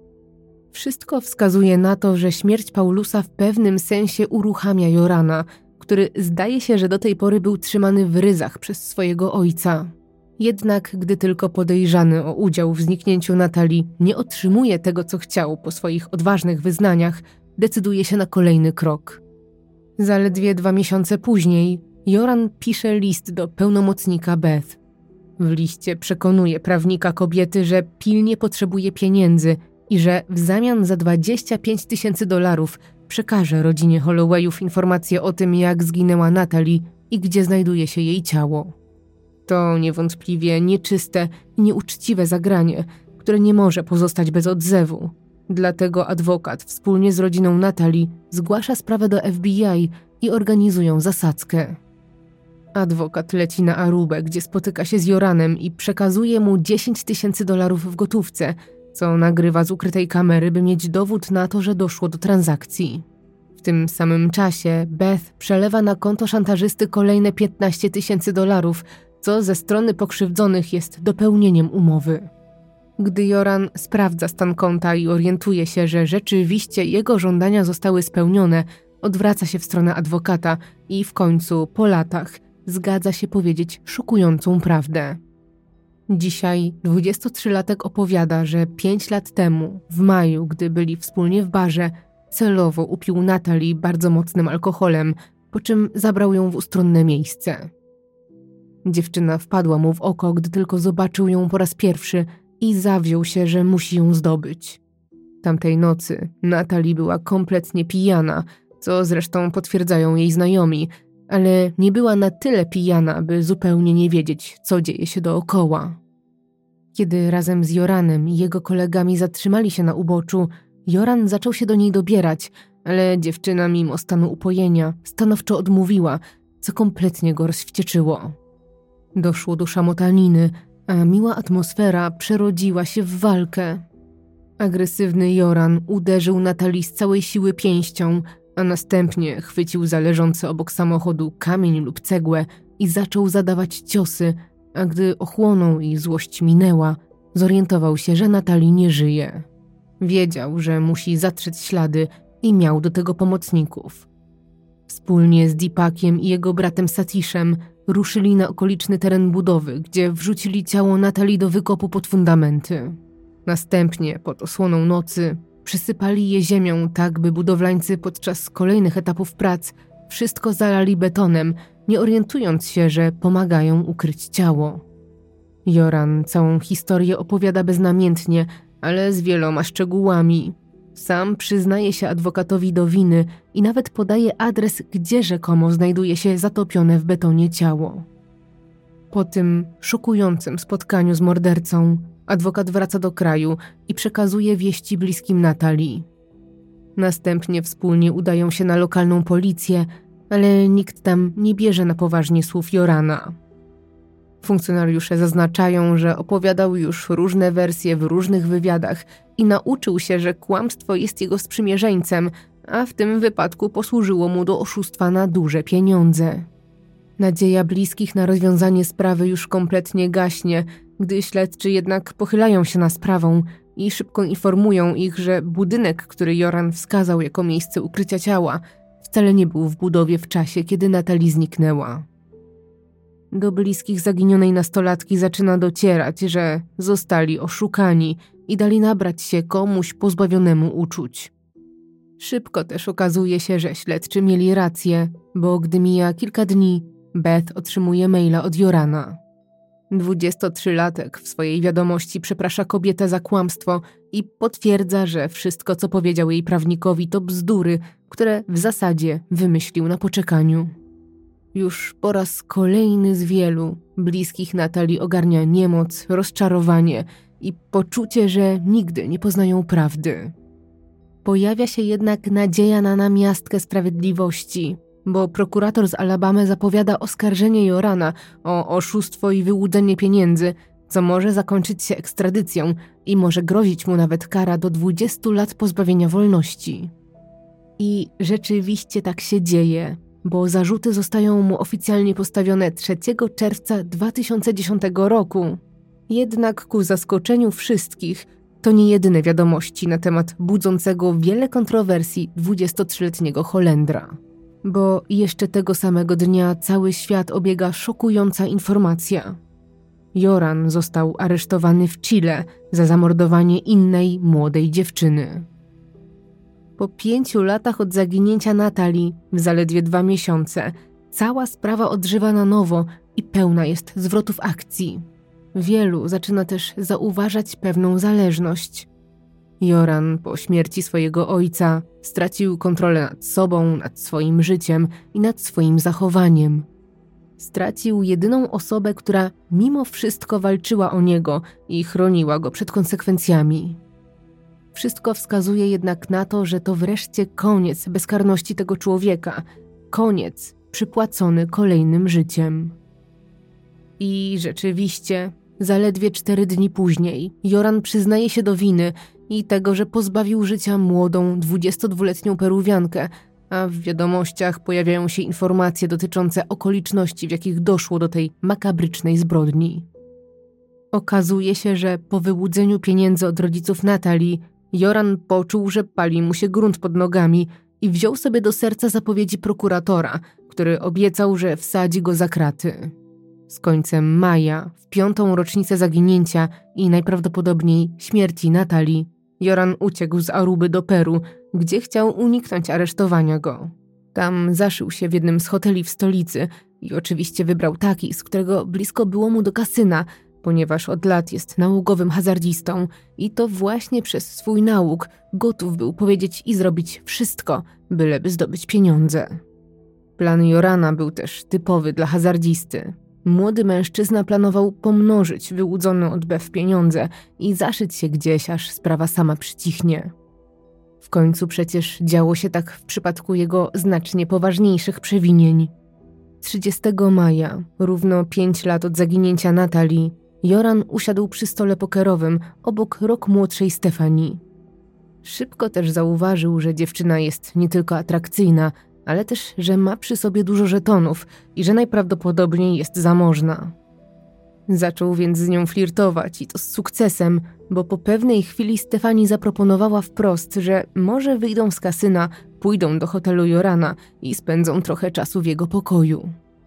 Wszystko wskazuje na to, że śmierć Paulusa w pewnym sensie uruchamia Jorana, który zdaje się, że do tej pory był trzymany w ryzach przez swojego ojca. Jednak gdy tylko podejrzany o udział w zniknięciu Natalii nie otrzymuje tego, co chciał po swoich odważnych wyznaniach, decyduje się na kolejny krok. Zaledwie 2 miesiące później Joran pisze list do pełnomocnika Beth. W liście przekonuje prawnika kobiety, że pilnie potrzebuje pieniędzy i że w zamian za $25,000 przekaże rodzinie Hollowayów informację o tym, jak zginęła Natalie i gdzie znajduje się jej ciało. To niewątpliwie nieczyste i nieuczciwe zagranie, które nie może pozostać bez odzewu. Dlatego adwokat wspólnie z rodziną Natalie zgłasza sprawę do FBI i organizują zasadzkę. Adwokat leci na Arubę, gdzie spotyka się z Joranem i przekazuje mu $10,000 w gotówce, co nagrywa z ukrytej kamery, by mieć dowód na to, że doszło do transakcji. W tym samym czasie Beth przelewa na konto szantażysty kolejne $15,000, co ze strony pokrzywdzonych jest dopełnieniem umowy. Gdy Joran sprawdza stan konta i orientuje się, że rzeczywiście jego żądania zostały spełnione, odwraca się w stronę adwokata i w końcu, po latach, zgadza się powiedzieć szokującą prawdę. Dzisiaj 23-latek opowiada, że 5 lat temu, w maju, gdy byli wspólnie w barze, celowo upił Natalie bardzo mocnym alkoholem, po czym zabrał ją w ustronne miejsce. Dziewczyna wpadła mu w oko, gdy tylko zobaczył ją po raz pierwszy i zawziął się, że musi ją zdobyć. Tamtej nocy Natalie była kompletnie pijana, co zresztą potwierdzają jej znajomi, ale nie była na tyle pijana, by zupełnie nie wiedzieć, co dzieje się dookoła. Kiedy razem z Joranem i jego kolegami zatrzymali się na uboczu, Joran zaczął się do niej dobierać, ale dziewczyna mimo stanu upojenia stanowczo odmówiła, co kompletnie go rozwścieczyło. Doszło do szamotaniny, a miła atmosfera przerodziła się w walkę. Agresywny Joran uderzył Natalie z całej siły pięścią, a następnie chwycił za leżący obok samochodu kamień lub cegłę i zaczął zadawać ciosy, a gdy ochłonął i złość minęła, zorientował się, że Natalie nie żyje. Wiedział, że musi zatrzeć ślady i miał do tego pomocników. Wspólnie z Deepakiem i jego bratem Satishem ruszyli na okoliczny teren budowy, gdzie wrzucili ciało Natalie do wykopu pod fundamenty. Następnie, pod osłoną nocy, przysypali je ziemią tak, by budowlańcy podczas kolejnych etapów prac wszystko zalali betonem, nie orientując się, że pomagają ukryć ciało. Joran całą historię opowiada beznamiętnie, ale z wieloma szczegółami. Sam przyznaje się adwokatowi do winy i nawet podaje adres, gdzie rzekomo znajduje się zatopione w betonie ciało. Po tym szokującym spotkaniu z mordercą, adwokat wraca do kraju i przekazuje wieści bliskim Natalie. Następnie wspólnie udają się na lokalną policję, ale nikt tam nie bierze na poważnie słów Jorana. Funkcjonariusze zaznaczają, że opowiadał już różne wersje w różnych wywiadach i nauczył się, że kłamstwo jest jego sprzymierzeńcem, a w tym wypadku posłużyło mu do oszustwa na duże pieniądze. Nadzieja bliskich na rozwiązanie sprawy już kompletnie gaśnie, gdy śledczy jednak pochylają się nad sprawą i szybko informują ich, że budynek, który Joran wskazał jako miejsce ukrycia ciała, wcale nie był w budowie w czasie, kiedy Natalie zniknęła. Do bliskich zaginionej nastolatki zaczyna docierać, że zostali oszukani i dali nabrać się komuś pozbawionemu uczuć. Szybko też okazuje się, że śledczy mieli rację, bo gdy mija kilka dni, Beth otrzymuje maila od Jorana. 23-latek w swojej wiadomości przeprasza kobietę za kłamstwo i potwierdza, że wszystko, co powiedział jej prawnikowi, to bzdury, które w zasadzie wymyślił na poczekaniu. Już po raz kolejny z wielu bliskich Natalie ogarnia niemoc, rozczarowanie i poczucie, że nigdy nie poznają prawdy. Pojawia się jednak nadzieja na namiastkę sprawiedliwości, bo prokurator z Alabamy zapowiada oskarżenie Jorana o oszustwo i wyłudzenie pieniędzy, co może zakończyć się ekstradycją i może grozić mu nawet kara do 20 lat pozbawienia wolności. I rzeczywiście tak się dzieje, bo zarzuty zostają mu oficjalnie postawione 3 czerwca 2010 roku. Jednak ku zaskoczeniu wszystkich, to nie jedyne wiadomości na temat budzącego wiele kontrowersji 23-letniego Holendra. Bo jeszcze tego samego dnia cały świat obiega szokująca informacja. Joran został aresztowany w Chile za zamordowanie innej młodej dziewczyny. Po 5 latach od zaginięcia Natalie, w zaledwie 2 miesiące, cała sprawa odżywa na nowo i pełna jest zwrotów akcji. Wielu zaczyna też zauważać pewną zależność. Joran po śmierci swojego ojca stracił kontrolę nad sobą, nad swoim życiem i nad swoim zachowaniem. Stracił jedyną osobę, która mimo wszystko walczyła o niego i chroniła go przed konsekwencjami. Wszystko wskazuje jednak na to, że to wreszcie koniec bezkarności tego człowieka, koniec przypłacony kolejnym życiem. I rzeczywiście, zaledwie 4 dni później, Joran przyznaje się do winy i tego, że pozbawił życia młodą, 22-letnią Peruwiankę, a w wiadomościach pojawiają się informacje dotyczące okoliczności, w jakich doszło do tej makabrycznej zbrodni. Okazuje się, że po wyłudzeniu pieniędzy od rodziców Natalie, Joran poczuł, że pali mu się grunt pod nogami i wziął sobie do serca zapowiedzi prokuratora, który obiecał, że wsadzi go za kraty. Z końcem maja, w 5. rocznicę zaginięcia i najprawdopodobniej śmierci Natalie, Joran uciekł z Aruby do Peru, gdzie chciał uniknąć aresztowania go. Tam zaszył się w jednym z hoteli w stolicy i oczywiście wybrał taki, z którego blisko było mu do kasyna, ponieważ od lat jest nałogowym hazardzistą i to właśnie przez swój nałóg gotów był powiedzieć i zrobić wszystko, byleby zdobyć pieniądze. Plan Jorana był też typowy dla hazardzisty. Młody mężczyzna planował pomnożyć wyłudzone od Beth pieniądze i zaszyć się gdzieś, aż sprawa sama przycichnie. W końcu przecież działo się tak w przypadku jego znacznie poważniejszych przewinień. 30 maja, równo 5 lat od zaginięcia Natalie, Joran usiadł przy stole pokerowym obok rok młodszej Stefanii. Szybko też zauważył, że dziewczyna jest nie tylko atrakcyjna, ale też, że ma przy sobie dużo żetonów i że najprawdopodobniej jest zamożna. Zaczął więc z nią flirtować i to z sukcesem, bo po pewnej chwili Stefani zaproponowała wprost, że może wyjdą z kasyna, pójdą do hotelu Jorana i spędzą trochę czasu w jego pokoju.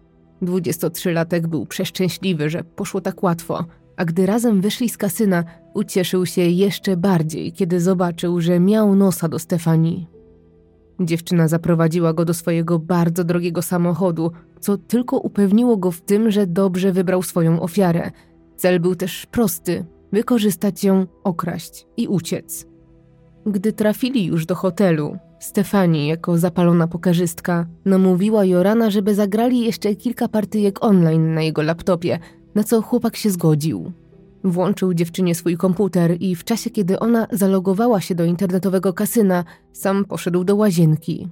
23-latek był przeszczęśliwy, że poszło tak łatwo, a gdy razem wyszli z kasyna, ucieszył się jeszcze bardziej, kiedy zobaczył, że miał nosa do Stefani. Dziewczyna zaprowadziła go do swojego bardzo drogiego samochodu, co tylko upewniło go w tym, że dobrze wybrał swoją ofiarę. Cel był też prosty – wykorzystać ją, okraść i uciec. Gdy trafili już do hotelu, Stefani, jako zapalona pokarzystka, namówiła Jorana, żeby zagrali jeszcze kilka partyjek online na jego laptopie, na co chłopak się zgodził. Włączył dziewczynie swój komputer i w czasie, kiedy ona zalogowała się do internetowego kasyna, sam poszedł do łazienki.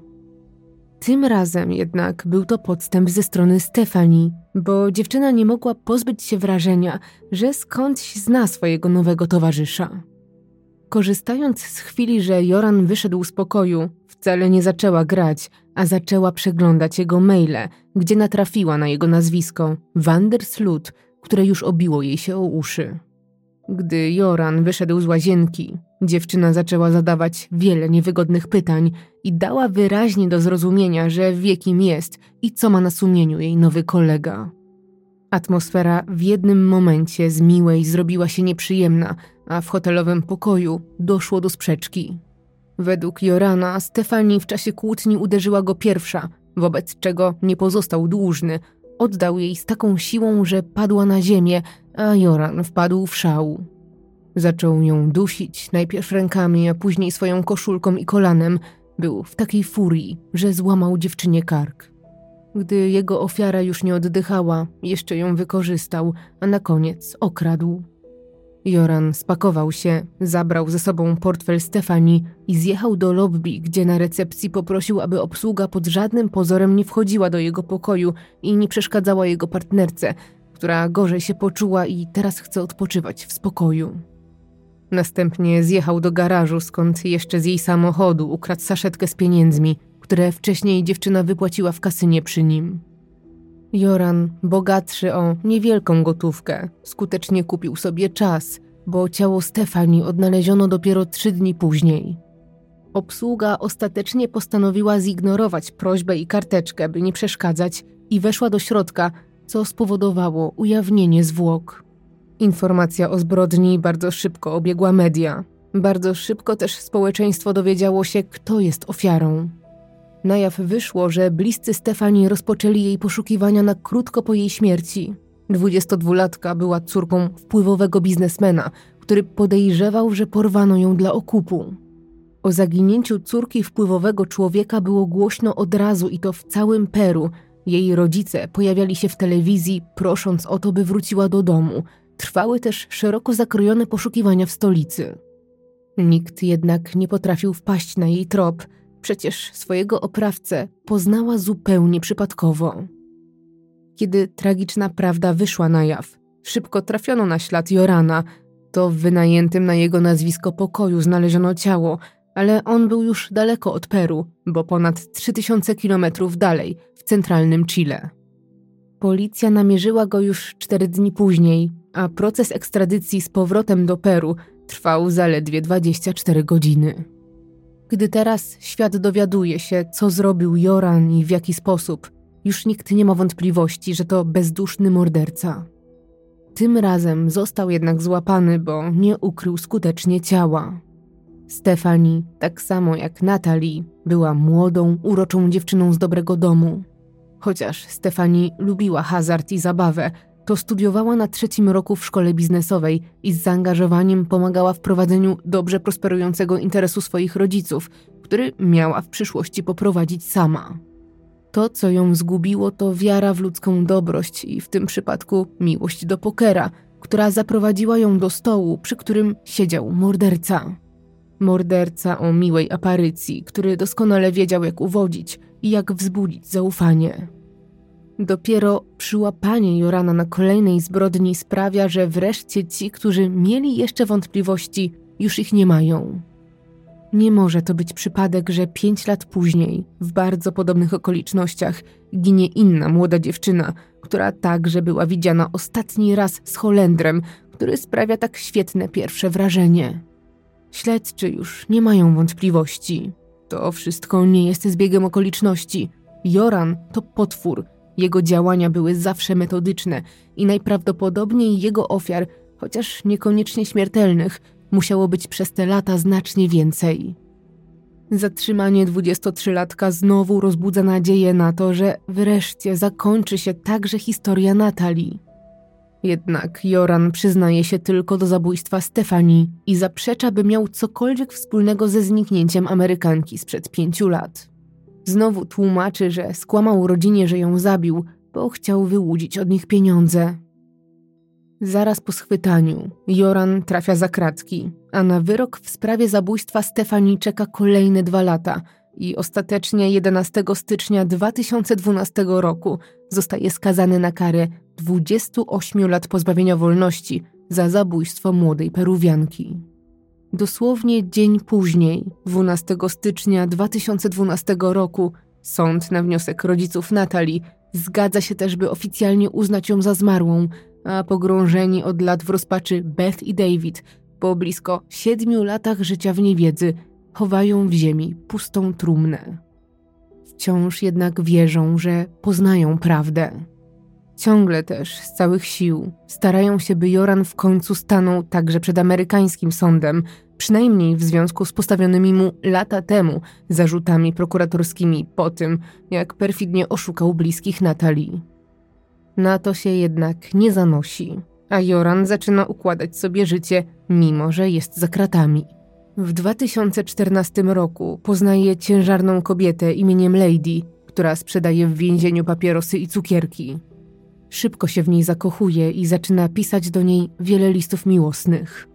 Tym razem jednak był to podstęp ze strony Stefani, bo dziewczyna nie mogła pozbyć się wrażenia, że skądś zna swojego nowego towarzysza. Korzystając z chwili, że Joran wyszedł z pokoju, wcale nie zaczęła grać, a zaczęła przeglądać jego maile, gdzie natrafiła na jego nazwisko Vandersloot, które już obiło jej się o uszy. Gdy Joran wyszedł z łazienki, dziewczyna zaczęła zadawać wiele niewygodnych pytań i dała wyraźnie do zrozumienia, że wie, kim jest i co ma na sumieniu jej nowy kolega. Atmosfera w jednym momencie z miłej zrobiła się nieprzyjemna, a w hotelowym pokoju doszło do sprzeczki. Według Jorana Stefani w czasie kłótni uderzyła go pierwsza, wobec czego nie pozostał dłużny. Oddał jej z taką siłą, że padła na ziemię, a Joran wpadł w szał. Zaczął ją dusić, najpierw rękami, a później swoją koszulką i kolanem. Był w takiej furii, że złamał dziewczynie kark. Gdy jego ofiara już nie oddychała, jeszcze ją wykorzystał, a na koniec okradł. Joran spakował się, zabrał ze sobą portfel Stefani i zjechał do lobby, gdzie na recepcji poprosił, aby obsługa pod żadnym pozorem nie wchodziła do jego pokoju i nie przeszkadzała jego partnerce, która gorzej się poczuła i teraz chce odpoczywać w spokoju. Następnie zjechał do garażu, skąd jeszcze z jej samochodu ukradł saszetkę z pieniędzmi, które wcześniej dziewczyna wypłaciła w kasynie przy nim. Joran, bogatszy o niewielką gotówkę, skutecznie kupił sobie czas, bo ciało Stefani odnaleziono dopiero 3 dni później. Obsługa ostatecznie postanowiła zignorować prośbę i karteczkę, by nie przeszkadzać, i weszła do środka, co spowodowało ujawnienie zwłok. Informacja o zbrodni bardzo szybko obiegła media. Bardzo szybko też społeczeństwo dowiedziało się, kto jest ofiarą. Na jaw wyszło, że bliscy Stefani rozpoczęli jej poszukiwania na krótko po jej śmierci. 22-latka była córką wpływowego biznesmena, który podejrzewał, że porwano ją dla okupu. O zaginięciu córki wpływowego człowieka było głośno od razu i to w całym Peru. Jej rodzice pojawiali się w telewizji, prosząc o to, by wróciła do domu. Trwały też szeroko zakrojone poszukiwania w stolicy. Nikt jednak nie potrafił wpaść na jej trop. Przecież swojego oprawcę poznała zupełnie przypadkowo. Kiedy tragiczna prawda wyszła na jaw, szybko trafiono na ślad Jorana. To w wynajętym na jego nazwisko pokoju znaleziono ciało, ale on był już daleko od Peru, bo ponad 3000 kilometrów dalej, w centralnym Chile. Policja namierzyła go już 4 dni później, a proces ekstradycji z powrotem do Peru trwał zaledwie 24 godziny. Gdy teraz świat dowiaduje się, co zrobił Joran i w jaki sposób, już nikt nie ma wątpliwości, że to bezduszny morderca. Tym razem został jednak złapany, bo nie ukrył skutecznie ciała. Stefani, tak samo jak Natalie, była młodą, uroczą dziewczyną z dobrego domu. Chociaż Stefani lubiła hazard i zabawę, to studiowała na 3. roku w szkole biznesowej i z zaangażowaniem pomagała w prowadzeniu dobrze prosperującego interesu swoich rodziców, który miała w przyszłości poprowadzić sama. To, co ją zgubiło, to wiara w ludzką dobroć i w tym przypadku miłość do pokera, która zaprowadziła ją do stołu, przy którym siedział morderca. Morderca o miłej aparycji, który doskonale wiedział, jak uwodzić i jak wzbudzić zaufanie. Dopiero przyłapanie Jorana na kolejnej zbrodni sprawia, że wreszcie ci, którzy mieli jeszcze wątpliwości, już ich nie mają. Nie może to być przypadek, że 5 lat później, w bardzo podobnych okolicznościach, ginie inna młoda dziewczyna, która także była widziana ostatni raz z Holendrem, który sprawia tak świetne pierwsze wrażenie. Śledczy już nie mają wątpliwości. To wszystko nie jest zbiegiem okoliczności. Joran to potwór. Jego działania były zawsze metodyczne i najprawdopodobniej jego ofiar, chociaż niekoniecznie śmiertelnych, musiało być przez te lata znacznie więcej. Zatrzymanie 23-latka znowu rozbudza nadzieję na to, że wreszcie zakończy się także historia Natalii. Jednak Joran przyznaje się tylko do zabójstwa Stefanii i zaprzecza, by miał cokolwiek wspólnego ze zniknięciem Amerykanki sprzed 5 lat. Znowu tłumaczy, że skłamał rodzinie, że ją zabił, bo chciał wyłudzić od nich pieniądze. Zaraz po schwytaniu Joran trafia za kratki, a na wyrok w sprawie zabójstwa Stefanii czeka kolejne 2 lata i ostatecznie 11 stycznia 2012 roku zostaje skazany na karę 28 lat pozbawienia wolności za zabójstwo młodej Peruwianki. Dosłownie dzień później, 12 stycznia 2012 roku, sąd na wniosek rodziców Natalii zgadza się też, by oficjalnie uznać ją za zmarłą, a pogrążeni od lat w rozpaczy Beth i David po blisko 7 latach życia w niewiedzy chowają w ziemi pustą trumnę. Wciąż jednak wierzą, że poznają prawdę. Ciągle też z całych sił starają się, by Joran w końcu stanął także przed amerykańskim sądem, przynajmniej w związku z postawionymi mu lata temu zarzutami prokuratorskimi po tym, jak perfidnie oszukał bliskich Natalii. Na to się jednak nie zanosi, a Joran zaczyna układać sobie życie, mimo że jest za kratami. W 2014 roku poznaje ciężarną kobietę imieniem Lady, która sprzedaje w więzieniu papierosy i cukierki. Szybko się w niej zakochuje i zaczyna pisać do niej wiele listów miłosnych.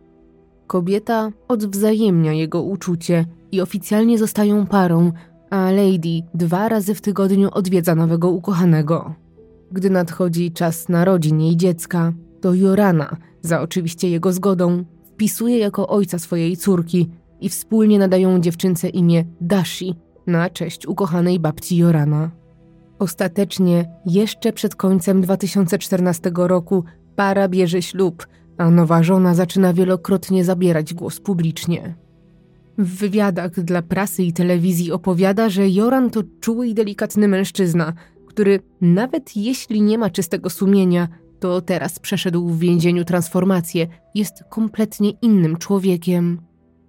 Kobieta odwzajemnia jego uczucie i oficjalnie zostają parą, a Lady 2 razy w tygodniu odwiedza nowego ukochanego. Gdy nadchodzi czas narodzin jej dziecka, to Jorana, za oczywiście jego zgodą, wpisuje jako ojca swojej córki i wspólnie nadają dziewczynce imię Dashi na cześć ukochanej babci Jorana. Ostatecznie, jeszcze przed końcem 2014 roku, para bierze ślub, a nowa żona zaczyna wielokrotnie zabierać głos publicznie. W wywiadach dla prasy i telewizji opowiada, że Joran to czuły i delikatny mężczyzna, który nawet jeśli nie ma czystego sumienia, to teraz przeszedł w więzieniu transformację, jest kompletnie innym człowiekiem.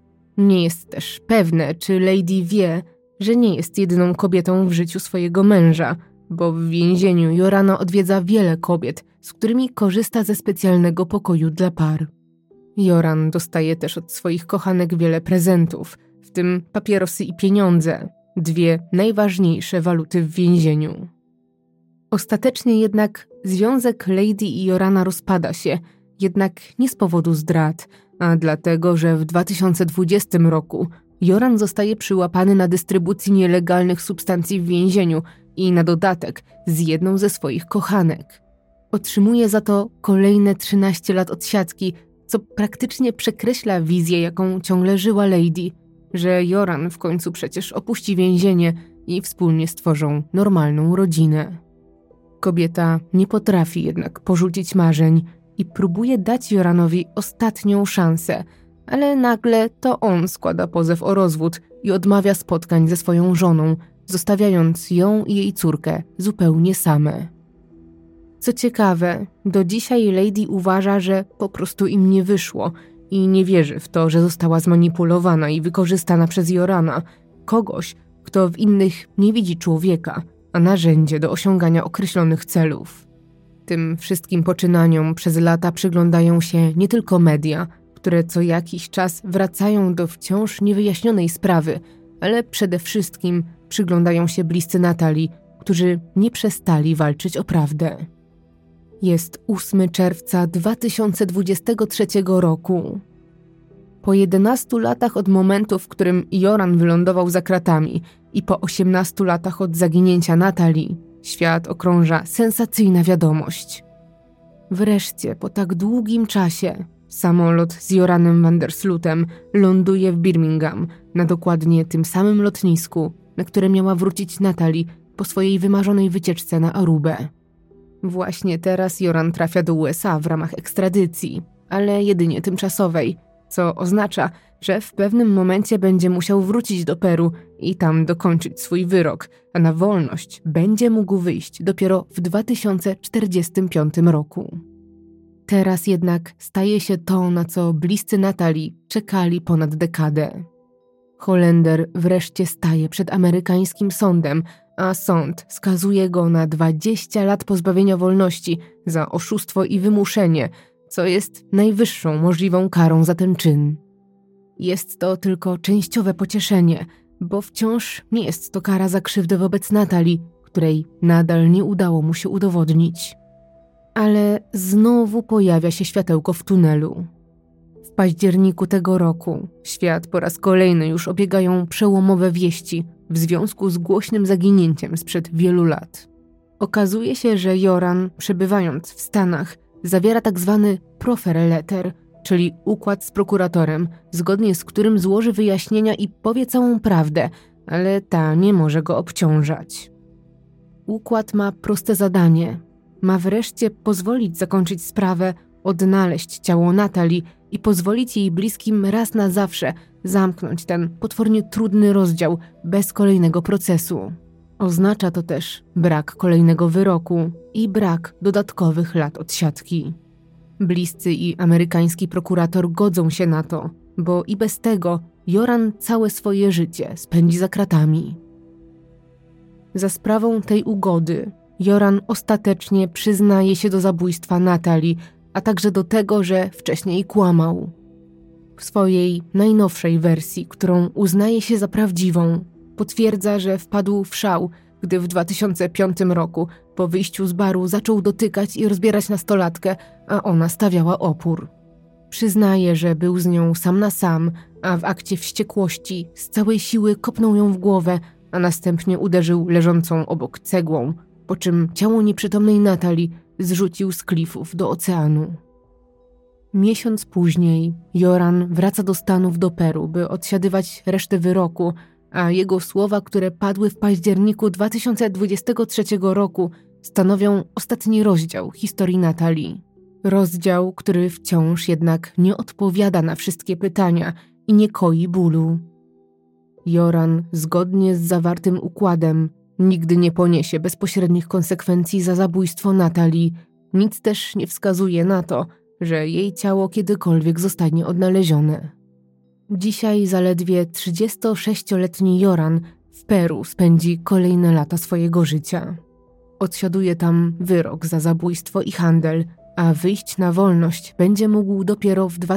Nie jest też pewne, czy Lady wie, że nie jest jedyną kobietą w życiu swojego męża, bo w więzieniu Jorana odwiedza wiele kobiet, z którymi korzysta ze specjalnego pokoju dla par. Joran dostaje też od swoich kochanek wiele prezentów, w tym papierosy i pieniądze, 2 najważniejsze waluty w więzieniu. Ostatecznie jednak związek Lady i Jorana rozpada się, jednak nie z powodu zdrad, a dlatego, że w 2020 roku Joran zostaje przyłapany na dystrybucji nielegalnych substancji w więzieniu i na dodatek z jedną ze swoich kochanek. Otrzymuje za to kolejne 13 lat odsiadki, co praktycznie przekreśla wizję, jaką ciągle żyła Lady, że Joran w końcu przecież opuści więzienie i wspólnie stworzą normalną rodzinę. Kobieta nie potrafi jednak porzucić marzeń i próbuje dać Joranowi ostatnią szansę, ale nagle to on składa pozew o rozwód i odmawia spotkań ze swoją żoną, zostawiając ją i jej córkę zupełnie same. Co ciekawe, do dzisiaj Lady uważa, że po prostu im nie wyszło i nie wierzy w to, że została zmanipulowana i wykorzystana przez Jorana, kogoś, kto w innych nie widzi człowieka, a narzędzie do osiągania określonych celów. Tym wszystkim poczynaniom przez lata przyglądają się nie tylko media, które co jakiś czas wracają do wciąż niewyjaśnionej sprawy, ale przede wszystkim przyglądają się bliscy Natalii, którzy nie przestali walczyć o prawdę. Jest 8 czerwca 2023 roku. Po 11 latach od momentu, w którym Joran wylądował za kratami i po 18 latach od zaginięcia Natalii, świat okrąża sensacyjna wiadomość. Wreszcie, po tak długim czasie, Samolot z Joranem van der Slootem ląduje w Birmingham, na dokładnie tym samym lotnisku, na które miała wrócić Natalie po swojej wymarzonej wycieczce na Arubę. Właśnie teraz Joran trafia do USA w ramach ekstradycji, ale jedynie tymczasowej, co oznacza, że w pewnym momencie będzie musiał wrócić do Peru i tam dokończyć swój wyrok, a na wolność będzie mógł wyjść dopiero w 2045 roku. Teraz jednak staje się to, na co bliscy Natalie czekali ponad dekadę. Holender wreszcie staje przed amerykańskim sądem, a sąd skazuje go na 20 lat pozbawienia wolności za oszustwo i wymuszenie, co jest najwyższą możliwą karą za ten czyn. Jest to tylko częściowe pocieszenie, bo wciąż nie jest to kara za krzywdę wobec Natalie, której nadal nie udało mu się udowodnić. Ale znowu pojawia się światełko w tunelu. W październiku tego roku świat po raz kolejny już obiegają przełomowe wieści w związku z głośnym zaginięciem sprzed wielu lat. Okazuje się, że Joran, przebywając w Stanach, zawiera tzw. proffer letter, czyli układ z prokuratorem, zgodnie z którym złoży wyjaśnienia i powie całą prawdę, ale ta nie może go obciążać. Układ ma proste zadanie. Ma wreszcie pozwolić zakończyć sprawę, odnaleźć ciało Natalie i pozwolić jej bliskim raz na zawsze zamknąć ten potwornie trudny rozdział bez kolejnego procesu. Oznacza to też brak kolejnego wyroku i brak dodatkowych lat odsiadki. Bliscy i amerykański prokurator godzą się na to, bo i bez tego Joran całe swoje życie spędzi za kratami. Za sprawą tej ugody Joran ostatecznie przyznaje się do zabójstwa Natalie, a także do tego, że wcześniej kłamał. W swojej najnowszej wersji, którą uznaje się za prawdziwą, potwierdza, że wpadł w szał, gdy w 2005 roku po wyjściu z baru zaczął dotykać i rozbierać nastolatkę, a ona stawiała opór. Przyznaje, że był z nią sam na sam, a w akcie wściekłości z całej siły kopnął ją w głowę, a następnie uderzył leżącą obok cegłą, po czym ciało nieprzytomnej Natalie zrzucił z klifów do oceanu. Miesiąc później Joran wraca do Stanów, do Peru, by odsiadywać resztę wyroku, a jego słowa, które padły w październiku 2023 roku, stanowią ostatni rozdział historii Natalie. Rozdział, który wciąż jednak nie odpowiada na wszystkie pytania i nie koi bólu. Joran, zgodnie z zawartym układem, nigdy nie poniesie bezpośrednich konsekwencji za zabójstwo Natalie. Nic też nie wskazuje na to, że jej ciało kiedykolwiek zostanie odnalezione. Dzisiaj zaledwie 36-letni Joran w Peru spędzi kolejne lata swojego życia. Odsiaduje tam wyrok za zabójstwo i handel, a wyjść na wolność będzie mógł dopiero w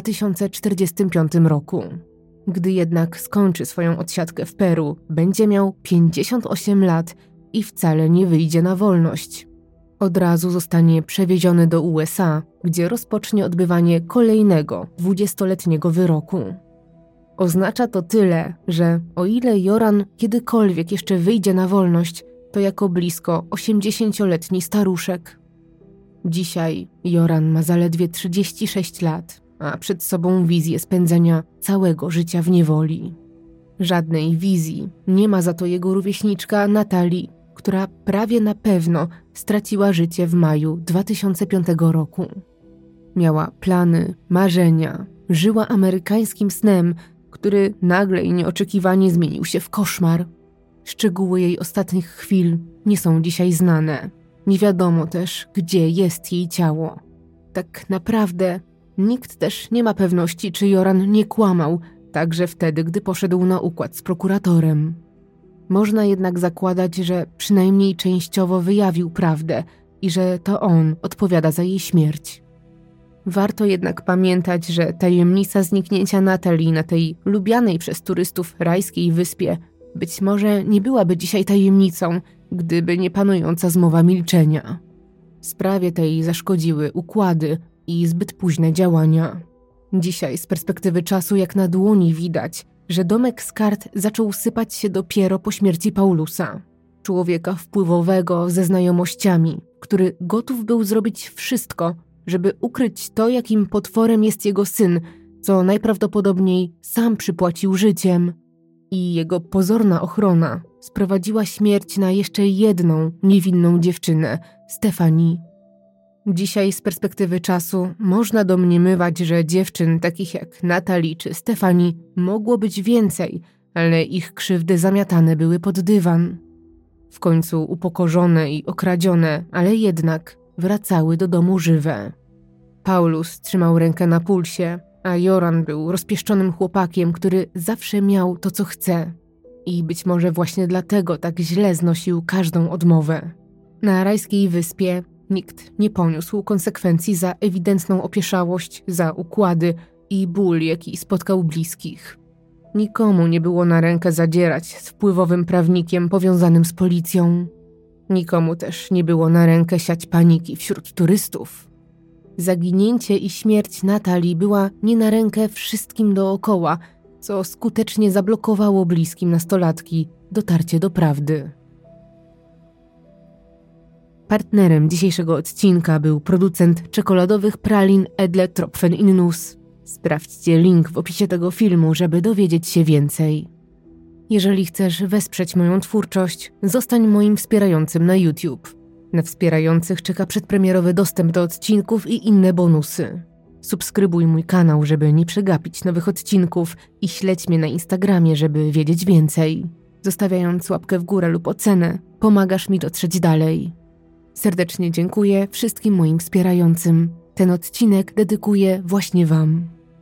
2045 roku. Gdy jednak skończy swoją odsiadkę w Peru, będzie miał 58 lat i wcale nie wyjdzie na wolność. Od razu zostanie przewieziony do USA, gdzie rozpocznie odbywanie kolejnego 20-letniego wyroku. Oznacza to tyle, że o ile Joran kiedykolwiek jeszcze wyjdzie na wolność, to jako blisko 80-letni staruszek. Dzisiaj Joran ma zaledwie 36 lat, a przed sobą wizję spędzenia całego życia w niewoli. Żadnej wizji nie ma za to jego rówieśniczka Natalie, która prawie na pewno straciła życie w maju 2005 roku. Miała plany, marzenia, żyła amerykańskim snem, który nagle i nieoczekiwanie zmienił się w koszmar. Szczegóły jej ostatnich chwil nie są dzisiaj znane. Nie wiadomo też, gdzie jest jej ciało. Tak naprawdę nikt też nie ma pewności, czy Joran nie kłamał, także wtedy, gdy poszedł na układ z prokuratorem. Można jednak zakładać, że przynajmniej częściowo wyjawił prawdę i że to on odpowiada za jej śmierć. Warto jednak pamiętać, że tajemnica zniknięcia Natalie na tej lubianej przez turystów rajskiej wyspie być może nie byłaby dzisiaj tajemnicą, gdyby nie panująca zmowa milczenia. Sprawie tej zaszkodziły układy i zbyt późne działania. Dzisiaj z perspektywy czasu jak na dłoni widać, że domek z kart zaczął sypać się dopiero po śmierci Paulusa. Człowieka wpływowego ze znajomościami, który gotów był zrobić wszystko, żeby ukryć to, jakim potworem jest jego syn, co najprawdopodobniej sam przypłacił życiem. I jego pozorna ochrona sprowadziła śmierć na jeszcze jedną niewinną dziewczynę, Stephanie. Dzisiaj z perspektywy czasu można domniemywać, że dziewczyn takich jak Natalie czy Stephanie mogło być więcej, ale ich krzywdy zamiatane były pod dywan. W końcu upokorzone i okradzione, ale jednak wracały do domu żywe. Paulus trzymał rękę na pulsie, a Joran był rozpieszczonym chłopakiem, który zawsze miał to, co chce. I być może właśnie dlatego tak źle znosił każdą odmowę. Na rajskiej wyspie nikt nie poniósł konsekwencji za ewidentną opieszałość, za układy i ból, jaki spotkał bliskich. Nikomu nie było na rękę zadzierać z wpływowym prawnikiem powiązanym z policją. Nikomu też nie było na rękę siać paniki wśród turystów. Zaginięcie i śmierć Natalii była nie na rękę wszystkim dookoła, co skutecznie zablokowało bliskim nastolatki dotarcie do prawdy. Partnerem dzisiejszego odcinka był producent czekoladowych pralin Edle Tropfen in Nuss. Sprawdźcie link w opisie tego filmu, żeby dowiedzieć się więcej. Jeżeli chcesz wesprzeć moją twórczość, zostań moim wspierającym na YouTube. Na wspierających czeka przedpremierowy dostęp do odcinków i inne bonusy. Subskrybuj mój kanał, żeby nie przegapić nowych odcinków i śledź mnie na Instagramie, żeby wiedzieć więcej. Zostawiając łapkę w górę lub ocenę, pomagasz mi dotrzeć dalej. Serdecznie dziękuję wszystkim moim wspierającym. Ten odcinek dedykuję właśnie Wam.